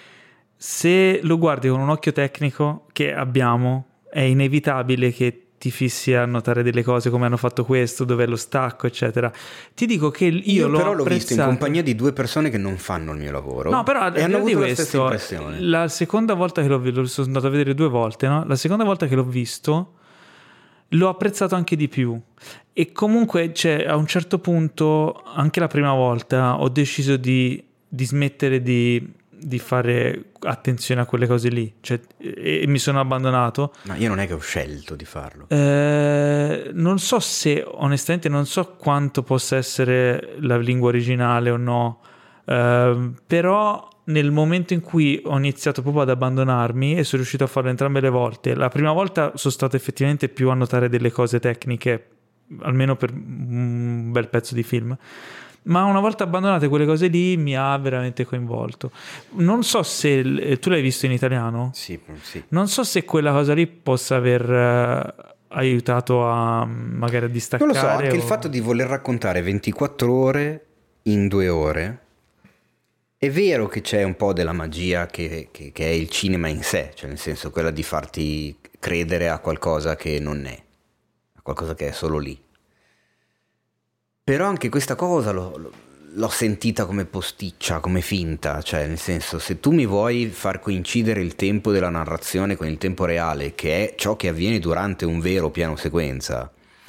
A: se lo guardi con un occhio tecnico che abbiamo, è inevitabile che ti fissi a notare delle cose, come hanno fatto questo, dov'è lo stacco eccetera. Ti dico che io
B: l'ho visto in compagnia di 2 persone che non fanno il mio lavoro,
A: no, però
B: e hanno avuto la stessa impressione.
A: La seconda volta che lo sono andato a vedere 2 volte, no? La seconda volta che l'ho visto l'ho apprezzato anche di più, e comunque a un certo punto, anche la prima volta ho deciso di smettere di di fare attenzione a quelle cose lì, cioè, e mi sono abbandonato.
B: Ma io non è che ho scelto di farlo.
A: Non so se, onestamente, non so quanto possa essere la lingua originale o no, però nel momento in cui ho iniziato proprio ad abbandonarmi e sono riuscito a farlo entrambe le volte, la prima volta sono stato effettivamente più a notare delle cose tecniche, almeno per un bel pezzo di film, ma una volta abbandonate quelle cose lì mi ha veramente coinvolto. Non so se tu l'hai visto in italiano?
B: Sì.
A: Non so se quella cosa lì possa aver aiutato a magari a distaccare.
B: Non lo so, anche il fatto di voler raccontare 24 ore in 2 ore. È vero che c'è un po' della magia che è il cinema in sé, cioè nel senso quella di farti credere a qualcosa che non è, a qualcosa che è solo lì. Però anche questa cosa l'ho sentita come posticcia, come finta, cioè nel senso, se tu mi vuoi far coincidere il tempo della narrazione con il tempo reale, che è ciò che avviene durante un vero piano sequenza,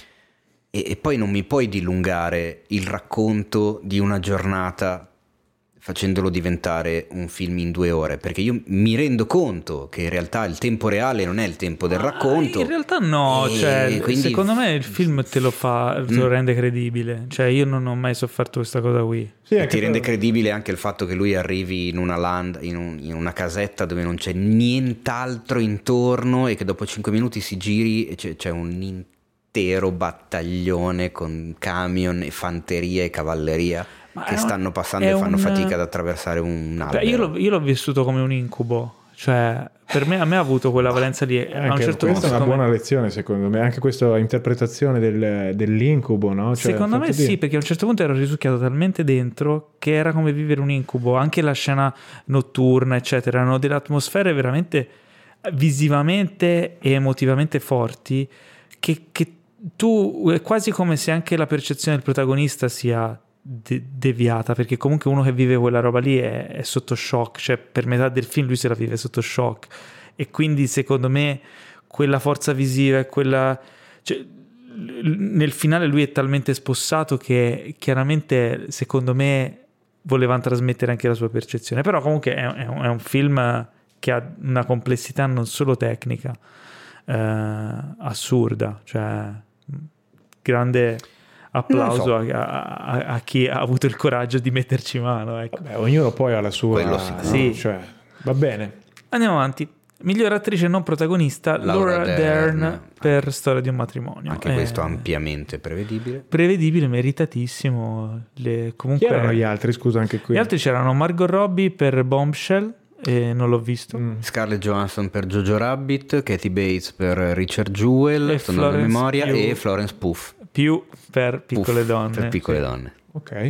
B: e poi non mi puoi dilungare il racconto di una giornata facendolo diventare un film in 2 ore, perché io mi rendo conto che in realtà il tempo reale non è il tempo del racconto.
A: In realtà no, cioè, quindi secondo me il film te lo rende credibile, cioè io non ho mai sofferto questa cosa qui.
B: Sì, e ti rende credibile anche il fatto che lui arrivi in una land, in una casetta dove non c'è nient'altro intorno e che dopo 5 minuti si giri e c'è un intero battaglione con camion e fanteria e cavalleria che stanno passando e fanno fatica ad attraversare un albero.
A: Io l'ho vissuto come un incubo, cioè per me, a me ha avuto quella valenza lì. A un certo
C: questa è una buona lezione secondo me, anche questa interpretazione dell'incubo, no? Cioè,
A: secondo me sì, perché a un certo punto ero risucchiato talmente dentro che era come vivere un incubo, anche la scena notturna eccetera, erano delle atmosfere veramente visivamente e emotivamente forti che tu, è quasi come se anche la percezione del protagonista sia deviata, perché comunque uno che vive quella roba lì è sotto shock, cioè per metà del film lui se la vive sotto shock, e quindi secondo me quella forza visiva e quella, cioè, nel finale lui è talmente spossato che chiaramente secondo me volevano trasmettere anche la sua percezione, però comunque è un film che ha una complessità non solo tecnica, assurda, cioè grande applauso a chi ha avuto il coraggio di metterci mano, ecco.
C: Vabbè, ognuno poi ha la sua,
A: sì.
C: Cioè, va bene.
A: Andiamo avanti. Miglior attrice non protagonista, Laura Dern per Storia di un matrimonio.
B: Anche questo ampiamente prevedibile,
A: meritatissimo. Comunque,
C: chi erano gli altri? Scusa, anche qui
A: gli altri c'erano Margot Robbie per Bombshell, e non l'ho visto.
B: Scarlett Johansson per Jojo Rabbit, Kathy Bates per Richard Jewell, sto andando a memoria, e Florence Pugh
A: per Piccole Donne.
B: Per Piccole Donne.
C: Ok.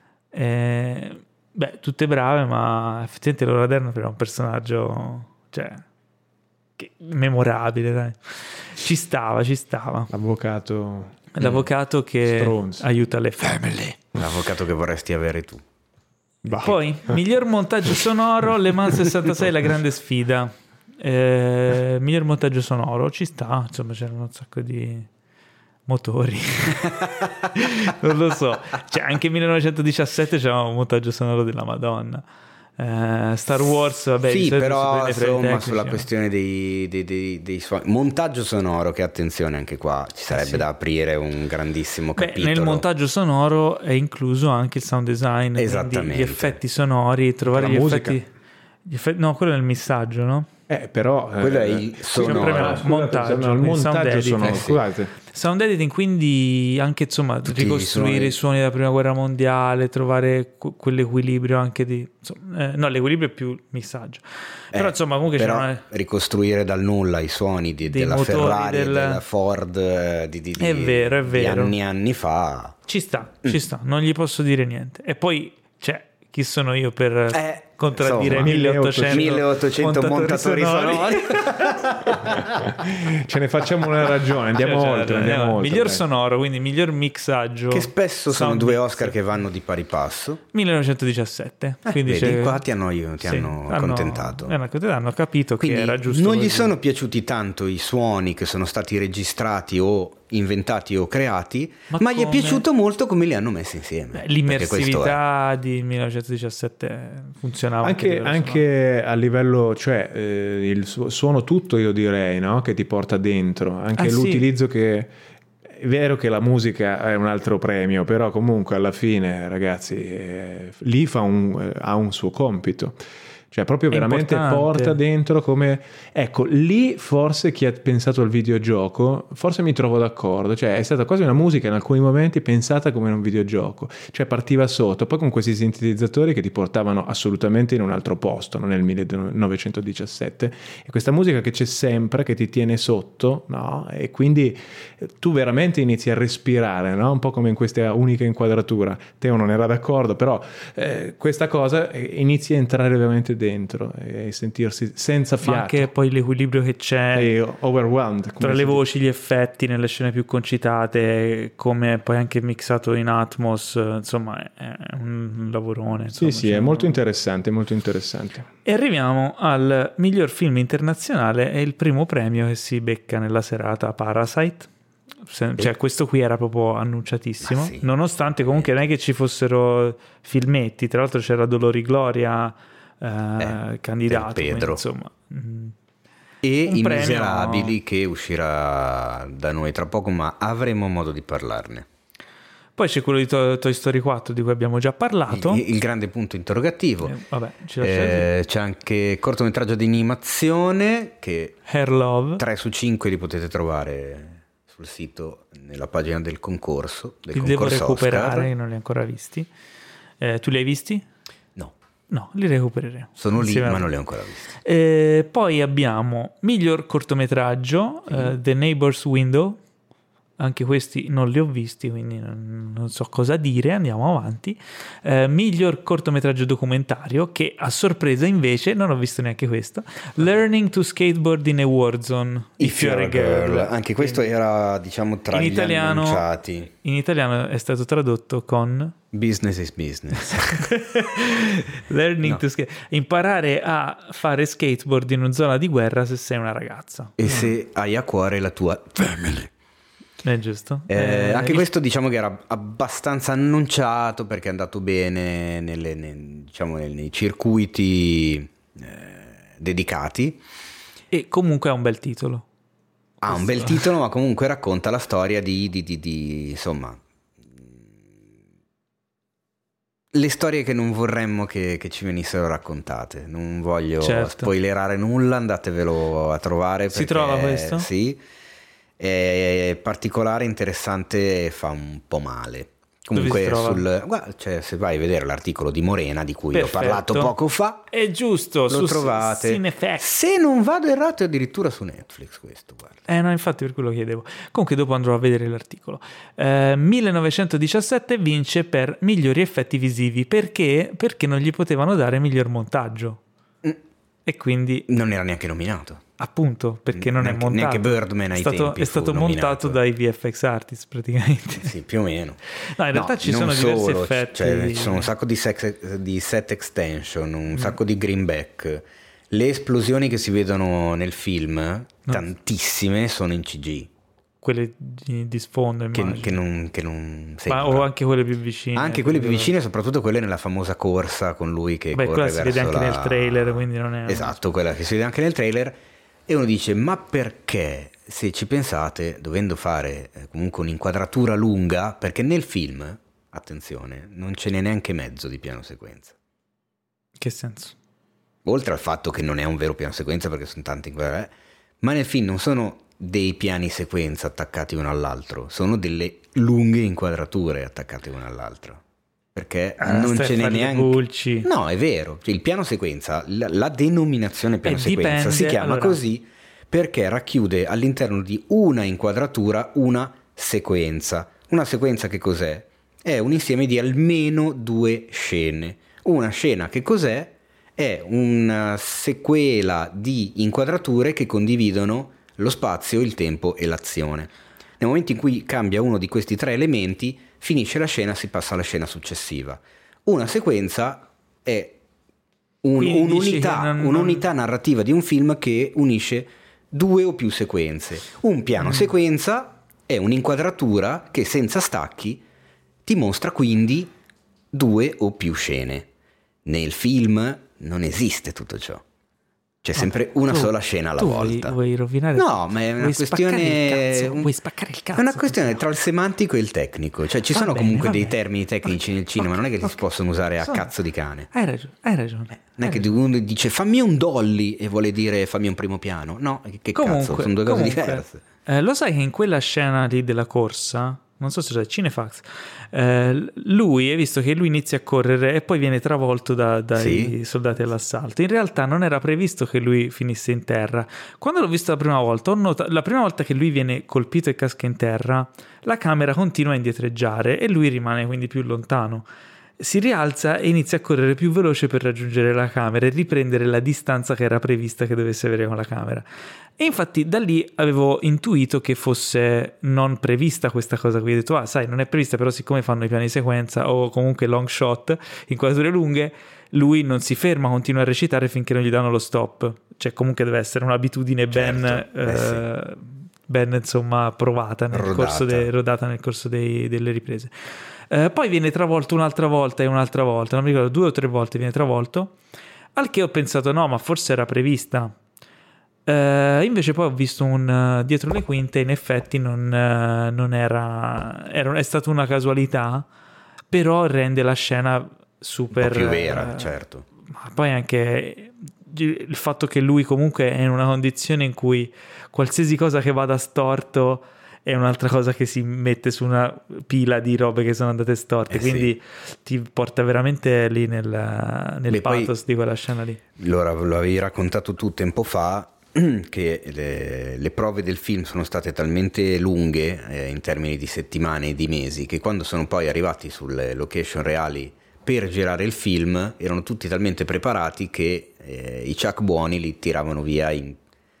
A: Beh, tutte brave, ma effettivamente Laura Dern era un personaggio, cioè, memorabile, dai. Ci stava. L'avvocato che
C: stronzo.
A: aiuta le family.
B: L'avvocato che vorresti avere tu.
C: Bah.
A: Poi, miglior montaggio sonoro, Le Mans 66, la grande sfida. Miglior montaggio sonoro, ci sta, insomma c'erano un sacco di motori. Non lo so, cioè, anche 1917 c'era un montaggio sonoro della Madonna. Star Wars, vabbè,
B: sì, però
A: insomma
B: sulla questione dei suoni, montaggio sonoro, che attenzione, anche qua ci sarebbe da aprire un grandissimo capitolo.
A: Nel montaggio sonoro è incluso anche il sound design,
B: esattamente,
A: gli effetti sonori, trovare gli effetti, no, quello è il missaggio, no?
C: Però
B: quello è il sonoro.
C: Il montaggio sonoro, scusate.
A: Sound editing, quindi anche insomma tutti ricostruire i suoni della prima guerra mondiale, trovare quell'equilibrio anche di no, l'equilibrio è più missaggio, però insomma comunque
B: ricostruire dal nulla i suoni della Ferrari, della Ford
A: è vero.
B: Di anni fa
A: ci sta, non gli posso dire niente. E poi chi sono io per contraddire 1800 montatori sonori?
C: Ce ne facciamo una ragione, andiamo oltre.
A: Miglior sonoro, quindi miglior mixaggio,
B: che spesso sono 2 Oscar che vanno di pari passo.
A: 1917, quindi
B: vedi, qua ti hanno accontentato.
A: Hanno capito quindi che era giusto.
B: Non gli sono piaciuti tanto i suoni che sono stati registrati o inventati o creati, ma gli è piaciuto molto come li hanno messi insieme.
A: L'immersività di 1917 funziona funzionava
C: anche a livello, cioè il suono tutto, io direi, no? Che ti porta dentro, anche l'utilizzo che è vero che la musica è un altro premio, però comunque alla fine, ragazzi, lì ha un suo compito. Cioè proprio veramente porta dentro come... Ecco, lì forse chi ha pensato al videogioco, forse mi trovo d'accordo, cioè è stata quasi una musica in alcuni momenti pensata come un videogioco, cioè partiva sotto, poi con questi sintetizzatori che ti portavano assolutamente in un altro posto, non nel 1917, e questa musica che c'è sempre, che ti tiene sotto, no? E quindi tu veramente inizi a respirare, no? Un po' come in questa unica inquadratura. Teo non era d'accordo, però questa cosa inizi a entrare veramente dentro e sentirsi senza fiato.
A: Ma anche poi l'equilibrio che c'è
C: overwhelmed,
A: tra le voci, gli effetti nelle scene più concitate, come poi anche mixato in Atmos, insomma è un lavorone. Insomma,
C: sì, è molto interessante, molto interessante.
A: E arriviamo al miglior film internazionale, e il primo premio che si becca nella serata, Parasite. Cioè questo qui era proprio annunciatissimo, sì. Nonostante comunque non è che ci fossero filmetti, tra l'altro c'era Dolor y Gloria candidato,
B: Pedro,
A: insomma,
B: e I Miserabili, che uscirà da noi tra poco, ma avremo modo di parlarne.
A: Poi c'è quello di Toy Story 4 di cui abbiamo già parlato,
B: il grande punto interrogativo. C'è anche cortometraggio di animazione che
A: Hair Love,
B: 3 su 5 li potete trovare sul sito, nella pagina del concorso,
A: li devo recuperare, Oscar. Non li ho ancora visti. Tu li hai visti? No, li recupereremo.
B: Sono lì, ma non li ho ancora visti.
A: Poi abbiamo miglior cortometraggio, The Neighbor's Window. Anche questi non li ho visti, quindi non so cosa dire, andiamo avanti. Miglior cortometraggio documentario, che a sorpresa invece non ho visto neanche questo, Learning to Skateboard in a Warzone, If You're a Girl.
B: Anche questo era, diciamo, tra gli annunciati.
A: In italiano è stato tradotto con
B: Business is business.
A: Learning to imparare a fare skateboard in una zona di guerra se sei una ragazza.
B: E se hai a cuore la tua family.
A: È giusto.
B: Anche questo diciamo che era abbastanza annunciato, perché è andato bene nei circuiti dedicati.
A: E comunque ha un bel titolo.
B: Ha un bel titolo, ma comunque racconta la storia di insomma, le storie che non vorremmo che ci venissero raccontate. Non voglio spoilerare nulla, andatevelo a trovare.
A: Si trova questo?
B: Sì. È particolare, interessante e fa un po' male. Comunque se vai a vedere l'articolo di Morena di cui ho parlato poco fa,
A: è giusto,
B: lo trovate.
A: Cinefx.
B: Se non vado errato è addirittura su Netflix questo, guarda.
A: No, infatti per quello chiedevo. Comunque dopo andrò a vedere l'articolo. 1917 vince per migliori effetti visivi, perché non gli potevano dare miglior montaggio. E quindi
B: non era neanche nominato.
A: Appunto, perché non è montato.
B: Neanche Birdman ai tempi
A: è stato montato dai VFX artists praticamente.
B: Sì, più o meno.
A: No, in realtà ci sono diversi effetti.
B: Ci sono un sacco di set extension, un sacco di greenback. Le esplosioni che si vedono nel film, tantissime, sono in CG.
A: Quelle di sfondo, immagino.
B: Che non
A: ma o anche quelle più vicine.
B: Anche quelle più vicine, soprattutto quelle nella famosa corsa con lui che corre
A: quella
B: verso
A: si vede anche nel trailer, quindi non è...
B: Esatto, quella che si vede anche nel trailer. E uno dice, ma perché, se ci pensate, dovendo fare comunque un'inquadratura lunga, perché nel film, attenzione, non ce n'è neanche mezzo di piano sequenza.
A: Che senso?
B: Oltre al fatto che non è un vero piano sequenza, perché sono tanti inquadrature, ma nel film non sono dei piani sequenza attaccati uno all'altro, sono delle lunghe inquadrature attaccate uno all'altro. Perché non ce n'è neanche.
A: Pulci.
B: No, è vero. Il piano sequenza, la denominazione piano sequenza si chiama così perché racchiude all'interno di una inquadratura una sequenza. Una sequenza che cos'è? È un insieme di almeno 2 scene. Una scena che cos'è? È una sequela di inquadrature che condividono lo spazio, il tempo e l'azione. Nel momento in cui cambia uno di questi 3 elementi, finisce la scena, si passa alla scena successiva. Una sequenza è un'unità narrativa di un film che unisce 2 o più sequenze. Un piano sequenza è un'inquadratura che senza stacchi ti mostra quindi 2 o più scene. Nel film non esiste tutto ciò. C'è sempre una sola scena alla volta.
A: Vuoi rovinare?
B: No, ma è una questione.
A: Vuoi spaccare il cazzo?
B: È una questione tra il semantico e il tecnico. Cioè, ci sono comunque dei termini tecnici nel cinema, non è che si possono usare a cazzo di cane.
A: Hai ragione.
B: Non è che uno dice fammi un dolly e vuole dire fammi un primo piano. No, che cazzo, sono due cose diverse.
A: Lo sai che in quella scena lì della corsa, non so se c'è Cinefax, lui, hai visto che lui inizia a correre e poi viene travolto dai soldati all'assalto. In realtà non era previsto che lui finisse in terra. Quando l'ho visto la prima volta, la prima volta che lui viene colpito e casca in terra, la camera continua a indietreggiare e lui rimane quindi più lontano. Si rialza e inizia a correre più veloce per raggiungere la camera e riprendere la distanza che era prevista che dovesse avere con la camera. E infatti da lì avevo intuito che fosse non prevista questa cosa qui. Ho detto, sai, non è prevista, però siccome fanno i piani di sequenza o comunque long shot, inquadrature lunghe, lui non si ferma, continua a recitare finché non gli danno lo stop. Cioè comunque deve essere un'abitudine ben insomma provata rodata nel corso delle riprese. Poi viene travolto un'altra volta, non mi ricordo, 2 o 3 volte viene travolto, al che ho pensato no, ma forse era prevista. Invece poi ho visto dietro le quinte, in effetti non era, è stata una casualità, però rende la scena super...
B: Un po' più vera, certo.
A: Ma poi anche il fatto che lui comunque è in una condizione in cui qualsiasi cosa che vada storto è un'altra cosa che si mette su una pila di robe che sono andate storte, quindi ti porta veramente lì nel pathos di quella scena lì.
B: Lo avevi raccontato tu tempo fa che le prove del film sono state talmente lunghe in termini di settimane e di mesi che quando sono poi arrivati sulle location reali per girare il film erano tutti talmente preparati che i chuck buoni li tiravano via in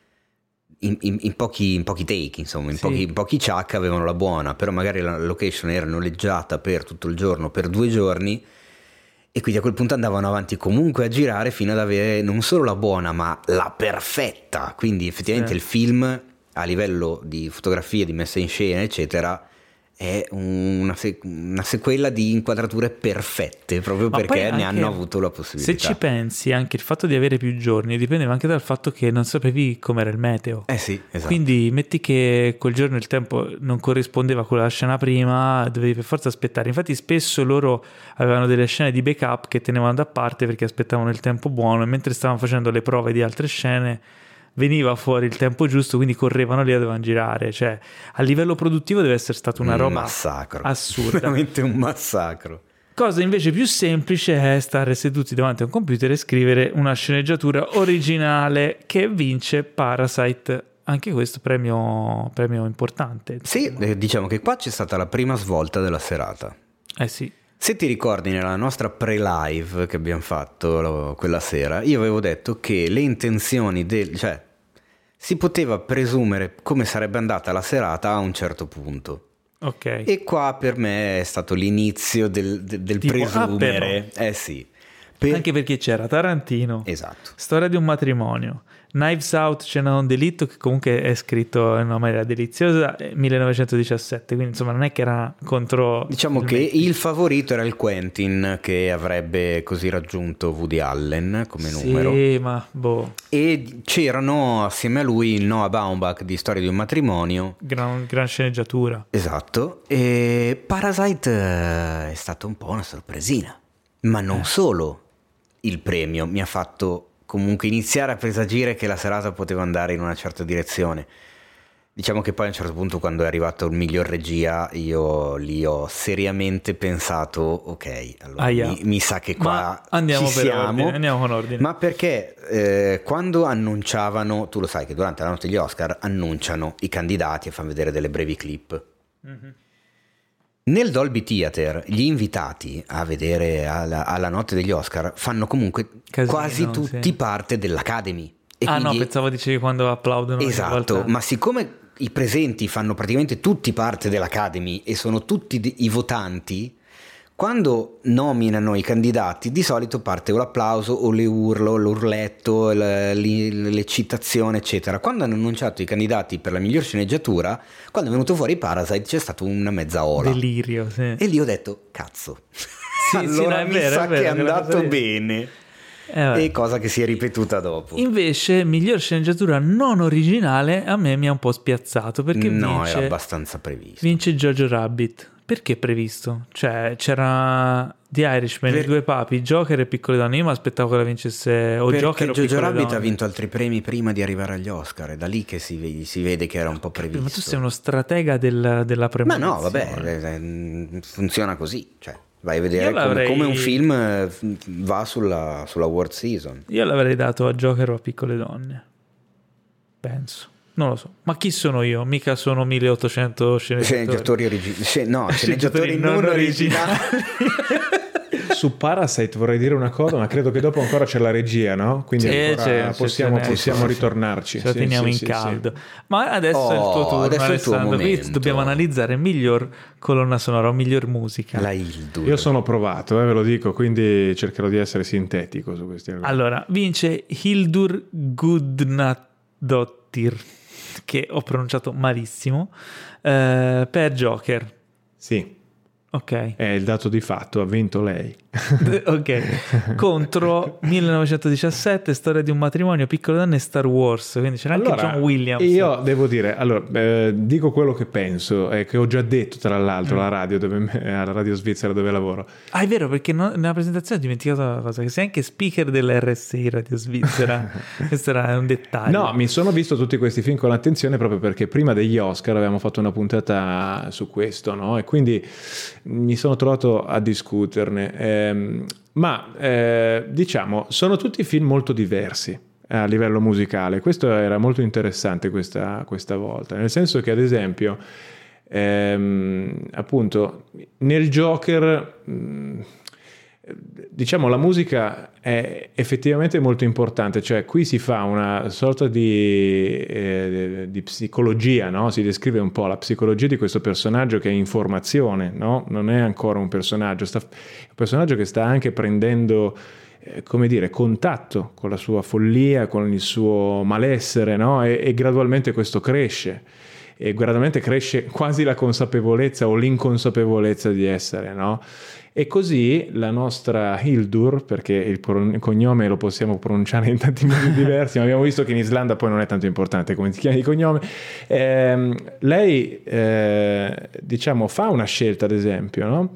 B: pochi take, insomma, in pochi chuck avevano la buona, però magari la location era noleggiata per tutto il giorno, per 2 giorni, e quindi a quel punto andavano avanti comunque a girare fino ad avere non solo la buona ma la perfetta. Quindi effettivamente il film a livello di fotografia, di messa in scena eccetera è una sequela di inquadrature perfette, proprio perché ne hanno avuto la possibilità.
A: Se ci pensi, anche il fatto di avere più giorni dipendeva anche dal fatto che non sapevi com'era il meteo.
B: Sì, esatto.
A: Quindi metti che quel giorno il tempo non corrispondeva con la scena prima, dovevi per forza aspettare. Infatti spesso loro avevano delle scene di backup che tenevano da parte perché aspettavano il tempo buono, e mentre stavano facendo le prove di altre scene veniva fuori il tempo giusto, quindi correvano lì e dovevano girare. Cioè a livello produttivo deve essere stata una roba
B: massacro,
A: assurda,
B: veramente un massacro.
A: Cosa invece più semplice è stare seduti davanti a un computer e scrivere una sceneggiatura originale che vince Parasite. Anche questo premio importante.
B: Sì, diciamo che qua c'è stata la prima svolta della serata.
A: Sì.
B: Se ti ricordi, nella nostra pre-live che abbiamo fatto quella sera, io avevo detto che le intenzioni cioè si poteva presumere come sarebbe andata la serata a un certo punto.
A: Ok.
B: E qua per me è stato l'inizio del tipo, presumere. Sì.
A: Anche perché c'era Tarantino.
B: Esatto.
A: Storia di un matrimonio. Knives Out, Cena d'un delitto, che comunque è scritto in una maniera deliziosa, 1917, quindi insomma non è che era contro...
B: Diciamo che il favorito era il Quentin, che avrebbe così raggiunto Woody Allen come numero.
A: Sì, ma boh.
B: E c'erano assieme a lui il Noah Baumbach di Storia di un matrimonio.
A: Gran sceneggiatura.
B: Esatto. E Parasite è stata un po' una sorpresina. Ma non solo il premio mi ha fatto comunque iniziare a presagire che la serata poteva andare in una certa direzione. Diciamo che poi a un certo punto, quando è arrivato il miglior regia, io lì ho seriamente pensato ok, allora mi sa che qua
A: andiamo
B: ci siamo.
A: Andiamo con ordine.
B: Ma perché quando annunciavano, tu lo sai che durante la notte degli Oscar annunciano i candidati e fanno vedere delle brevi clip. Mm-hmm. Nel Dolby Theater gli invitati a vedere alla notte degli Oscar fanno comunque quasi tutti parte dell'Academy. E quindi,
A: no, pensavo dicevi quando applaudono.
B: Esatto, ma siccome i presenti fanno praticamente tutti parte dell'Academy e sono tutti i votanti, quando nominano i candidati di solito parte o l'applauso o le l'urletto, l'eccitazione eccetera. Quando hanno annunciato i candidati per la miglior sceneggiatura, quando è venuto fuori Parasite, c'è stato una mezza ola,
A: delirio, sì.
B: E lì ho detto cazzo,
A: sì,
B: allora mi sa che è andato bene. e cosa che si è ripetuta dopo.
A: Invece miglior sceneggiatura non originale a me mi ha un po' spiazzato, perché
B: era abbastanza previsto.
A: Vince Jojo Rabbit. Perché previsto? Cioè c'era The Irishman, I Due Papi, Joker e Piccole Donne. Io mi aspettavo che la vincesse Joker o
B: Jojo Rabbit
A: Donne.
B: Ha vinto altri premi prima di arrivare agli Oscar, è da lì che si vede che era un po' previsto.
A: Ma tu sei uno stratega della premonizione.
B: Ma no, vabbè, funziona così, cioè vai a vedere come un film va sulla award season.
A: Io l'avrei dato a Joker o a Piccole Donne, penso. Non lo so, ma chi sono io? Mica sono 1800 sceneggiatori
B: originali. Sceneggiatori non originali.
C: Su Parasite vorrei dire una cosa, ma credo che dopo ancora c'è la regia, no? Quindi possiamo ritornarci.
A: Ce la teniamo in caldo. Ma adesso è il tuo turno, Alessandro. Qui dobbiamo analizzare miglior colonna sonora o miglior musica.
B: La Hildur.
C: Io sono provato, ve lo dico, quindi cercherò di essere sintetico su questi argomenti.
A: Allora, vince Hildur Gudnadottir, che ho pronunciato malissimo, per Joker.
C: Sì.
A: Ok.
C: È il dato di fatto, ha vinto lei.
A: Ok. Contro 1917, Storia di un matrimonio, Piccole Donne e Star Wars. Quindi c'era anche John Williams.
C: Io devo dire, dico quello che penso, che ho già detto tra l'altro alla radio svizzera dove lavoro.
A: Ah, è vero, perché nella presentazione ho dimenticato una cosa, che sei anche speaker dell'RSI Radio Svizzera. Questo era un dettaglio.
C: No, mi sono visto tutti questi film con attenzione proprio perché prima degli Oscar avevamo fatto una puntata su questo, no? E quindi mi sono trovato a discuterne. Diciamo, sono tutti film molto diversi a livello musicale. Questo era molto interessante questa volta, nel senso che ad esempio appunto nel Joker diciamo la musica è effettivamente molto importante, cioè qui si fa una sorta di psicologia, no? Si descrive un po' la psicologia di questo personaggio che è in formazione, no? Non è ancora un personaggio, è un personaggio che sta anche prendendo come dire, contatto con la sua follia, con il suo malessere, no? E gradualmente questo cresce. E gradualmente cresce quasi la consapevolezza o l'inconsapevolezza di essere, no? E così la nostra Hildur, perché il cognome lo possiamo pronunciare in tanti modi diversi, ma abbiamo visto che in Islanda poi non è tanto importante come si chiama di cognome, lei diciamo fa una scelta, ad esempio, no?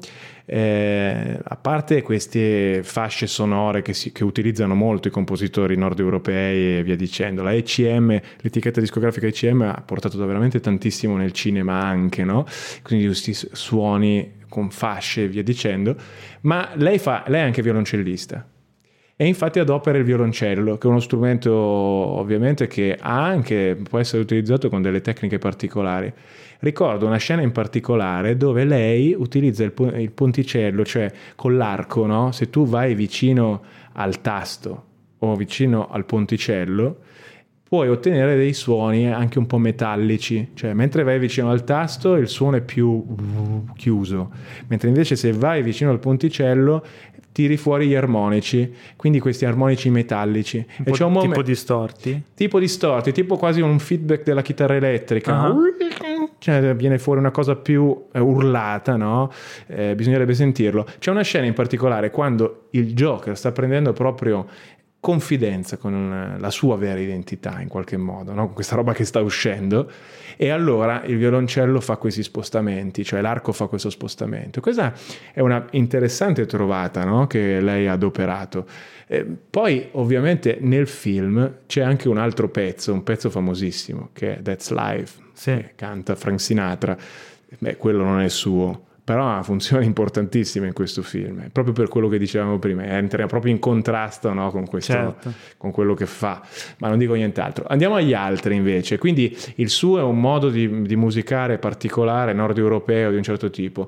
C: A parte queste fasce sonore che utilizzano molto i compositori nord europei e via dicendo, la ECM, l'etichetta discografica ECM ha portato veramente tantissimo nel cinema anche, no? Quindi questi suoni con fasce e via dicendo, ma lei è anche violoncellista e infatti adopera il violoncello, che è uno strumento ovviamente che può essere utilizzato con delle tecniche particolari. Ricordo una scena in particolare dove lei utilizza il ponticello, cioè con l'arco, no? Se tu vai vicino al tasto o vicino al ponticello puoi ottenere dei suoni anche un po' metallici, cioè mentre vai vicino al tasto il suono è più chiuso, mentre invece se vai vicino al ponticello tiri fuori gli armonici, quindi questi armonici metallici.
A: Tipo distorti?
C: Tipo distorti, tipo quasi un feedback della chitarra elettrica. Uh-huh. Cioè, viene fuori una cosa più urlata, no? Bisognerebbe sentirlo. C'è una scena in particolare quando il Joker sta prendendo proprio confidenza con la sua vera identità in qualche modo, no? Con questa roba che sta uscendo, e allora il violoncello fa questi spostamenti, cioè l'arco fa questo spostamento. Questa è una interessante trovata, no? Che lei ha adoperato. Poi ovviamente nel film c'è anche un altro pezzo, un pezzo famosissimo che è That's Life, sì. Che canta Frank Sinatra. Quello non è suo, però ha una funzione importantissima in questo film, proprio per quello che dicevamo prima, entra proprio in contrasto, no, con questo, certo, con quello che fa, ma non dico nient'altro. Andiamo agli altri invece, quindi il suo è un modo di musicare particolare, nord europeo di un certo tipo.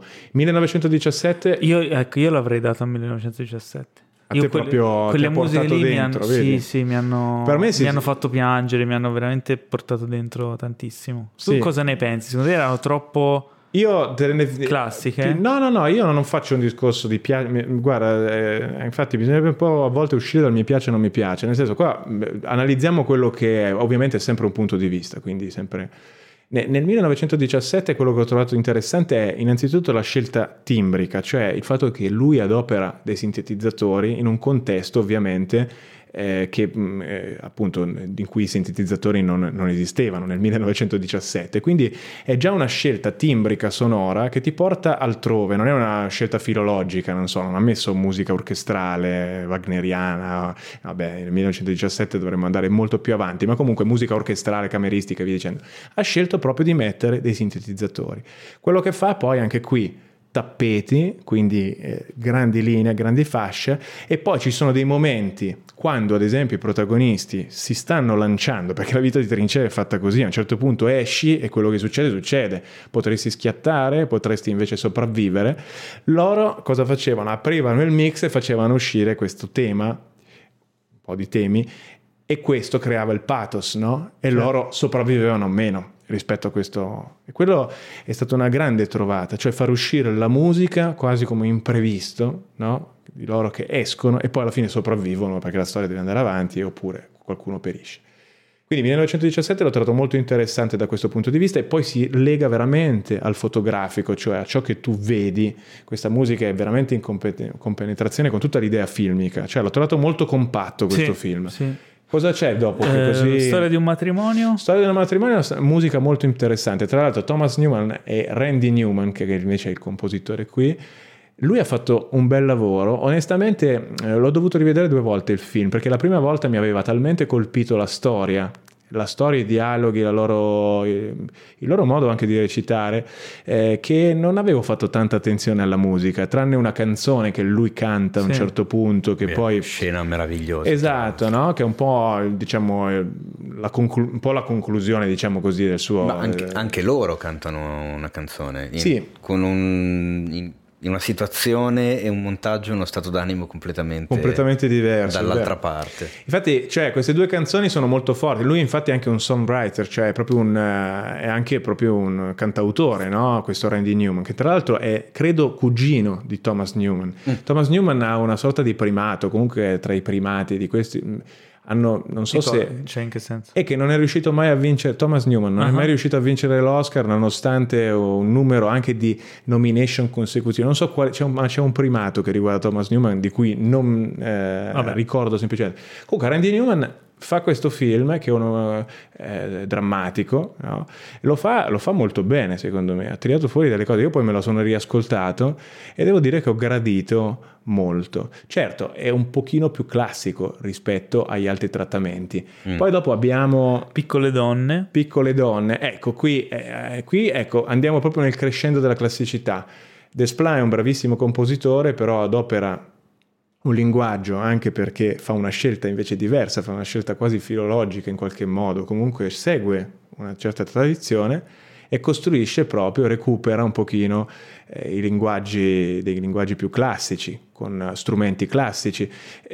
C: 1917
A: io l'avrei dato a 1917.
C: Quelle musiche lì
A: dentro, mi hanno fatto piangere, mi hanno veramente portato dentro tantissimo. Tu cosa ne pensi? Secondo te erano troppo classiche?
C: No, io non faccio un discorso di guarda, infatti bisognerebbe un po' a volte uscire dal mi piace o non mi piace, nel senso qua analizziamo quello che è, ovviamente è sempre un punto di vista, quindi sempre Nel 1917 quello che ho trovato interessante è innanzitutto la scelta timbrica, cioè il fatto che lui adopera dei sintetizzatori in un contesto ovviamente appunto in cui i sintetizzatori non esistevano nel 1917, quindi è già una scelta timbrica sonora che ti porta altrove, non è una scelta filologica, non ha messo musica orchestrale wagneriana, vabbè nel 1917 dovremmo andare molto più avanti, ma comunque musica orchestrale, cameristica e via dicendo, ha scelto proprio di mettere dei sintetizzatori. Quello che fa poi anche qui tappeti, quindi grandi linee, grandi fasce, e poi ci sono dei momenti quando ad esempio i protagonisti si stanno lanciando, perché la vita di trincea è fatta così, a un certo punto esci e quello che succede, potresti schiattare, potresti invece sopravvivere. Loro cosa facevano? Aprivano il mix e facevano uscire questo tema, un po' di temi, e questo creava il pathos, no? E loro sopravvivevano meno rispetto a questo, e quello è stata una grande trovata, cioè far uscire la musica quasi come imprevisto, no? Di loro che escono e poi alla fine sopravvivono perché la storia deve andare avanti oppure qualcuno perisce. Quindi 1917 l'ho trovato molto interessante da questo punto di vista, e poi si lega veramente al fotografico, cioè a ciò che tu vedi. Questa musica è veramente in compenetrazione con tutta l'idea filmica, cioè l'ho trovato molto compatto questo film. Sì. Cosa c'è dopo?
A: Storia di un matrimonio?
C: Storia di un matrimonio, musica molto interessante. Tra l'altro Thomas Newman e Randy Newman, che invece è il compositore qui, lui ha fatto un bel lavoro. Onestamente l'ho dovuto rivedere 2 volte il film, perché la prima volta mi aveva talmente colpito la storia, i dialoghi, il loro modo anche di recitare, che non avevo fatto tanta attenzione alla musica, tranne una canzone che lui canta a un certo punto, che poi
B: scena meravigliosa,
C: esatto, no? Che è un po', diciamo, un po' la conclusione, diciamo così, del suo.
B: Ma anche loro cantano una canzone con in una situazione e un montaggio, uno stato d'animo completamente diverso dall'altra parte.
C: Infatti, cioè, queste 2 canzoni sono molto forti. Lui infatti è anche un songwriter, cioè è anche proprio un cantautore, no? Questo Randy Newman, che tra l'altro è, credo, cugino di Thomas Newman. Thomas Newman ha una sorta di primato, comunque tra i primati di questi non so se
A: c'è, in che senso?
C: È che non è riuscito mai a vincere. Thomas Newman non è mai riuscito a vincere l'Oscar, nonostante un numero anche di nomination consecutive. Non so quale, c'è un primato che riguarda Thomas Newman di cui non ricordo semplicemente. Comunque Randy Newman fa questo film che è uno drammatico, no? Lo fa molto bene, secondo me. Ha tirato fuori delle cose. Io poi me lo sono riascoltato e devo dire che ho gradito molto. Certo, è un pochino più classico rispetto agli altri trattamenti. Poi dopo abbiamo
A: Piccole donne.
C: Ecco, qui ecco, andiamo proprio nel crescendo della classicità. Desplat è un bravissimo compositore, però adopera un linguaggio, anche perché fa una scelta invece diversa, fa una scelta quasi filologica in qualche modo, comunque segue una certa tradizione e recupera un pochino dei linguaggi più classici, con strumenti classici.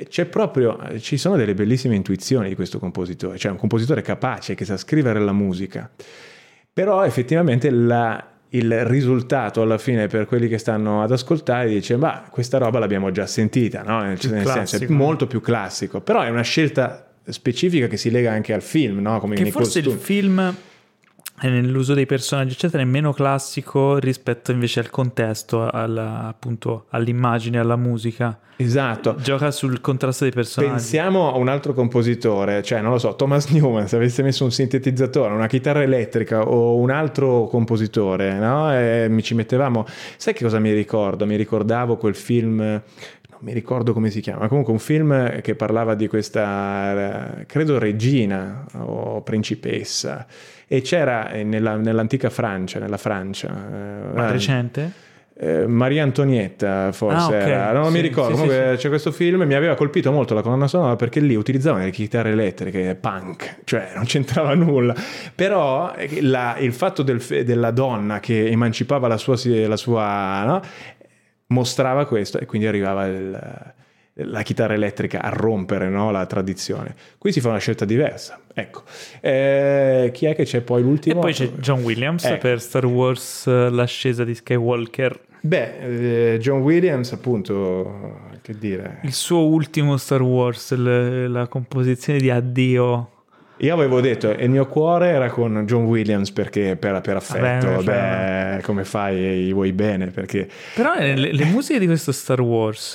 C: Ci sono delle bellissime intuizioni di questo compositore, cioè un compositore capace che sa scrivere la musica, però effettivamente il risultato alla fine per quelli che stanno ad ascoltare dice questa roba l'abbiamo già sentita, no? Nel senso è molto più classico, però è una scelta specifica che si lega anche al film, no? Come
A: che forse il film nell'uso dei personaggi eccetera è meno classico rispetto invece al contesto, appunto all'immagine, alla musica.
C: Esatto,
A: gioca sul contrasto dei personaggi.
C: Pensiamo a un altro compositore, cioè non lo so, Thomas Newman, se avesse messo un sintetizzatore, una chitarra elettrica o un altro compositore, no? E ci mettevamo, sai che cosa mi ricordo? Mi ricordavo quel film, non mi ricordo come si chiama, comunque un film che parlava di questa, credo regina o principessa, e c'era nell'antica Francia,
A: ma recente?
C: Maria Antonietta forse era, non mi ricordo, comunque c'è questo film, mi aveva colpito molto la colonna sonora perché lì utilizzavano le chitarre elettriche punk, cioè non c'entrava nulla, però il fatto della donna che emancipava la sua no? Mostrava questo, e quindi arrivava la chitarra elettrica a rompere, no? La tradizione. Qui si fa una scelta diversa, ecco. Chi è che c'è poi l'ultimo?
A: E poi c'è John Williams per Star Wars, l'ascesa di Skywalker.
C: John Williams, appunto, che dire,
A: il suo ultimo Star Wars, la composizione di addio
C: Io avevo detto, il mio cuore era con John Williams perché per affetto, come fai, gli vuoi bene, perché...
A: Però le musiche di questo Star Wars,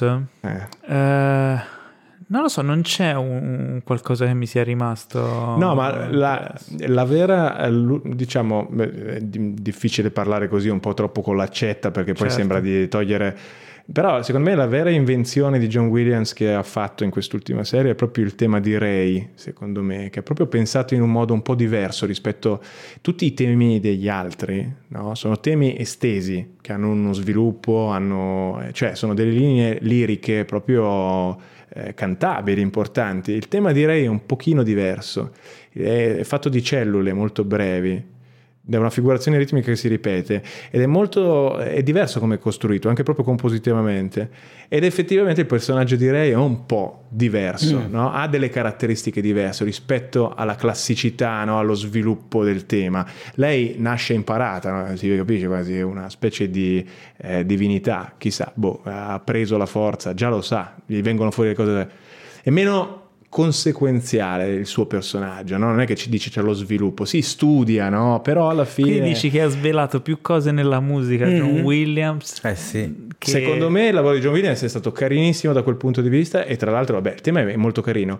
A: non lo so, non c'è un qualcosa che mi sia rimasto...
C: No, ma la vera, diciamo, difficile parlare così un po' troppo con l'accetta, perché poi sembra di togliere... Però secondo me la vera invenzione di John Williams che ha fatto in quest'ultima serie è proprio il tema di Rey, secondo me, che è proprio pensato in un modo un po' diverso rispetto a tutti i temi degli altri, no? Sono temi estesi, che hanno uno sviluppo, cioè sono delle linee liriche proprio cantabili, importanti. Il tema di Rey è un pochino diverso, è fatto di cellule molto brevi, è una figurazione ritmica che si ripete ed è diverso come è costruito, anche proprio compositivamente, ed effettivamente il personaggio di Rey è un po' diverso, no? Ha delle caratteristiche diverse rispetto alla classicità, no? Allo sviluppo del tema. Lei nasce imparata, no? Si capisce, quasi una specie di divinità, chissà, ha preso la forza, già lo sa, gli vengono fuori le cose, è meno conseguenziale il suo personaggio, no? Non è che ci dice c'è lo sviluppo, si studia, no? Però alla fine...
A: Quindi dici che ha svelato più cose nella musica John Williams.
B: Sì.
C: Secondo me il lavoro di John Williams è stato carinissimo da quel punto di vista, e tra l'altro il tema è molto carino.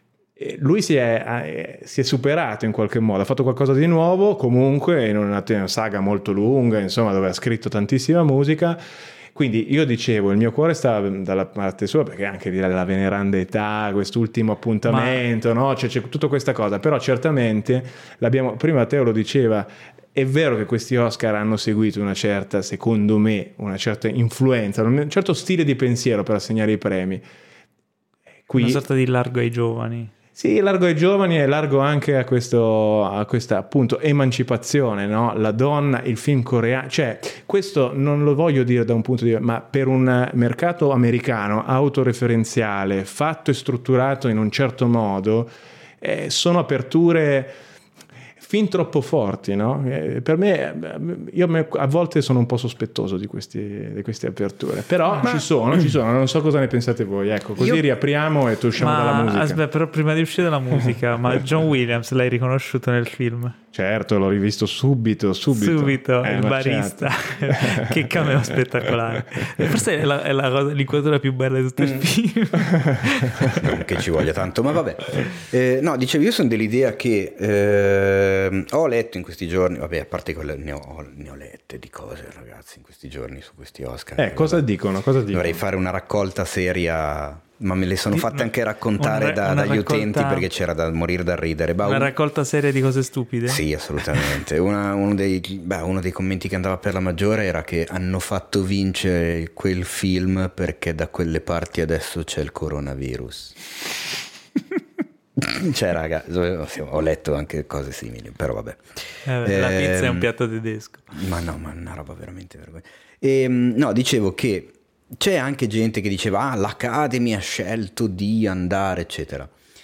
C: Lui si è superato in qualche modo, ha fatto qualcosa di nuovo comunque in una saga molto lunga, insomma, dove ha scritto tantissima musica. Quindi io dicevo, il mio cuore sta dalla parte sua, perché anche della veneranda età, quest'ultimo appuntamento, no? C'è tutta questa cosa, però certamente prima Teo lo diceva, è vero che questi Oscar hanno seguito una certa, secondo me, una certa influenza, un certo stile di pensiero per assegnare i premi.
A: Una sorta di largo ai giovani.
C: Sì, largo ai giovani e largo anche a questa appunto emancipazione, no? La donna, il film coreano, cioè questo non lo voglio dire da un punto di vista, ma per un mercato americano autoreferenziale, fatto e strutturato in un certo modo, sono aperture fin troppo forti, no? Per me, io a volte sono un po' sospettoso di queste aperture, però ci sono, non so cosa ne pensate voi, ecco, così riapriamo e usciamo dalla musica.
A: Aspetta, però prima di uscire dalla musica, ma John Williams l'hai riconosciuto nel film?
C: Certo, l'ho rivisto subito.
A: Il barista, certo. Che cameo spettacolare. Forse è l'inquadratura più bella di tutto il film.
B: Non che ci voglia tanto, ma vabbè. No, dicevo, io sono dell'idea che ho letto in questi giorni, vabbè, a parte che ne ho lette di cose, ragazzi, in questi giorni su questi Oscar.
C: Cosa dicono?
B: Dovrei fare una raccolta seria, ma me le sono fatte anche raccontare dagli utenti, perché c'era da morire da ridere.
A: Una raccolta seria di cose stupide?
B: Sì, assolutamente. Uno dei commenti che andava per la maggiore era che hanno fatto vincere quel film perché da quelle parti adesso c'è il coronavirus. Cioè, raga, ho letto anche cose simili, però vabbè.
A: La pizza è un piatto tedesco.
B: Ma no, ma è una roba veramente vergognosa. No, dicevo che c'è anche gente che diceva l'Academy ha scelto di andare, eccetera.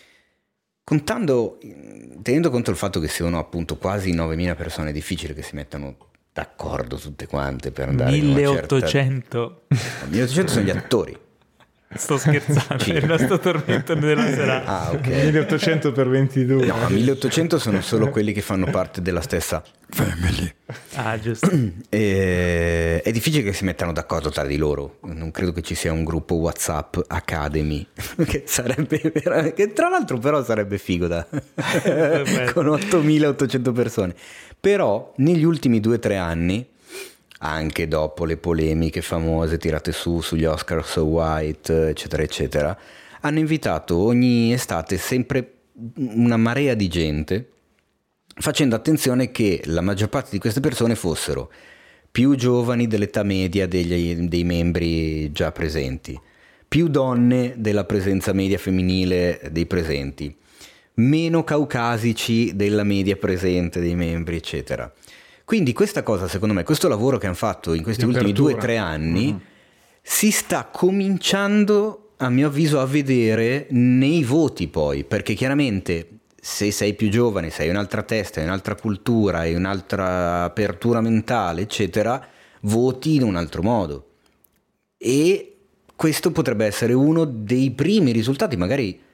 B: Tenendo conto il fatto che sono appunto quasi 9.000 persone, è difficile che si mettano d'accordo tutte quante per andare
A: 1800.
B: 1800 sono gli attori.
A: Sto scherzando, è il nostro tormento della serata.
B: Ok.
C: 1800 per 22.
B: No, 1800 sono solo quelli che fanno parte della stessa family.
A: Giusto.
B: È difficile che si mettano d'accordo tra di loro. Non credo che ci sia un gruppo WhatsApp Academy, che sarebbe che tra l'altro però sarebbe figo con 8.800 persone. Però negli ultimi 2-3 anni, anche dopo le polemiche famose tirate sugli Oscar So White, eccetera eccetera, hanno invitato ogni estate sempre una marea di gente, facendo attenzione che la maggior parte di queste persone fossero più giovani dell'età media dei membri già presenti, più donne della presenza media femminile dei presenti, meno caucasici della media presente dei membri, eccetera. Quindi questa cosa, secondo me, questo lavoro che hanno fatto in questi ultimi 2-3 anni, si sta cominciando, a mio avviso, a vedere nei voti poi, perché chiaramente se sei più giovane, sei un'altra testa, hai un'altra cultura, hai un'altra apertura mentale, eccetera, voti in un altro modo. E questo potrebbe essere uno dei primi risultati, magari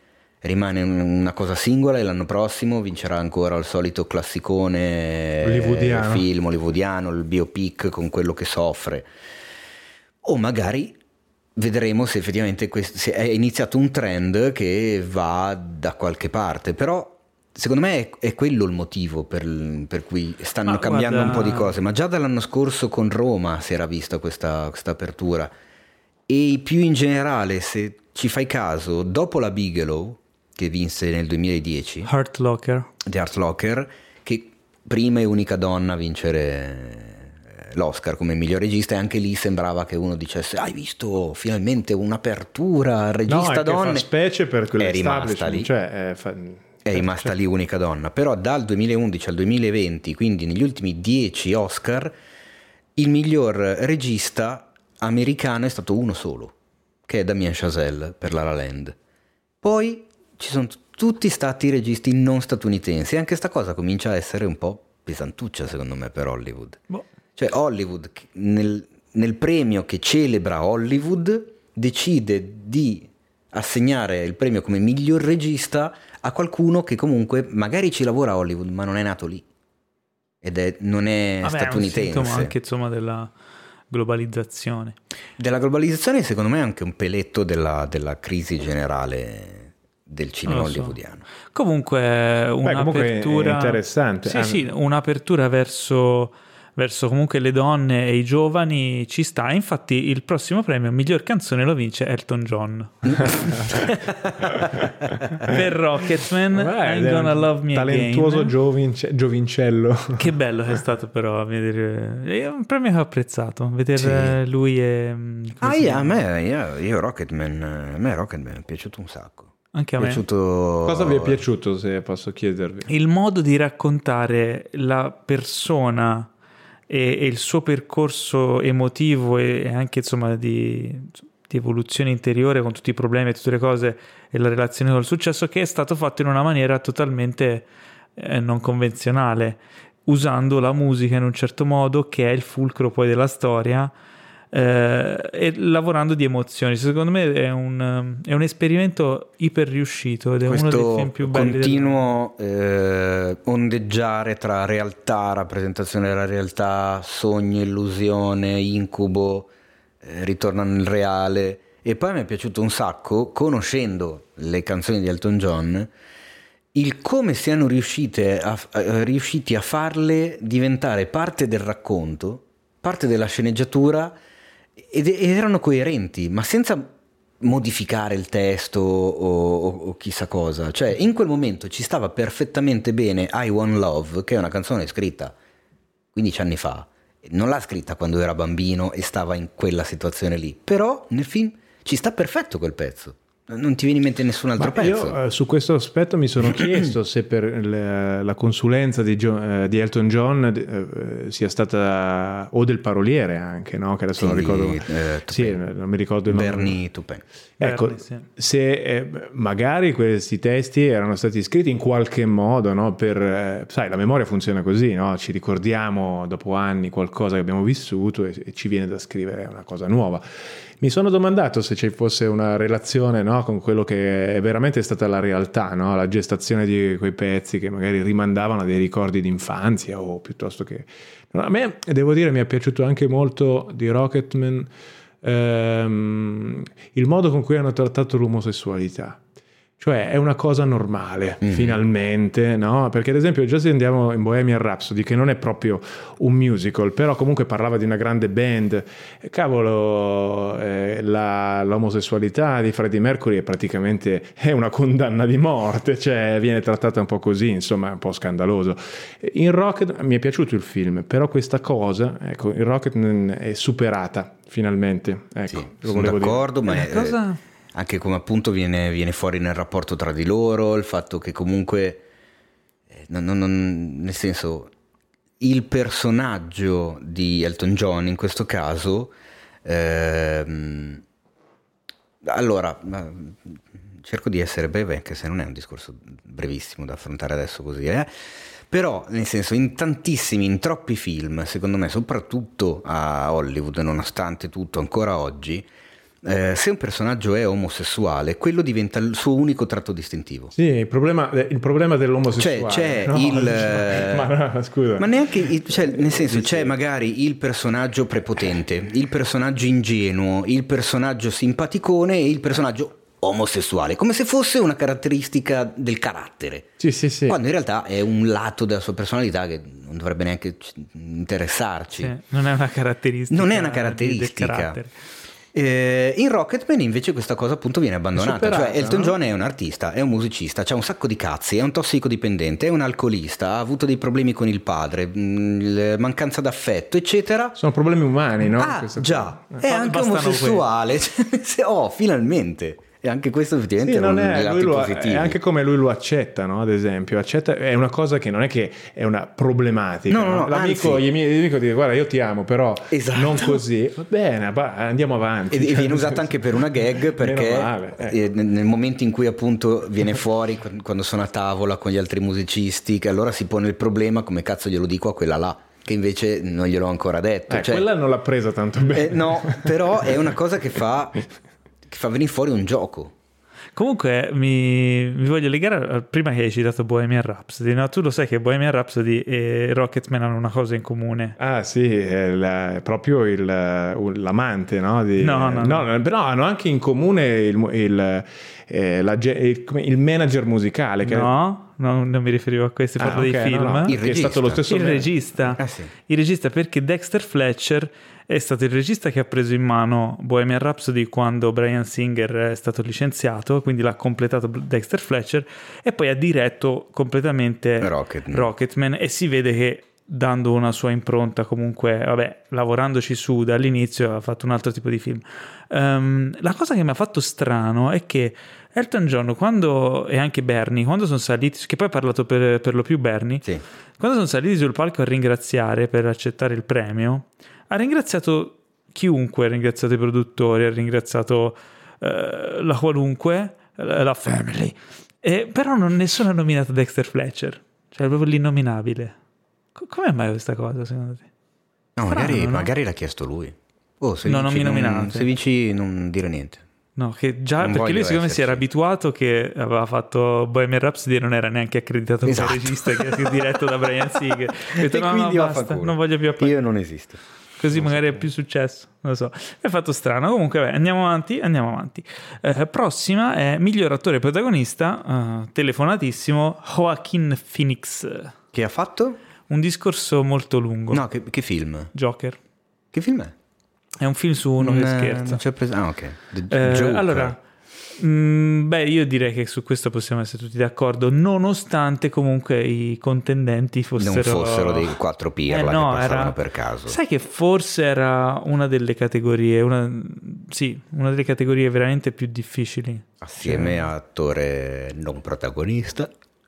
B: rimane una cosa singola e l'anno prossimo vincerà ancora il solito classicone
C: hollywoodiano.
B: Film hollywoodiano, il biopic con quello che soffre, o magari vedremo se effettivamente se è iniziato un trend che va da qualche parte. Però secondo me è quello il motivo per cui stanno cambiando un po' di cose, ma già dall'anno scorso con Roma si era vista questa apertura, e più in generale, se ci fai caso, dopo la Bigelow che vinse nel 2010, The Hurt Locker, che prima e unica donna a vincere l'Oscar come miglior regista, e anche lì sembrava che uno dicesse: hai visto finalmente un'apertura, regista donne,
C: fa specie per
B: è rimasta lì, è rimasta lì unica donna. Però dal 2011 al 2020, quindi negli ultimi 10 Oscar, il miglior regista americano è stato uno solo, che è Damien Chazelle per La La Land. Poi ci sono tutti stati registi non statunitensi, e anche sta cosa comincia a essere un po' pesantuccia secondo me per Hollywood. Cioè Hollywood nel premio che celebra Hollywood decide di assegnare il premio come miglior regista a qualcuno che comunque magari ci lavora a Hollywood ma non è nato lì non è statunitense. È un sintomo
A: anche insomma della globalizzazione.
B: Della globalizzazione, secondo me, è anche un peletto della crisi generale del cinema hollywoodiano.
A: Comunque un'apertura
C: interessante.
A: Sì, un'apertura verso comunque le donne e i giovani ci sta. Infatti il prossimo premio miglior canzone lo vince Elton John per Rocketman. I'm Gonna Love Me
C: talentuoso
A: Again.
C: giovincello.
A: Che bello che è stato però vedere, è un premio che ho apprezzato vedere lui e
B: a me Rocketman è piaciuto un sacco.
A: Anche a me.
C: Cosa vi è piaciuto, se posso chiedervi?
A: Il modo di raccontare la persona e il suo percorso emotivo e anche insomma di evoluzione interiore, con tutti i problemi e tutte le cose e la relazione col successo, che è stato fatto in una maniera totalmente non convenzionale, usando la musica in un certo modo che è il fulcro poi della storia, e lavorando di emozioni. Secondo me è un esperimento iper riuscito ed è uno dei film più belli.
B: Continuo ondeggiare tra realtà, rappresentazione della realtà, sogno, illusione, incubo, ritorno nel reale. E poi mi è piaciuto un sacco, conoscendo le canzoni di Elton John, il come siano riusciti a farle diventare parte del racconto, parte della sceneggiatura, ed erano coerenti, ma senza modificare il testo o chissà cosa. Cioè in quel momento ci stava perfettamente bene I Want Love, che è una canzone scritta 15 anni fa, non l'ha scritta quando era bambino e stava in quella situazione lì, però nel film ci sta perfetto quel pezzo. Non ti viene in mente nessun altro pezzo?
C: Io su questo aspetto mi sono chiesto se per la consulenza di Elton John sia stata, o del paroliere anche, no? Che adesso non ricordo. Non mi ricordo il nome.
B: Bernie Taupin.
C: Ecco,
A: Bernie, sì.
C: Se magari questi testi erano stati scritti in qualche modo, no? Sai, la memoria funziona così, no? Ci ricordiamo dopo anni qualcosa che abbiamo vissuto e ci viene da scrivere una cosa nuova. Mi sono domandato se ci fosse una relazione, no, con quello che è veramente stata la realtà, no? La gestazione di quei pezzi che magari rimandavano a dei ricordi di infanzia, o piuttosto che... A me, devo dire, mi è piaciuto anche molto di Rocketman il modo con cui hanno trattato l'omosessualità. Cioè è una cosa normale, finalmente, no? Perché ad esempio già se andiamo in Bohemian Rhapsody, che non è proprio un musical, però comunque parlava di una grande band, cavolo, l'omosessualità di Freddie Mercury è praticamente una condanna di morte, cioè viene trattata un po' così, insomma è un po' scandaloso. In Rocket mi è piaciuto il film, però questa cosa, ecco, in Rocket è superata finalmente, ecco,
B: sì, sono d'accordo, dire. Ma è cosa... anche come appunto viene fuori nel rapporto tra di loro, il fatto che comunque nel senso, il personaggio di Elton John in questo caso allora cerco di essere breve, anche se non è un discorso brevissimo da affrontare adesso così, però nel senso, in troppi film, secondo me, soprattutto a Hollywood, nonostante tutto ancora oggi, se un personaggio è omosessuale, quello diventa il suo unico tratto distintivo.
C: Sì, il problema dell'omosessuale.
B: C'è
C: no?
B: il...
C: scusa.
B: Ma neanche... Cioè, nel senso, c'è magari il personaggio prepotente, il personaggio ingenuo, il personaggio simpaticone e il personaggio omosessuale, come se fosse una caratteristica del carattere.
C: Sì.
B: Quando in realtà è un lato della sua personalità che non dovrebbe neanche interessarci.
A: Sì, non è una caratteristica.
B: Non è una caratteristica. In Rocketman invece questa cosa appunto viene abbandonata, cioè Elton John è un artista, è un musicista, c'ha un sacco di cazzi, è un tossicodipendente, è un alcolista, ha avuto dei problemi con il padre, mancanza d'affetto, eccetera.
C: Sono problemi umani, no?
B: Già, è anche omosessuale. Finalmente. E anche questo effettivamente
C: sì,
B: è un lato positivo.
C: È anche come lui lo accetta, no? Ad esempio, è una cosa che non è che è una problematica.
B: No,
C: l'amico,
B: anzi,
C: gli amico dice guarda io ti amo, però non così. Va bene, andiamo avanti.
B: E viene usata anche per una gag, perché nel momento in cui appunto viene fuori quando sono a tavola con gli altri musicisti, che allora si pone il problema come cazzo glielo dico a quella là, che invece non gliel'ho ancora detto.
C: Quella non l'ha presa tanto bene.
B: No, però è una cosa che fa venire fuori un gioco.
A: Comunque mi voglio legare prima che hai citato Bohemian Rhapsody, no? Tu lo sai che Bohemian Rhapsody e Rocketman hanno una cosa in comune.
C: Ah sì, è proprio l'amante, no? No, però hanno anche in comune il manager musicale. Che
A: non mi riferivo a questo, parlo dei film.
C: No. Che è stato lo stesso
A: il regista.
B: Sì.
A: Il regista, perché Dexter Fletcher è stato il regista che ha preso in mano Bohemian Rhapsody quando Bryan Singer è stato licenziato, quindi l'ha completato Dexter Fletcher, e poi ha diretto completamente Rocketman, e si vede che dando una sua impronta, comunque lavorandoci su dall'inizio, ha fatto un altro tipo di film. La cosa che mi ha fatto strano è che Elton John e anche Bernie, quando sono saliti, che poi ha parlato per lo più Bernie,
B: sì,
A: quando sono saliti sul palco a ringraziare per accettare il premio, ha ringraziato chiunque, ha ringraziato i produttori, ha ringraziato la qualunque, la family, però nessuno ha nominato Dexter Fletcher, cioè proprio l'innominabile. Com'è mai questa cosa secondo te?
B: No, magari l'ha chiesto lui. Se vinci non dire niente.
A: No, che già perché lui secondo me si era abituato che aveva fatto Bohemian Rhapsody e non era neanche accreditato come regista, che è diretto da Bryan Singer. Quindi basta, non voglio più apparire.
B: Io non esisto.
A: Così magari è più successo, non lo so. È fatto strano. Comunque andiamo avanti. Prossima è miglior attore protagonista, telefonatissimo, Joaquin Phoenix.
B: Che ha fatto?
A: Un discorso molto lungo.
B: No, che film?
A: Joker.
B: Che film è?
A: È un film su uno che scherza.
B: Ok.
A: Allora, io direi che su questo possiamo essere tutti d'accordo, nonostante comunque i contendenti non
B: fossero dei quattro pirla che passavano per caso.
A: Sai che forse era una delle categorie, una delle categorie veramente più difficili.
B: Assieme a attore non protagonista.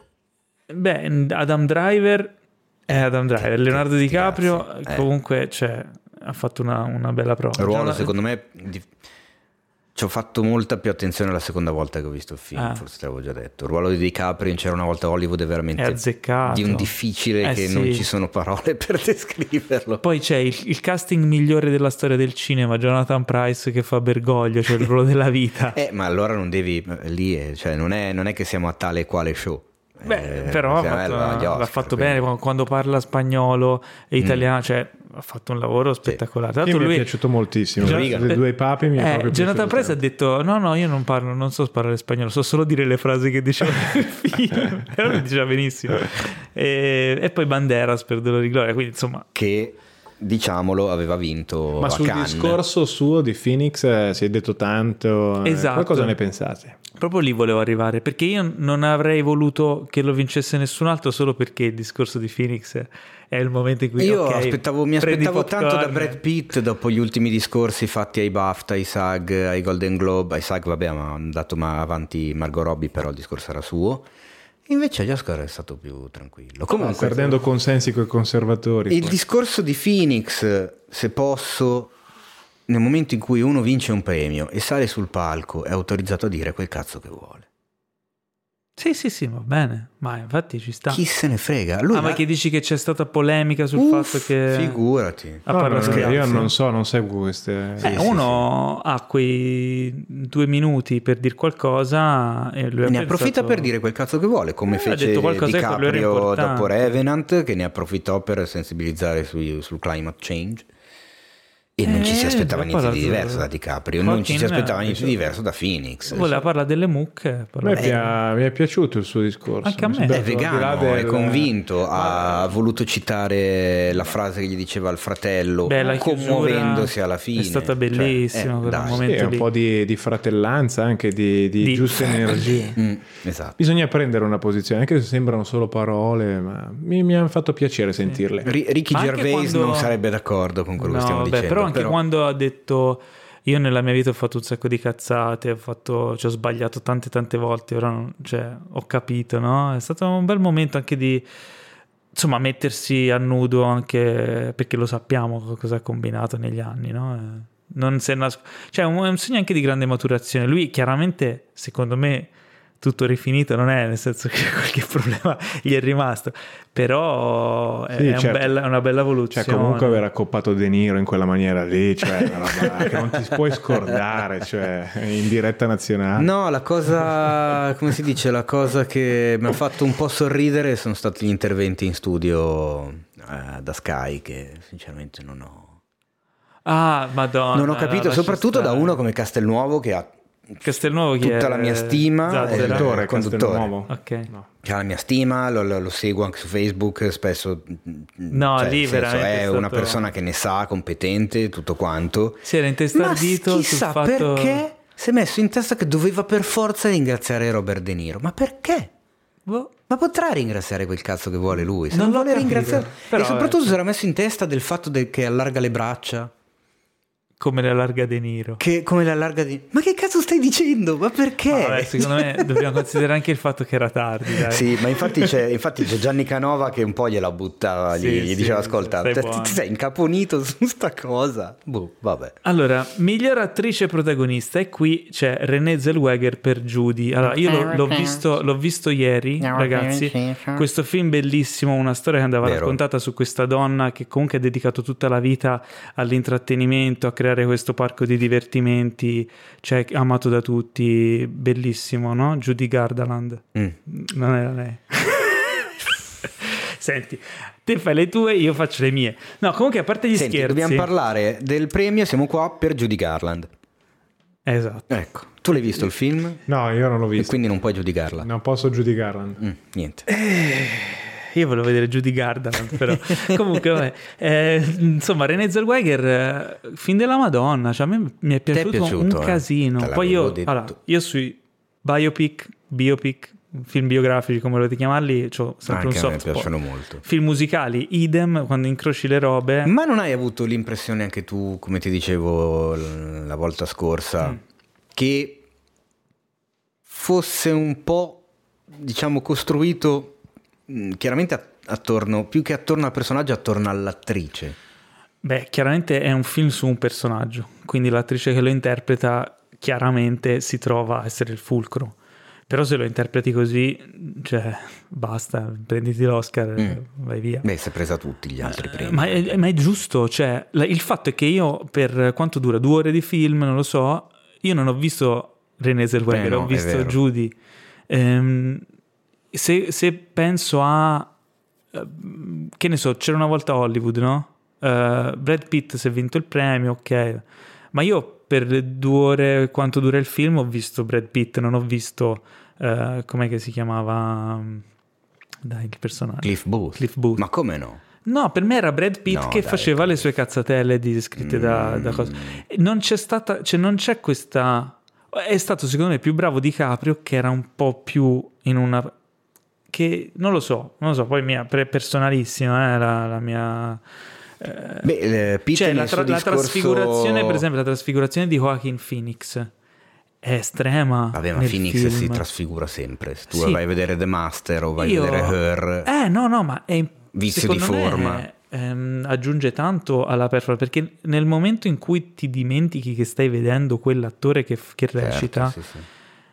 A: Adam Driver, Leonardo DiCaprio, comunque ha fatto una bella prova.
B: Ruolo secondo me ci ho fatto molta più attenzione la seconda volta che ho visto il film, forse te l'avevo già detto. Il ruolo di DiCaprio in C'era una volta Hollywood è veramente
A: azzeccato,
B: di un difficile che non ci sono parole per descriverlo.
A: Poi c'è il casting migliore della storia del cinema, Jonathan Pryce che fa Bergoglio, cioè il ruolo della vita.
B: Ma allora non devi lì, cioè non è che siamo a tale e quale show.
A: Però l'ha fatto bene quando parla spagnolo e italiano, cioè ha fatto un lavoro spettacolare. Tanto
C: mi è piaciuto moltissimo. Le due papi mi è proprio
A: Jonathan Pryce ha detto no, io non so parlare spagnolo, so solo dire le frasi che diceva nel film. Però lo diceva benissimo. E poi Banderas per Dolore di Gloria, quindi insomma,
B: che diciamolo aveva vinto.
C: Ma sul discorso suo di Phoenix si è detto tanto.
A: Esatto.
C: Cosa ne pensate?
A: Proprio lì volevo arrivare, perché io non avrei voluto che lo vincesse nessun altro, solo perché il discorso di Phoenix è il momento in cui
B: mi aspettavo tanto da Brad Pitt dopo gli ultimi discorsi fatti ai BAFTA, ai SAG, ai Golden Globe. Ai SAG ma ha andato avanti Margot Robbie, però il discorso era suo. Invece agli Oscar è stato più tranquillo.
C: Comunque, perdendo consensi con i conservatori.
B: Il discorso di Phoenix, se posso, nel momento in cui uno vince un premio e sale sul palco è autorizzato a dire quel cazzo che vuole.
A: Sì, va bene, ma infatti ci sta.
B: Chi se ne frega? Lui
A: ma che dici che c'è stata polemica sul fatto che...
B: Figurati.
C: Io non so, non seguo queste...
A: uno ha quei 2 minuti per dire qualcosa e lui
B: ne approfitta per dire quel cazzo che vuole, come fece DiCaprio dopo Revenant, che ne approfittò per sensibilizzare sul climate change. E non ci si aspettava niente di diverso da DiCaprio, non ci si aspettava niente di diverso da Phoenix.
A: Voleva parlare delle mucche.
C: Mi è piaciuto il suo discorso.
A: Anche a me.
B: È vegano, è convinto, ha voluto citare la frase che gli diceva il fratello, commuovendosi alla fine.
A: È stata bellissima quel momento
C: lì. Un po' di fratellanza, anche di giuste energie.
B: Esatto.
C: Bisogna prendere una posizione, anche se sembrano solo parole, ma mi hanno fatto piacere sentirle.
B: Ricky Gervais non sarebbe d'accordo con quello che stiamo dicendo.
A: Però quando ha detto io nella mia vita ho fatto un sacco di cazzate, ci ho sbagliato tante volte, ora ho capito, no? È stato un bel momento anche di insomma mettersi a nudo, anche perché lo sappiamo cosa ha combinato negli anni, no? Non si è un segno anche di grande maturazione. Lui chiaramente, secondo me, tutto rifinito non è, nel senso che qualche problema gli è rimasto, però è una bella evoluzione.
C: Cioè, comunque aver accoppato De Niro in quella maniera lì, cioè una roba che non ti puoi scordare, cioè in diretta nazionale.
B: No, la cosa, come si dice, la cosa che mi ha fatto un po' sorridere sono stati gli interventi in studio da Sky, che sinceramente non ho...
A: Ah, madonna.
B: Non ho capito, soprattutto da uno come Castelnuovo, che ha
A: Castelnuovo,
B: tutta la mia stima,
C: è il conduttore.
A: Okay.
C: No.
B: C'ha la mia stima, lo seguo anche su Facebook spesso.
A: Lì veramente
B: è una persona che ne sa, competente, tutto quanto.
A: Si era intestardito
B: sul fatto... perché si è messo in testa che doveva per forza ringraziare Robert De Niro. Ma perché? Ma potrà ringraziare quel cazzo che vuole lui, se non vuole ringraziare. Però, e soprattutto si era messo in testa del fatto che allarga le braccia.
A: Come le allarga De Niro.
B: Ma che cazzo stai dicendo? Ma perché?
A: Vabbè, secondo me dobbiamo considerare anche il fatto che era tardi, dai.
B: Sì, ma infatti c'è Gianni Canova che un po' gliela buttava, gli diceva ascolta, ti sei incaponito su sta cosa. Vabbè.
A: Allora, miglior attrice protagonista, e qui c'è Renée Zellweger per Judy. Allora, io l'ho visto ieri, ragazzi, questo film bellissimo, una storia che andava raccontata su questa donna che comunque ha dedicato tutta la vita all'intrattenimento, a creare questo parco di divertimenti, cioè amato da tutti, bellissimo, no? Judy Garland. Non era lei. Senti, te fai le tue, io faccio le mie. No, comunque, a parte gli scherzi,
B: dobbiamo parlare del premio, siamo qua per Judy Garland.
A: Esatto.
B: Ecco, tu l'hai visto il film?
C: No, io non l'ho visto.
B: E quindi non puoi giudicarla.
C: Non posso giudicarla.
B: Niente.
A: Io volevo vedere Judy Garland, però comunque vabbè. Insomma, Renée Zellweger, film della Madonna, cioè a me mi è piaciuto un casino. Poi io sui biopic, film biografici, come volete chiamarli, c'ho sempre
B: anche
A: un soft
B: a me piacciono molto.
A: Film musicali, idem, quando incroci le robe.
B: Ma non hai avuto l'impressione anche tu, come ti dicevo la volta scorsa, che fosse un po', diciamo, costruito chiaramente attorno, più che attorno al personaggio, attorno all'attrice?
A: Beh, chiaramente è un film su un personaggio, quindi l'attrice che lo interpreta chiaramente si trova a essere il fulcro. Però se lo interpreti così, cioè, basta, prenditi l'Oscar, vai via.
B: Beh, si è presa tutti gli altri premi.
A: Ma è giusto, cioè, il fatto è che io, per quanto dura, 2 ore di film, non lo so, io non ho visto Renée Zellweger, ho visto Judy. Se penso a, che ne so, c'era una volta Hollywood, no? Brad Pitt si è vinto il premio, ok, ma io per 2 ore, quanto dura il film, ho visto Brad Pitt, non ho visto com'è che si chiamava, dai, il personaggio
B: Cliff Booth. Ma come no?
A: No, per me era Brad Pitt che faceva le sue cazzatelle scritte da cose. Non c'è stata, cioè non c'è questa. È stato secondo me più bravo DiCaprio, che era un po' più in una, che non lo so, poi mia personalissima, la mia.
B: Pitt,
A: cioè la trasfigurazione, per esempio, la trasfigurazione di Joaquin Phoenix è estrema.
B: Vabbè, ma Phoenix film si trasfigura sempre. Se tu vai a vedere The Master o vai a vedere Her,
A: no, ma è
B: vizio di forma.
A: Aggiunge tanto alla performance, perché nel momento in cui ti dimentichi che stai vedendo quell'attore che recita,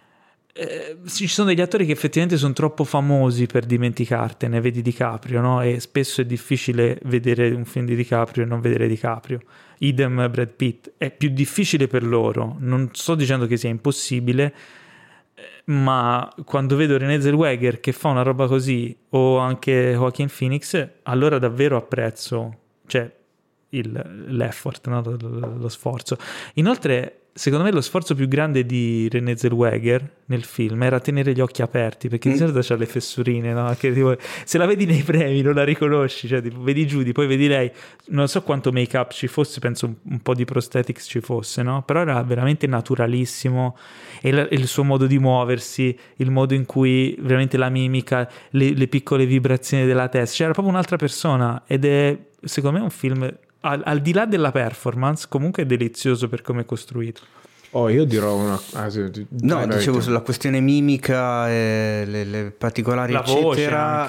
A: ci sono degli attori che effettivamente sono troppo famosi per dimenticartene, vedi DiCaprio, no? E spesso è difficile vedere un film di DiCaprio e non vedere DiCaprio. Idem Brad Pitt, è più difficile per loro, non sto dicendo che sia impossibile, ma quando vedo Renée Zellweger che fa una roba così, o anche Joaquin Phoenix, allora davvero apprezzo, cioè, l'effort, no? Lo sforzo. Inoltre, secondo me lo sforzo più grande di Renée Zellweger nel film era tenere gli occhi aperti, perché di solito c'ha le fessurine, no? Che tipo, se la vedi nei premi non la riconosci, cioè tipo, vedi Judy, poi vedi lei, non so quanto make up ci fosse, penso un po' di prosthetics ci fosse, no? Però era veramente naturalissimo, e il suo modo di muoversi, il modo in cui veramente la mimica, le piccole vibrazioni della testa, cioè era proprio un'altra persona, ed è secondo me un film al di là della performance comunque è delizioso per come è costruito.
C: Io dirò una...
B: no, dicevo sulla questione mimica, le particolari
A: la
B: eccetera,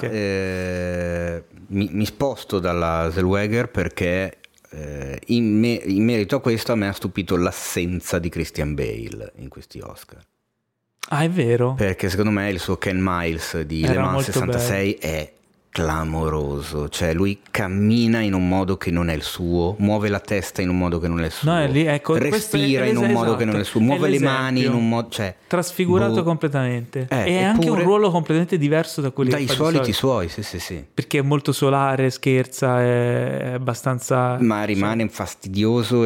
B: mi sposto dalla Zellweger perché in merito a questo a me ha stupito l'assenza di Christian Bale in questi Oscar.
A: Ah, è vero?
B: Perché secondo me il suo Ken Miles di Le Mans 66 bello. È clamoroso, cioè lui cammina in un modo che non è il suo, muove la testa in un modo che non è il suo,
A: no, lì, ecco,
B: respira in un modo che non è il suo, muove le mani in un modo, cioè
A: trasfigurato completamente, e è anche un ruolo completamente diverso da quelli
B: dai soliti suoi, sì,
A: perché è molto solare, scherza, è abbastanza,
B: ma rimane fastidioso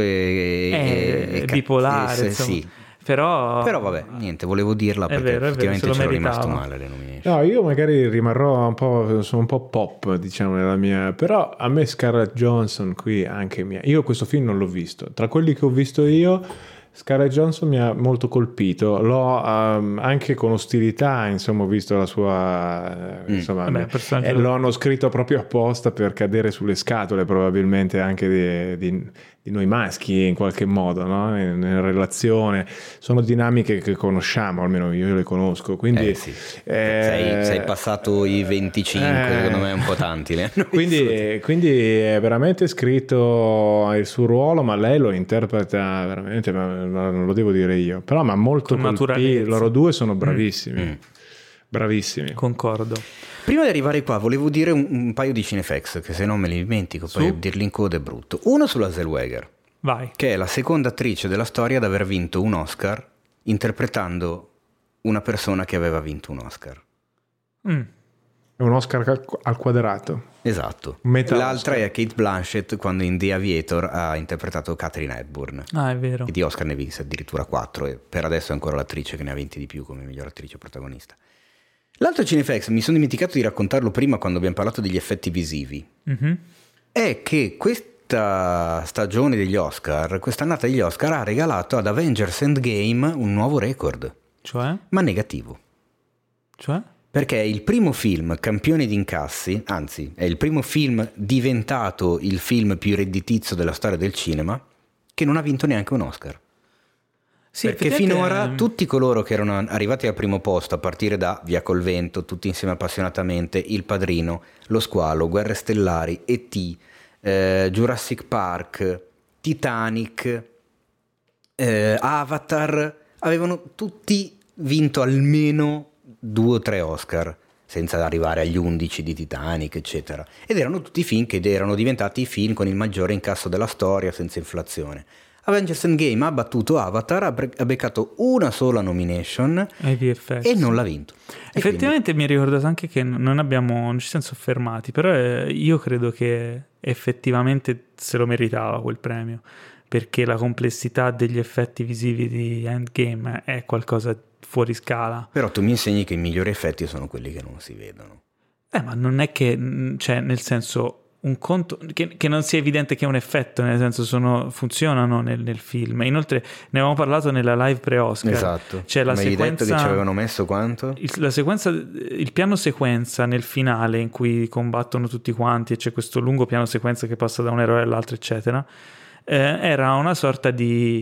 B: e
A: bipolare,
B: sì.
A: Però
B: vabbè, niente, volevo dirla perché effettivamente c'ero rimasto male le nomination.
C: No, io magari rimarrò sono un po' pop, diciamo, nella mia, però a me Scarlett Johansson qui anche io questo film non l'ho visto, tra quelli che ho visto io Scarlett Johansson mi ha molto colpito, l'ho anche con ostilità, insomma, ho visto la sua insomma, lo hanno scritto proprio apposta per cadere sulle scatole probabilmente anche di noi maschi in qualche modo, no? In relazione, sono dinamiche che conosciamo, almeno io le conosco, quindi
B: sì. Sei passato i 25, secondo me un po' tanti
C: quindi è veramente scritto il suo ruolo, ma lei lo interpreta veramente, non lo devo dire io, però ma molto colpito, loro due sono bravissimi. Bravissimi.
A: Concordo.
B: Prima di arrivare qua volevo dire un paio di cinefacts che se no me li dimentico, poi dirli in coda è brutto. Uno sulla Zellweger.
A: Vai.
B: Che è la seconda attrice della storia ad aver vinto un Oscar interpretando una persona che aveva vinto un Oscar.
C: È un Oscar al quadrato.
B: Esatto. L'altra è Kate Blanchett quando in The Aviator ha interpretato Katharine Hepburn.
A: Ah, è vero.
B: E di Oscar ne vinse addirittura 4 e per adesso è ancora l'attrice che ne ha vinti di più come miglior attrice protagonista. L'altro cinefax, mi sono dimenticato di raccontarlo prima quando abbiamo parlato degli effetti visivi, è che questa stagione degli Oscar, quest'annata degli Oscar, ha regalato ad Avengers Endgame un nuovo record.
A: Cioè?
B: Ma negativo.
A: Cioè?
B: Perché è il primo film campione di incassi, anzi, è il primo film diventato il film più redditizio della storia del cinema che non ha vinto neanche un Oscar. Sì, perché finora tutti coloro che erano arrivati al primo posto a partire da Via col Vento, Tutti insieme appassionatamente, Il Padrino, Lo Squalo, Guerre Stellari, E.T., Jurassic Park, Titanic, Avatar, avevano tutti vinto almeno 2 o 3 Oscar, senza arrivare agli 11 di Titanic, eccetera. Ed erano tutti film che erano diventati i film con il maggiore incasso della storia senza inflazione. Avengers Endgame ha battuto Avatar, ha beccato una sola nomination e non l'ha vinto.
A: Effettivamente mi ha ricordato anche che non ci siamo soffermati, però io credo che effettivamente se lo meritava quel premio, perché la complessità degli effetti visivi di Endgame è qualcosa fuori scala.
B: Però tu mi insegni che i migliori effetti sono quelli che non si vedono.
A: Ma non è che, cioè, nel senso, un conto che non sia evidente che è un effetto, nel senso funzionano nel film. Inoltre ne avevamo parlato nella live pre-Oscar.
B: Esatto.
A: Cioè la sequenza,
B: hai detto che ci avevano messo quanto?
A: Il piano sequenza nel finale in cui combattono tutti quanti e c'è questo lungo piano sequenza che passa da un eroe all'altro, eccetera. Era una sorta di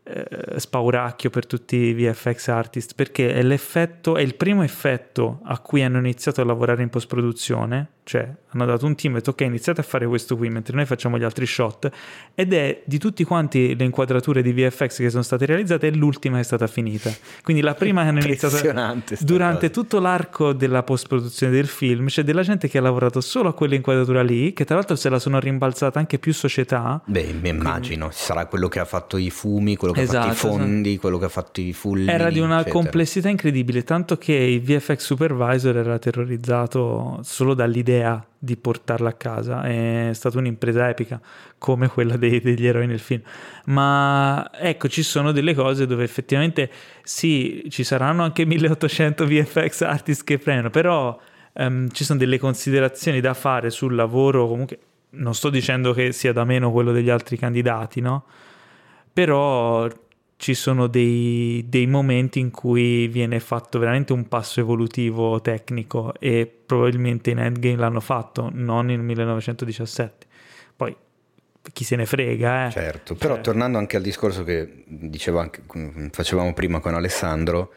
A: spauracchio per tutti i VFX artist, perché è il primo effetto a cui hanno iniziato a lavorare in post-produzione, cioè hanno dato un team e detto ok, iniziate a fare questo qui mentre noi facciamo gli altri shot, ed è di tutti quanti le inquadrature di VFX che sono state realizzate è l'ultima che è stata finita, quindi la prima che hanno iniziato durante tutto l'arco della post-produzione del film. C'è della gente che ha lavorato solo a quell'inquadratura lì, che tra l'altro se la sono rimbalzata anche più società.
B: Beh, mi immagino, sarà quello che ha fatto i fumi, quello che ha fatto i fondi, quello che ha fatto i fulmini.
A: Era di una
B: eccetera.
A: Complessità incredibile, tanto che il VFX supervisor era terrorizzato solo dall'idea di portarla a casa. È stata un'impresa epica come quella degli eroi nel film, ma ecco, ci sono delle cose dove effettivamente sì, ci saranno anche 1800 VFX artist che prendono, però ci sono delle considerazioni da fare sul lavoro. Comunque non sto dicendo che sia da meno quello degli altri candidati, no? Però ci sono dei momenti in cui viene fatto veramente un passo evolutivo tecnico, e probabilmente in Endgame l'hanno fatto, non nel 1917. Poi chi se ne frega,
B: Certo, però tornando anche al discorso che facevamo prima con Alessandro,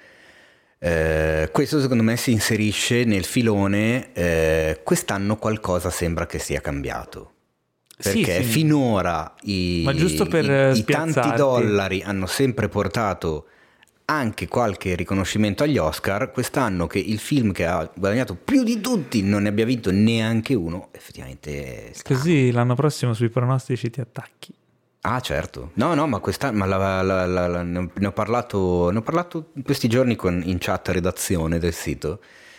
B: questo secondo me si inserisce nel filone quest'anno qualcosa sembra che sia cambiato. Perché finora i tanti dollari hanno sempre portato anche qualche riconoscimento agli Oscar. Quest'anno che il film che ha guadagnato più di tutti non ne abbia vinto neanche uno, effettivamente è strano.
A: Così l'anno prossimo sui pronostici ti attacchi.
B: Ah certo, no, ma quest'anno ne ho parlato in questi giorni in chat redazione del sito.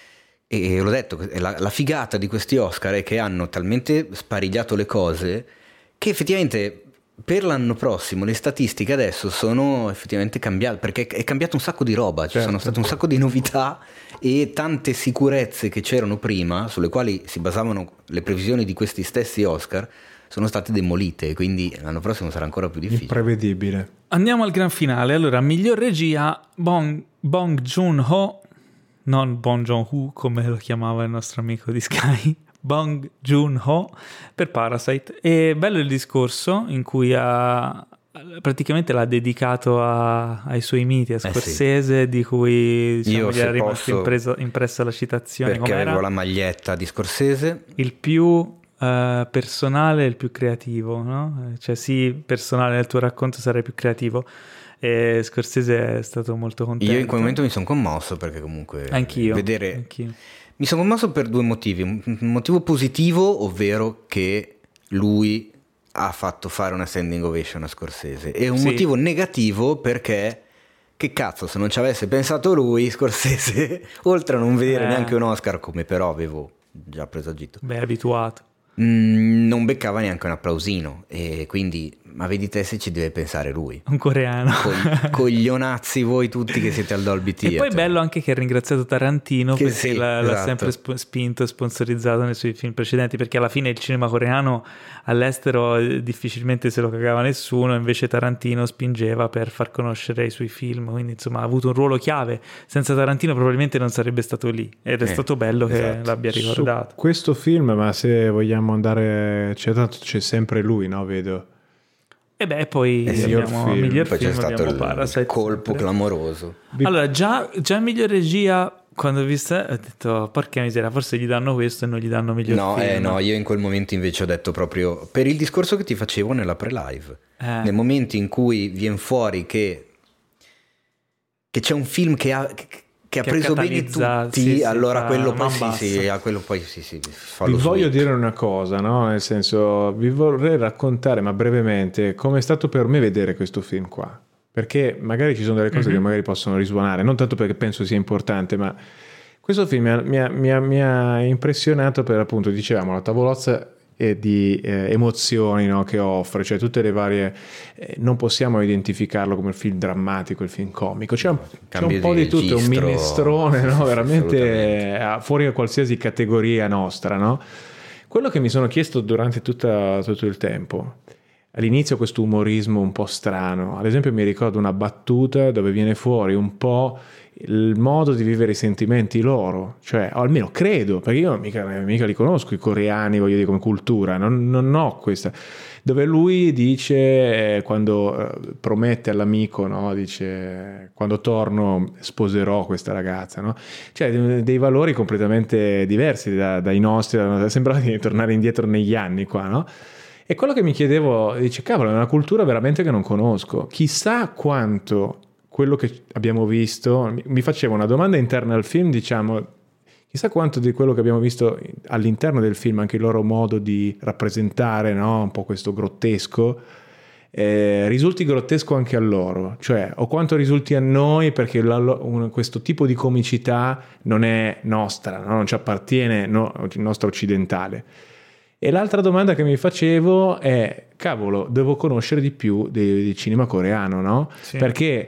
B: E l'ho detto, la figata di questi Oscar è che hanno talmente sparigliato le cose che effettivamente per l'anno prossimo le statistiche adesso sono effettivamente cambiate, perché è cambiato un sacco di roba, ci sono state un sacco di novità e tante sicurezze che c'erano prima, sulle quali si basavano le previsioni di questi stessi Oscar, sono state demolite, quindi l'anno prossimo sarà ancora più difficile.
C: Imprevedibile.
A: Andiamo al gran finale. Allora, miglior regia Bong Joon-ho, non Bong Joon-ho come lo chiamava il nostro amico di Sky, Bong Joon-ho per Parasite. E bello il discorso in cui praticamente l'ha dedicato ai suoi miti, a Scorsese, sì. Di cui diciamo, gli era rimasta impressa la citazione.
B: Perché
A: com'era?
B: Avevo la maglietta di Scorsese.
A: Il più personale e il più creativo, no? Cioè sì, personale nel tuo racconto sarai più creativo. E Scorsese è stato molto contento.
B: Io in quel momento mi sono commosso perché comunque
A: anch'io.
B: Mi sono commosso per due motivi. Un motivo positivo, ovvero che lui ha fatto fare una standing ovation a Scorsese, e un motivo negativo perché che cazzo, se non ci avesse pensato lui, Scorsese, oltre a non vedere neanche un Oscar, come però avevo già presagito,
A: beh, abituato,
B: non beccava neanche un applausino, e quindi ma vedi te se ci deve pensare lui,
A: un coreano.
B: Coglionazzi voi tutti che siete al Dolby Theatre.
A: E poi bello anche che ha ringraziato Tarantino che perché l'ha sempre spinto e sponsorizzato nei suoi film precedenti, perché alla fine il cinema coreano all'estero difficilmente se lo cagava nessuno, invece Tarantino spingeva per far conoscere i suoi film, quindi insomma ha avuto un ruolo chiave. Senza Tarantino probabilmente non sarebbe stato lì, ed è stato bello che l'abbia ricordato.
C: Su questo film, ma se vogliamo andare, tanto c'è sempre lui, no? Vedo.
A: E beh, poi miglior
B: poi
A: film
B: c'è stato
A: il
B: colpo clamoroso.
A: Allora già miglior regia, quando ho visto ho detto porca miseria, forse gli danno questo e non gli danno miglior film.
B: No, io in quel momento invece ho detto proprio per il discorso che ti facevo nella pre-live, nel momento in cui viene fuori che c'è un film che ha preso bene tutti, allora quello poi fa lo
C: vi voglio dire una cosa, no? Nel senso, vi vorrei raccontare, ma brevemente, come è stato per me vedere questo film qua, perché magari ci sono delle cose che magari possono risuonare, non tanto perché penso sia importante, ma questo film mi ha impressionato per, appunto, dicevamo, la tavolozza di emozioni, no, che offre, cioè tutte le varie, non possiamo identificarlo come il film drammatico, il film comico, c'è un po' di tutto, un minestrone, no, veramente fuori da qualsiasi categoria nostra, no? Quello che mi sono chiesto durante tutto il tempo, all'inizio questo umorismo un po' strano. Ad esempio mi ricordo una battuta dove viene fuori un po' il modo di vivere i sentimenti loro, cioè, o almeno credo, perché io mica li conosco i coreani, voglio dire, come cultura, non ho questa, dove lui dice, quando promette all'amico, no? Dice, quando torno sposerò questa ragazza, no? Cioè dei valori completamente diversi dai nostri, sembrava di tornare indietro negli anni qua, no? E quello che mi chiedevo, dice, cavolo, è una cultura veramente che non conosco, chissà quanto quello che abbiamo visto, mi facevo una domanda interna al film, diciamo, chissà quanto di quello che abbiamo visto all'interno del film, anche il loro modo di rappresentare, no? Un po' questo grottesco, risulti grottesco anche a loro, cioè, o quanto risulti a noi, perché questo tipo di comicità non è nostra, no? Non ci appartiene, no, nostra occidentale. E l'altra domanda che mi facevo è, cavolo, devo conoscere di più di cinema coreano, no? Sì. Perché,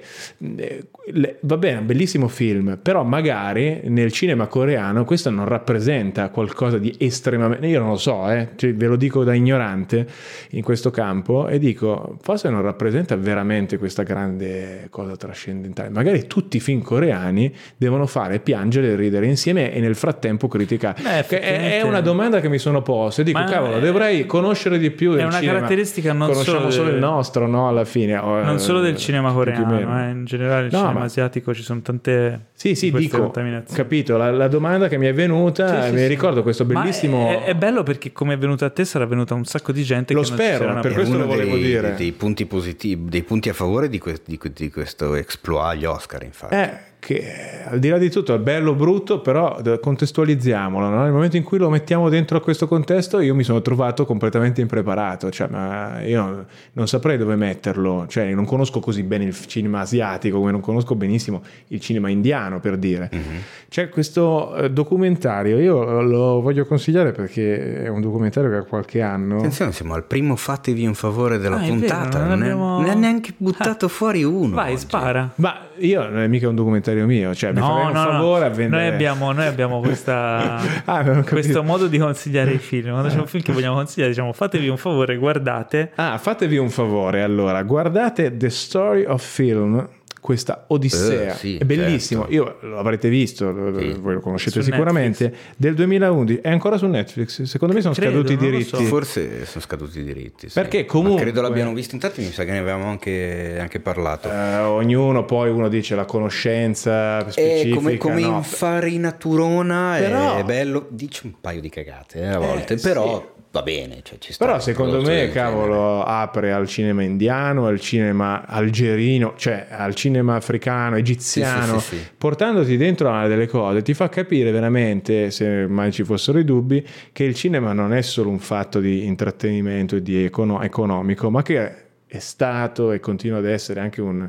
C: va bene, è un bellissimo film, però magari nel cinema coreano questo non rappresenta qualcosa di estremamente... Io non lo so, cioè, ve lo dico da ignorante in questo campo, e dico, forse non rappresenta veramente questa grande cosa trascendentale. Magari tutti i film coreani devono fare piangere e ridere insieme e nel frattempo criticare. È una domanda che mi sono posto e dico, cavolo, dovrei conoscere di più del cinema.
A: Caratteristica non
C: conosciamo solo il nostro, no? Alla fine
A: non solo del cinema coreano, in generale il cinema asiatico ci sono tante
C: dico, capito, la domanda che mi è venuta, mi ricordo questo bellissimo,
A: è bello perché come è venuta a te sarà venuta un sacco di gente,
C: lo
A: che
C: spero,
A: non
C: per questo lo volevo dire,
B: dei punti positivi, dei punti a favore di questo exploit agli Oscar, infatti,
C: che al di là di tutto è bello o brutto, però contestualizziamolo, no? Nel momento in cui lo mettiamo dentro a questo contesto io mi sono trovato completamente impreparato, cioè, ma io non saprei dove metterlo, cioè non conosco così bene il cinema asiatico come non conosco benissimo il cinema indiano, per dire. C'è questo documentario, io lo voglio consigliare perché è un documentario che ha qualche anno.
B: Attenzione, siamo al primo fatevi un favore della puntata, vero, non è neanche buttato fuori uno.
A: Vai, oggi. Spara.
C: Ma io non è mica un documentario mio, cioè mi farei un favore a vendere.
A: Noi abbiamo questa questo modo di consigliare i film. Quando c'è un film che vogliamo consigliare, diciamo fatevi un favore, guardate.
C: Fatevi un favore, allora guardate The Story of Film, questa odissea, è bellissimo, certo. Io l'avrete visto, voi lo conoscete sicuramente, Netflix. Del 2011, è ancora su Netflix, secondo me sono scaduti i diritti,
B: so. Forse sono scaduti i diritti, sì.
C: Perché comunque
B: credo l'abbiano visto, infatti mi sa che ne avevamo anche parlato,
C: ognuno poi uno dice la conoscenza specifica,
B: come infarinaturona, però, è bello, dice un paio di cagate a volte, però va bene, cioè ci sta.
C: Però secondo me, cavolo, apre al cinema indiano, al cinema algerino, cioè al cinema africano, egiziano, sì. Portandoti dentro a delle cose, ti fa capire veramente, se mai ci fossero i dubbi, che il cinema non è solo un fatto di intrattenimento e di economico, ma che è stato e continua ad essere anche un...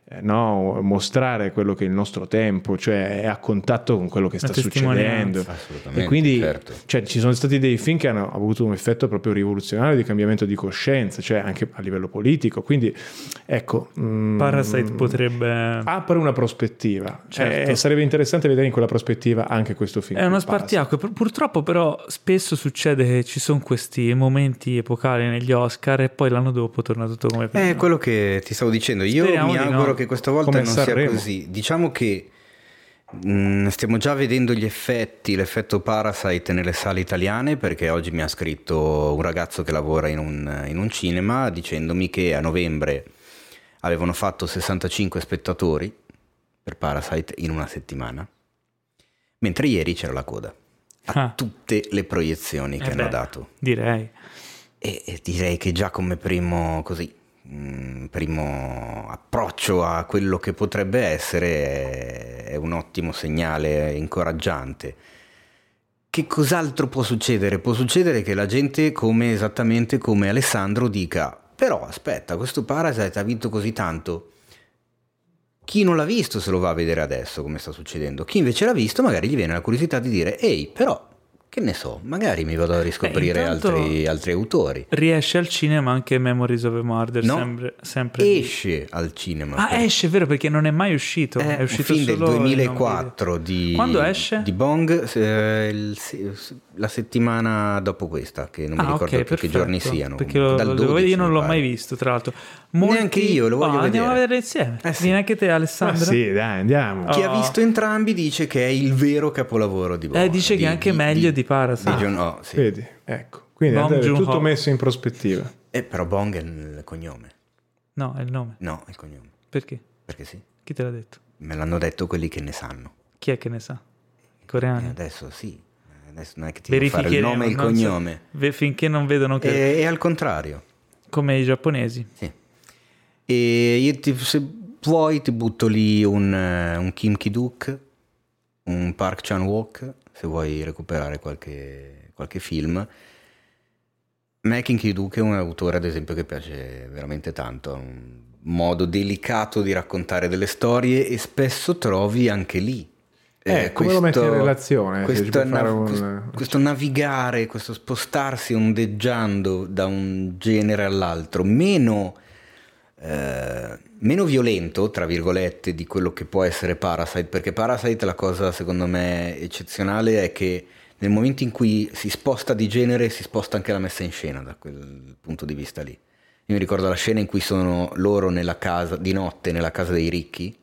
C: mostrare quello che è il nostro tempo, cioè è a contatto con quello che sta succedendo, e quindi certo. Cioè, ci sono stati dei film che hanno avuto un effetto proprio rivoluzionario di cambiamento di coscienza, cioè anche a livello politico, quindi ecco,
A: Parasite potrebbe
C: apre una prospettiva,
A: certo.
C: Sarebbe interessante vedere in quella prospettiva anche questo film.
A: È uno spartiacque, purtroppo però spesso succede che ci sono questi momenti epocali negli Oscar e poi l'anno dopo torna tutto come prima.
B: È quello che ti stavo dicendo, io mi auguro che questa volta come non sia così. Diciamo che stiamo già vedendo gli effetti, l'effetto Parasite nelle sale italiane, perché oggi mi ha scritto un ragazzo che lavora in un cinema dicendomi che a novembre avevano fatto 65 spettatori per Parasite in una settimana, mentre ieri c'era la coda a tutte le proiezioni che hanno dato,
A: direi.
B: E direi che già come primo approccio a quello che potrebbe essere è un ottimo segnale incoraggiante. Che cos'altro può succedere? Può succedere che la gente, esattamente come Alessandro, dica: però aspetta, questo Parasite ha vinto così tanto, chi non l'ha visto se lo va a vedere adesso, come sta succedendo. Chi invece l'ha visto magari gli viene la curiosità di dire: ehi, però Che ne so, magari mi vado a riscoprire altri autori.
A: Riesce al cinema anche Memories of a Murder,
B: no, sempre esce al cinema.
A: Esce, vero, perché non è mai uscito. È uscito
B: un film
A: solo
B: del 2004 di...
A: Quando esce?
B: Di Bong, la settimana dopo questa, che non mi ricordo più che giorni siano.
A: Perché io non l'ho mai visto, tra l'altro.
B: Neanche io, lo voglio vedere.
A: Andiamo a vedere insieme. Vieni anche te, Alessandro?
C: Sì, dai, andiamo.
B: Chi ha visto entrambi dice che è il vero capolavoro di Bong.
A: Dice che è anche meglio di Parasite.
B: Sì.
C: Vedi, ecco. Quindi è tutto messo in prospettiva.
B: Però Bong è il cognome.
A: No, è il nome.
B: No, è il cognome.
A: Perché?
B: Perché sì.
A: Chi te l'ha detto?
B: Me l'hanno detto quelli che ne sanno.
A: Chi è che ne sa? I coreani?
B: Adesso sì. Adesso non è che ti devo fare il nome e il cognome.
A: Finché non vedono che...
B: È al contrario.
A: Come i giapponesi.
B: Sì. E io se vuoi ti butto lì un Kim Ki-duk, un Park Chan-wook, se vuoi recuperare qualche film. Me Kim Ki-duk è un autore, ad esempio, che piace veramente tanto, ha un modo delicato di raccontare delle storie e spesso trovi anche lì
C: come lo metti in relazione?
B: Questo navigare, questo spostarsi ondeggiando da un genere all'altro, meno violento, tra virgolette, di quello che può essere Parasite, perché Parasite, la cosa secondo me eccezionale è che nel momento in cui si sposta di genere si sposta anche la messa in scena, da quel punto di vista lì. Io mi ricordo la scena in cui sono loro nella casa di notte, nella casa dei ricchi,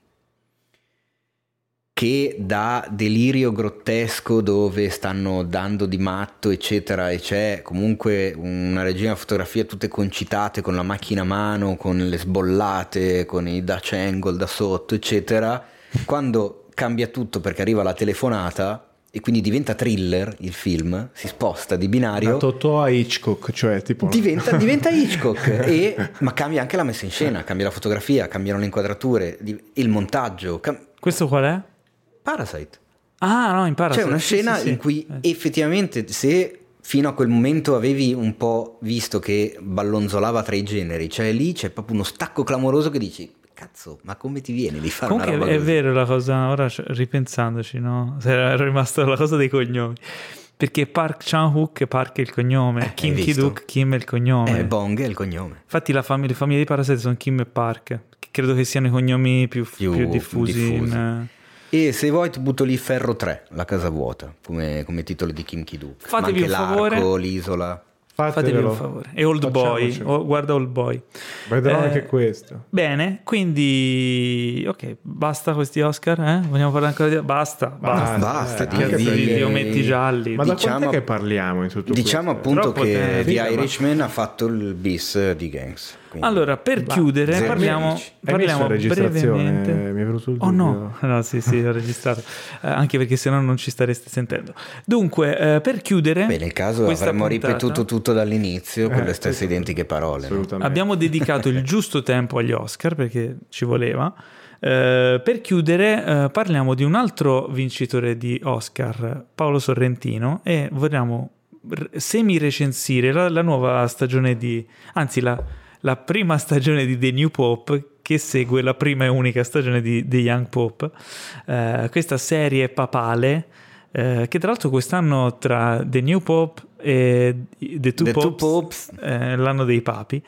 B: che dà delirio grottesco, dove stanno dando di matto eccetera, e c'è comunque una regina fotografia tutte concitate con la macchina a mano, con le sbollate, con i Dutch angle da sotto eccetera. Quando cambia tutto perché arriva la telefonata e quindi diventa thriller il film, si sposta di binario
C: da Totò a Hitchcock, cioè tipo
B: diventa Hitchcock ma cambia anche la messa in scena, cambia la fotografia, cambiano le inquadrature, il montaggio.
A: Questo qual è?
B: Parasite.
A: No, in Parasite
B: c'è una scena in cui effettivamente, se fino a quel momento avevi un po' visto che ballonzolava tra i generi, cioè lì c'è proprio uno stacco clamoroso che dici cazzo, ma come ti viene di fare
A: comunque
B: una roba così?
A: È vero la cosa, ora ripensandoci, no? Era rimasta la cosa dei cognomi, perché Park Chan-wook, Park è il cognome, Kim Ki-duk, Kim è il cognome,
B: Bong è il cognome.
A: Infatti le famiglie di Parasite sono Kim e Park, che credo che siano i cognomi più diffusi.
B: E se vuoi ti butto lì Ferro 3, La casa vuota, come titolo di Kim Ki-duk.
A: Fatevi
B: ma anche
A: un favore,
B: l'arco, l'isola.
A: Fatevi un favore. E Old Boy, guarda Old Boy.
C: Vedrò anche questo.
A: Bene, quindi ok, basta questi Oscar, Vogliamo parlare ancora di... Basta di ometti gialli.
C: Ma da quanto che parliamo in tutto
B: diciamo
C: questo?
B: Appunto che The Irishman ha fatto il bis di Gangs. Quindi.
A: Allora, per chiudere parliamo brevemente.
C: Mi è venuto il dubbio.
A: No, sì, ho registrato, anche perché sennò non ci stareste sentendo. Dunque, per chiudere,
B: nel caso avremmo ripetuto tutto dall'inizio con le stesse identiche parole.
C: Assolutamente.
A: Abbiamo dedicato il giusto tempo agli Oscar perché ci voleva. Per chiudere, parliamo di un altro vincitore di Oscar, Paolo Sorrentino, e vogliamo semi-recensire la nuova stagione la prima stagione di The New Pope, che segue la prima e unica stagione di The Young Pope, questa serie papale che tra l'altro quest'anno, tra The New Pope e The Two Popes l'anno dei papi,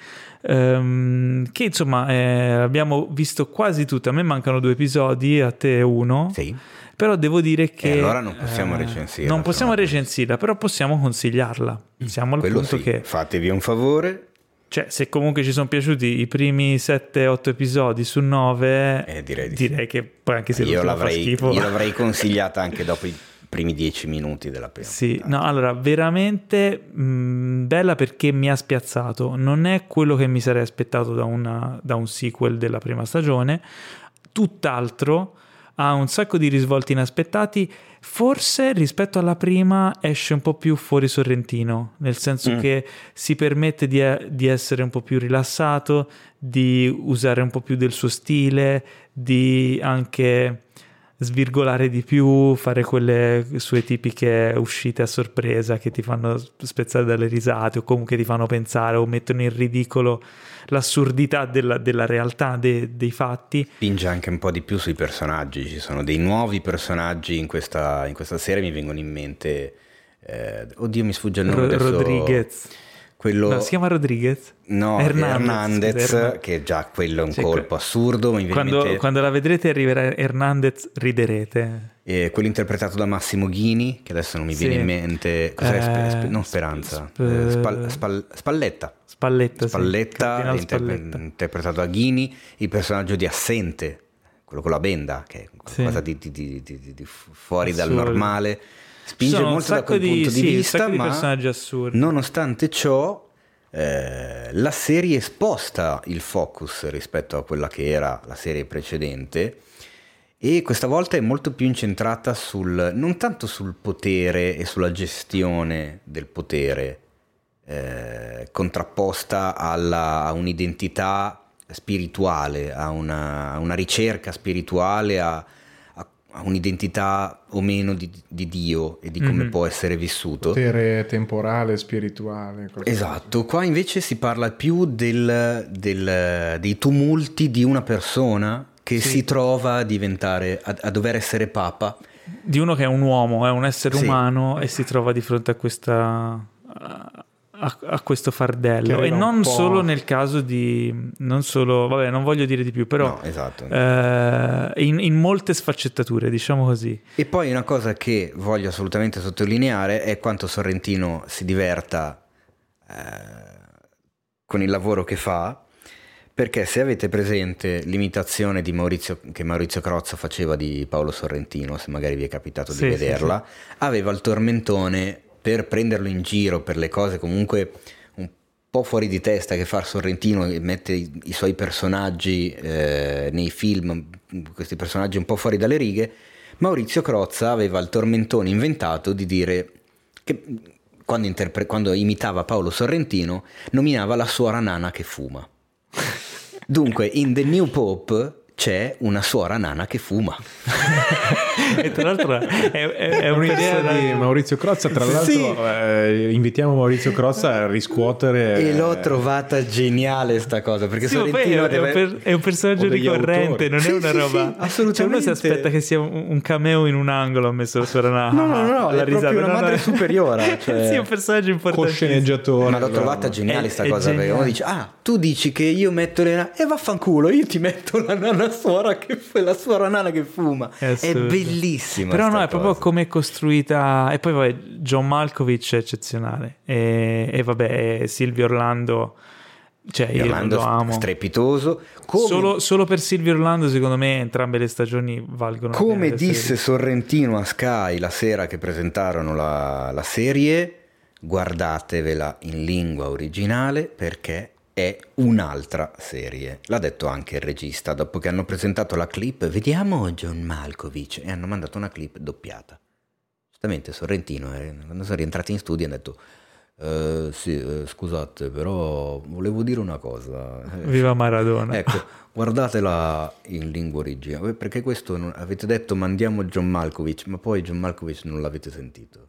A: che insomma abbiamo visto quasi tutte. A me mancano 2 episodi, a te 1.
B: Sì.
A: Però devo dire che
B: allora non possiamo recensirla.
A: Non possiamo recensirla, però possiamo consigliarla. Siamo al punto che
B: fatevi un favore.
A: Cioè, se comunque ci sono piaciuti i primi 7-8 episodi su 9, direi che poi, anche se
B: io l'avrei consigliata anche dopo i primi 10 minuti della prima.
A: Sì, no, allora veramente bella, perché mi ha spiazzato. Non è quello che mi sarei aspettato da un sequel della prima stagione, tutt'altro. Ha un sacco di risvolti inaspettati. Forse rispetto alla prima esce un po' più fuori Sorrentino, nel senso che si permette di essere un po' più rilassato, di usare un po' più del suo stile, di anche svirgolare di più, fare quelle sue tipiche uscite a sorpresa che ti fanno spezzare dalle risate, o comunque ti fanno pensare o mettono in ridicolo l'assurdità della realtà dei fatti.
B: Spinge anche un po' di più sui personaggi. Ci sono dei nuovi personaggi in questa serie. Mi vengono in mente oddio, mi sfugge il nome adesso.
A: Rodriguez.
B: Quello...
A: No, si chiama Rodriguez?
B: No, Hernandez, che già quello è un colpo assurdo.
A: Quando la vedrete arriverà Hernandez, riderete.
B: E quello interpretato da Massimo Ghini, che adesso non mi viene in mente. Cos'è? Non Speranza. Spalletta. Spalletta, interpretato da Ghini, il personaggio di Assente, quello con la benda, che è qualcosa di fuori dal normale. Spinge molto da quel punto di vista, ma
A: personaggi assurdi.
B: Nonostante ciò la serie sposta il focus rispetto a quella che era la serie precedente, e questa volta è molto più incentrata non tanto sul potere e sulla gestione del potere, contrapposta a un'identità spirituale, a una ricerca spirituale, a un'identità o meno di Dio e di come può essere vissuto.
C: Potere temporale, spirituale.
B: Esatto, qua invece si parla più dei tumulti di una persona che si trova a diventare, a dover essere papa.
A: Di uno che è un uomo, è un essere umano, e si trova di fronte a questa... a questo fardello, e non solo nel caso non voglio dire di più, però
B: no, esatto.
A: In molte sfaccettature, diciamo così.
B: E poi una cosa che voglio assolutamente sottolineare è quanto Sorrentino si diverta con il lavoro che fa, perché se avete presente l'imitazione che Maurizio Crozza faceva di Paolo Sorrentino, se magari vi è capitato di vederla, aveva il tormentone per prenderlo in giro per le cose comunque un po' fuori di testa che fa Sorrentino, e mette i suoi personaggi nei film, questi personaggi un po' fuori dalle righe. Maurizio Crozza aveva il tormentone inventato di dire che quando imitava Paolo Sorrentino nominava la suora nana che fuma. Dunque in The New Pope c'è una suora nana che fuma.
A: E tra l'altro è
C: un'idea di Maurizio Crozza, tra l'altro invitiamo Maurizio Crozza a riscuotere,
B: e l'ho trovata geniale sta cosa, perché Sorrentino
A: è un personaggio ricorrente, non è una roba
B: assolutamente.
A: Cioè uno si aspetta che sia un cameo in un angolo, ha messo la suora nana.
B: No, è proprio una madre superiore, cioè...
A: sì, è un personaggio importante,
C: cosceneggiatore.
B: Ma l'ho trovata geniale sta cosa, perché uno dice tu dici che io metto e vaffanculo, io ti metto la nana suora la suora nana che fuma. È bellissima.
A: Però no, è proprio come è costruita. E poi John Malkovich è eccezionale, e vabbè, Silvio Orlando, cioè
B: Orlando
A: io lo amo,
B: strepitoso.
A: Solo per Silvio Orlando secondo me entrambe le stagioni valgono.
B: Come disse Sorrentino a Sky la sera che presentarono la serie, guardatevela in lingua originale perché è un'altra serie. L'ha detto anche il regista dopo che hanno presentato la clip. Vediamo John Malkovich, e hanno mandato una clip doppiata. Giustamente Sorrentino quando sono rientrati in studio hanno detto scusate, però volevo dire una cosa.
A: Viva Maradona.
B: Ecco, guardatela in lingua originale, perché questo avete detto mandiamo John Malkovich, ma poi John Malkovich non l'avete sentito.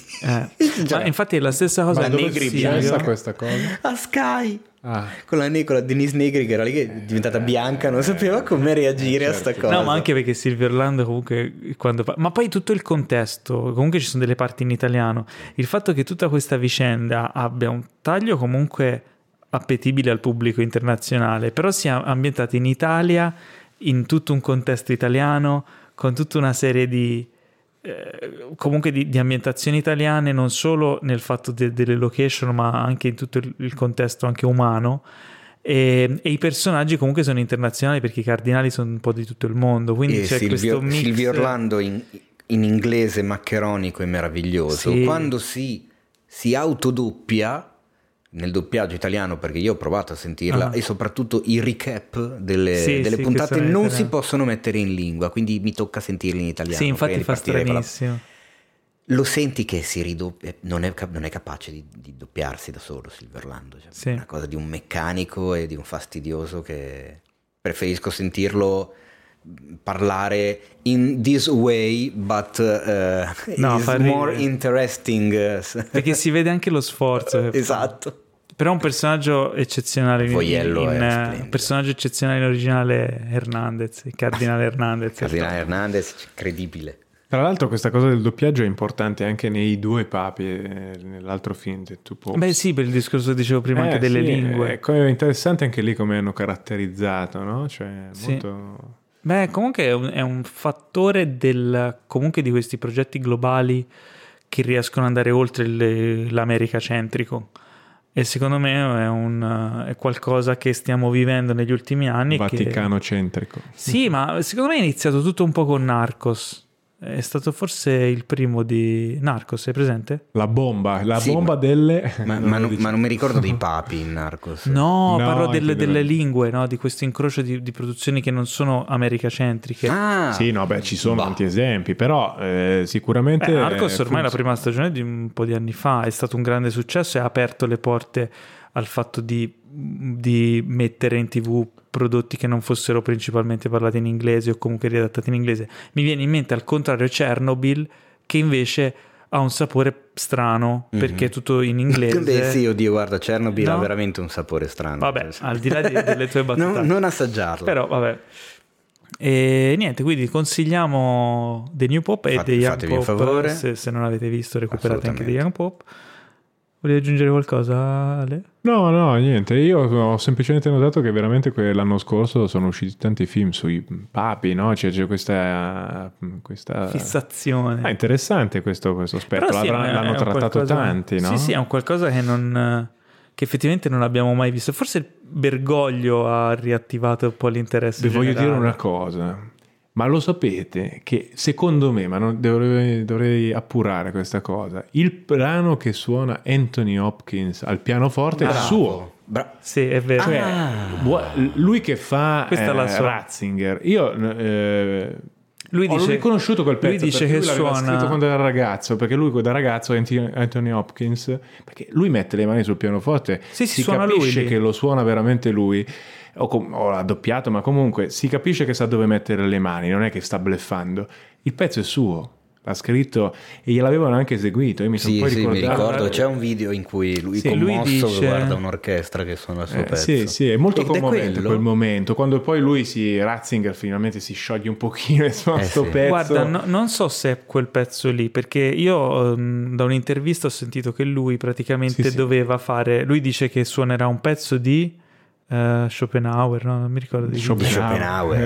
A: Ma infatti è la stessa cosa.
C: Ma dove si pensa questa cosa?
B: A Sky. Con la Denise Negri che era lì, che è diventata bianca, non sapeva come reagire a sta cosa.
A: No, ma anche perché Silvio Orlando comunque ma poi tutto il contesto, comunque ci sono delle parti in italiano, il fatto che tutta questa vicenda abbia un taglio comunque appetibile al pubblico internazionale, però sia ambientata in Italia, in tutto un contesto italiano, con tutta una serie di comunque di ambientazioni italiane, non solo nel fatto delle location, ma anche in tutto il contesto anche umano, e i personaggi comunque sono internazionali perché i cardinali sono un po' di tutto il mondo, quindi c'è questo mix.
B: Silvio Orlando in inglese maccheronico e meraviglioso, quando si autodoppia nel doppiaggio italiano, perché io ho provato a sentirla, e soprattutto i recap delle puntate non si possono mettere in lingua, quindi mi tocca sentirli in italiano.
A: Sì, infatti fa stranissimo.
B: Lo senti che si ridoppia, non è capace di doppiarsi da solo Silvio Orlando, cioè una cosa di un meccanico e di un fastidioso che preferisco sentirlo parlare in this way, but is more interesting,
A: perché si vede anche lo sforzo.
B: Esatto.
A: Però un personaggio eccezionale
B: un
A: personaggio eccezionale in originale, Hernandez, il cardinale Hernandez.
B: Cardinale Hernandez, incredibile.
C: Tra l'altro questa cosa del doppiaggio è importante anche nei due papi, nell'altro film The Two Popes.
A: Beh sì, per il discorso che dicevo prima anche delle lingue.
C: È interessante anche lì come hanno caratterizzato, no? Cioè, molto...
A: Beh, comunque è un fattore comunque di questi progetti globali che riescono ad andare oltre l'America centrico. E secondo me è qualcosa che stiamo vivendo negli ultimi anni.
C: Vaticano centrico.
A: Sì, ma secondo me è iniziato tutto un po' con Narcos. È stato forse il primo di Narcos, sei presente?
C: La bomba delle...
B: Ma non mi ricordo dei papi in Narcos.
A: No, parlo delle lingue, no? Di questo incrocio di produzioni che non sono americacentriche.
C: Sì, no, beh, ci sono tanti esempi, però sicuramente...
A: Narcos ormai la prima stagione di un po' di anni fa è stato un grande successo e ha aperto le porte al fatto di mettere in TV prodotti che non fossero principalmente parlati in inglese o comunque riadattati in inglese. Mi viene in mente al contrario Chernobyl, che invece ha un sapore strano perché è tutto in inglese.
B: Beh sì, oddio, guarda, Chernobyl ha veramente un sapore strano.
A: Vabbè, al di là delle tue battute.
B: Non assaggiarlo.
A: Però vabbè. E niente, quindi consigliamo The New Pope e The Young Pope.
B: Favore.
A: Se non avete visto, recuperate anche The Young Pope. Volevi aggiungere qualcosa, Ale?
C: No, niente. Io ho semplicemente notato che veramente l'anno scorso sono usciti tanti film sui papi, no? C'è questa
A: fissazione.
C: Interessante questo aspetto.
A: Sì,
C: l'hanno trattato tanti, no?
A: Sì, è un qualcosa che effettivamente non abbiamo mai visto. Forse il Bergoglio ha riattivato un po' l'interesse.
C: Vi voglio dire una cosa. Ma lo sapete che secondo me, ma dovrei appurare questa cosa, il brano che suona Anthony Hopkins al pianoforte è suo.
A: Sì, è vero.
C: Cioè, lui che fa Ratzinger. Lui dice, ho riconosciuto quel pezzo, lui dice che suona scritto quando era ragazzo, perché lui da ragazzo Anthony Hopkins, perché lui mette le mani sul pianoforte, si capisce che lo suona veramente lui. O l'ha doppiato, ma comunque si capisce che sa dove mettere le mani, non è che sta bluffando. Il pezzo è suo, l'ha scritto e gliel'avevano anche eseguito. Io mi sono poi ricordato.
B: Mi ricordo, c'è un video in cui lui commosso guarda un'orchestra che suona il suo pezzo.
C: Sì, è molto commovente quel momento, quando poi lui Ratzinger finalmente si scioglie un pochino e suona sto pezzo.
A: Guarda, non so se è quel pezzo lì, perché io da un'intervista ho sentito che lui praticamente doveva fare, lui dice che suonerà un pezzo di Schopenhauer, no? Non mi ricordo di
B: Schopenhauer.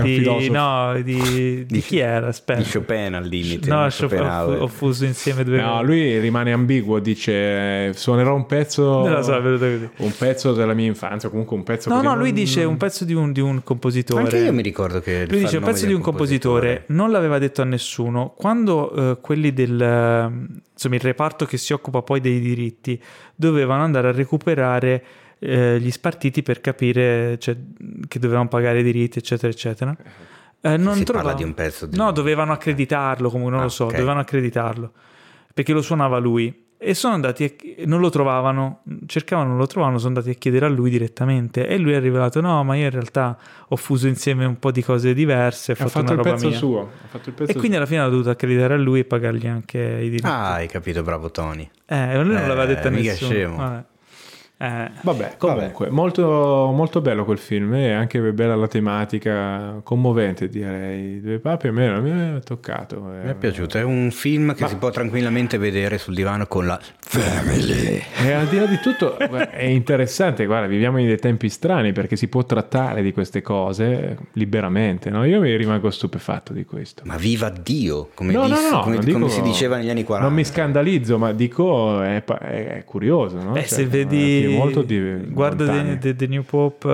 A: Di chi era? Aspetta.
B: Di Chopin al limite.
A: No, ho fuso insieme due.
C: No, lui rimane ambiguo, dice suonerò un pezzo.
A: Non lo so, è venuto così.
C: Un pezzo della mia infanzia, comunque un pezzo.
A: No, lui dice un pezzo di un compositore.
B: Anche io mi ricordo che
A: lui dice un pezzo di un compositore. Non l'aveva detto a nessuno. Quando quelli il reparto che si occupa poi dei diritti dovevano andare a recuperare gli spartiti per capire, cioè, che dovevano pagare i diritti, eccetera eccetera. Non
B: parla di un pezzo
A: no, dovevano accreditarlo, comunque non lo so, dovevano accreditarlo perché lo suonava lui e sono andati non lo trovavano, cercavano, non lo trovavano, sono andati a chiedere a lui direttamente e lui ha rivelato no, ma io in realtà ho fuso insieme un po' di cose diverse, ho fatto una roba mia.
C: Suo.
A: E quindi alla fine hanno dovuto accreditare a lui e pagargli anche i diritti.
B: Hai capito, bravo Tony.
A: Lui non l'aveva detto a nessuno.
C: Scemo. Vabbè, comunque molto, molto bello quel film e anche bella la tematica, commovente direi. Due papi a me mi ha toccato.
B: Mi è piaciuto, è un film che si può tranquillamente vedere sul divano con la family.
C: E al di là di tutto è interessante, guarda, viviamo in dei tempi strani perché si può trattare di queste cose liberamente, no? Io mi rimango stupefatto di questo.
B: Ma viva Dio, come si diceva negli anni 40.
C: Non mi scandalizzo, ma dico è curioso, no?
A: Se vedi
C: molto
A: guarda The New Pope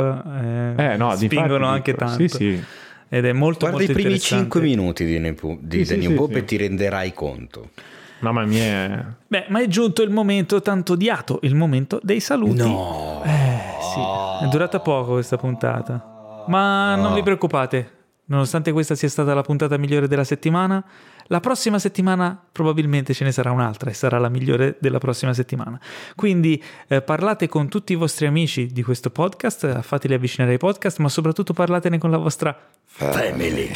A: spingono anche tanto.
C: Sì.
A: Ed è molto
B: guarda
A: molto
B: i primi 5 minuti di The New Pope e ti renderai conto.
C: Mamma mia.
A: Beh, ma è giunto il momento tanto odiato, il momento dei saluti.
B: No.
A: Sì, è durata poco questa puntata. Ma non vi preoccupate, nonostante questa sia stata la puntata migliore della settimana, la prossima settimana probabilmente ce ne sarà un'altra e sarà la migliore della prossima settimana. Quindi parlate con tutti i vostri amici di questo podcast, fateli avvicinare ai podcast, ma soprattutto parlatene con la vostra family.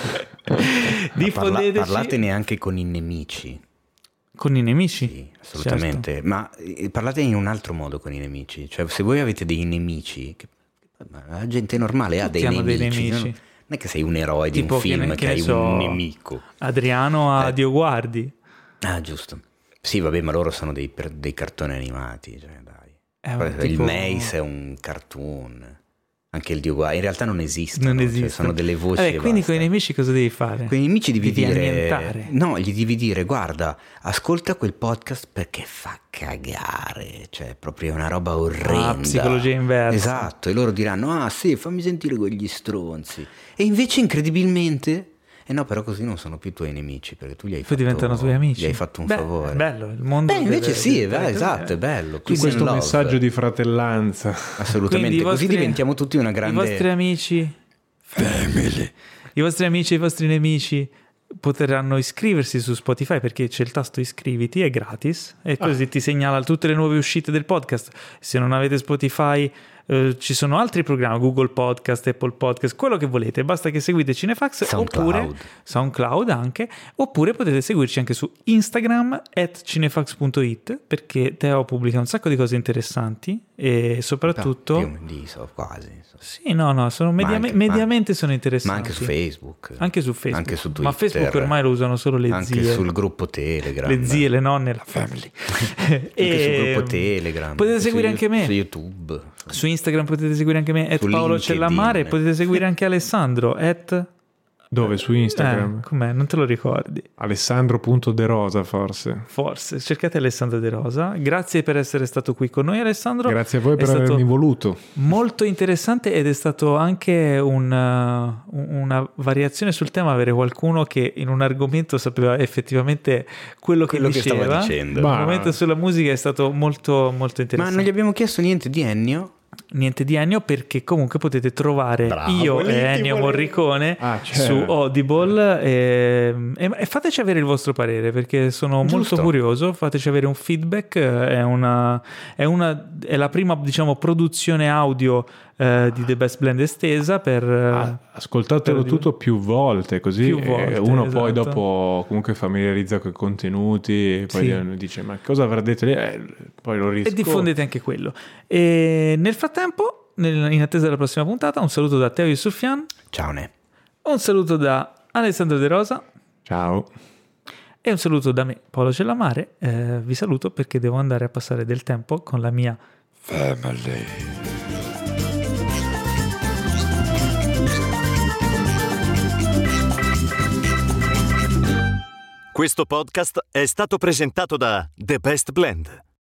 A: Diffondeteci.
B: Parlatene anche con i nemici.
A: Con i nemici?
B: Sì, assolutamente. Certo. Ma parlate in un altro modo con i nemici. Cioè, se voi avete dei nemici, la gente normale ha dei nemici. è che sei un eroe di un film, che hai un nemico.
A: Adriano a Dio guardi.
B: Ah, giusto. Sì, vabbè, ma loro sono dei cartoni animati, cioè, dai. Il Mace è un cartoon. Anche il Dio guardi, in realtà non esistono. Cioè, sono delle voci.
A: Vabbè, quindi con i nemici cosa devi fare?
B: Con i nemici devi dire... No, gli devi dire, guarda, ascolta quel podcast perché fa cagare. Cioè, proprio una roba orrenda.
A: Psicologia inversa.
B: Esatto, e loro diranno, sì, fammi sentire quegli stronzi. E invece, incredibilmente... no, però così non sono più tuoi nemici, perché tu
A: poi diventano tuoi amici.
B: Gli hai fatto un favore.
A: È bello, il mondo.
B: Invece esatto, è bello.
C: Su questo messaggio di fratellanza.
B: Assolutamente, così diventiamo tutti una grande...
A: I vostri amici...
B: Family.
A: I vostri amici e i vostri nemici potranno iscriversi su Spotify, perché c'è il tasto iscriviti, è gratis, e così ti segnala tutte le nuove uscite del podcast. Se non avete Spotify... ci sono altri programmi, Google Podcast, Apple Podcast, quello che volete, basta che seguite Cinefax, oppure SoundCloud anche, oppure potete seguirci anche su Instagram @cinefax.it, perché Teo pubblica un sacco di cose interessanti e soprattutto
B: quasi.
A: Sì, no, sono mediamente sono interessanti.
B: Ma anche su Facebook.
A: Anche su Facebook.
B: Anche su Twitter.
A: Ma Facebook ormai lo usano solo le zie.
B: Anche sul gruppo Telegram.
A: Le zie, le nonne, la family.
B: Anche sul gruppo Telegram.
A: Potete seguire anche me.
B: Su YouTube.
A: Su Instagram potete seguire anche me, @Paolo Cellamare. Potete seguire anche Alessandro,
C: Dove? Su Instagram?
A: Com'è? Non te lo ricordi?
C: Alessandro.derosa forse,
A: cercate Alessandro De Rosa. Grazie per essere stato qui con noi, Alessandro.
C: Grazie a voi per avermi voluto.
A: Molto interessante, ed è stato anche una variazione sul tema avere qualcuno che in un argomento sapeva effettivamente quello che diceva.
B: Stava dicendo.
A: Il momento sulla musica è stato molto molto interessante.
B: Ma non gli abbiamo chiesto niente di Ennio?
A: Niente di Ennio, perché comunque potete trovare io e Ennio Morricone su Audible, e fateci avere il vostro parere, perché sono molto curioso. Fateci avere un feedback. È la prima, diciamo, produzione audio di The Best Blend estesa
C: ascoltatelo tutto più volte, così uno poi
A: esatto.
C: dopo comunque familiarizza con i contenuti e poi dice ma cosa avrà detto lì? Poi lo riscopre.
A: E diffondete anche quello. E nel frattempo, in attesa della prossima puntata, un saluto da Teo Yusufian.
B: Ciao Ne.
A: Un saluto da Alessandro De Rosa.
C: Ciao.
A: E un saluto da me, Paolo Cellamare. Vi saluto perché devo andare a passare del tempo con la mia family.
F: Questo podcast è stato presentato da The Best Blend.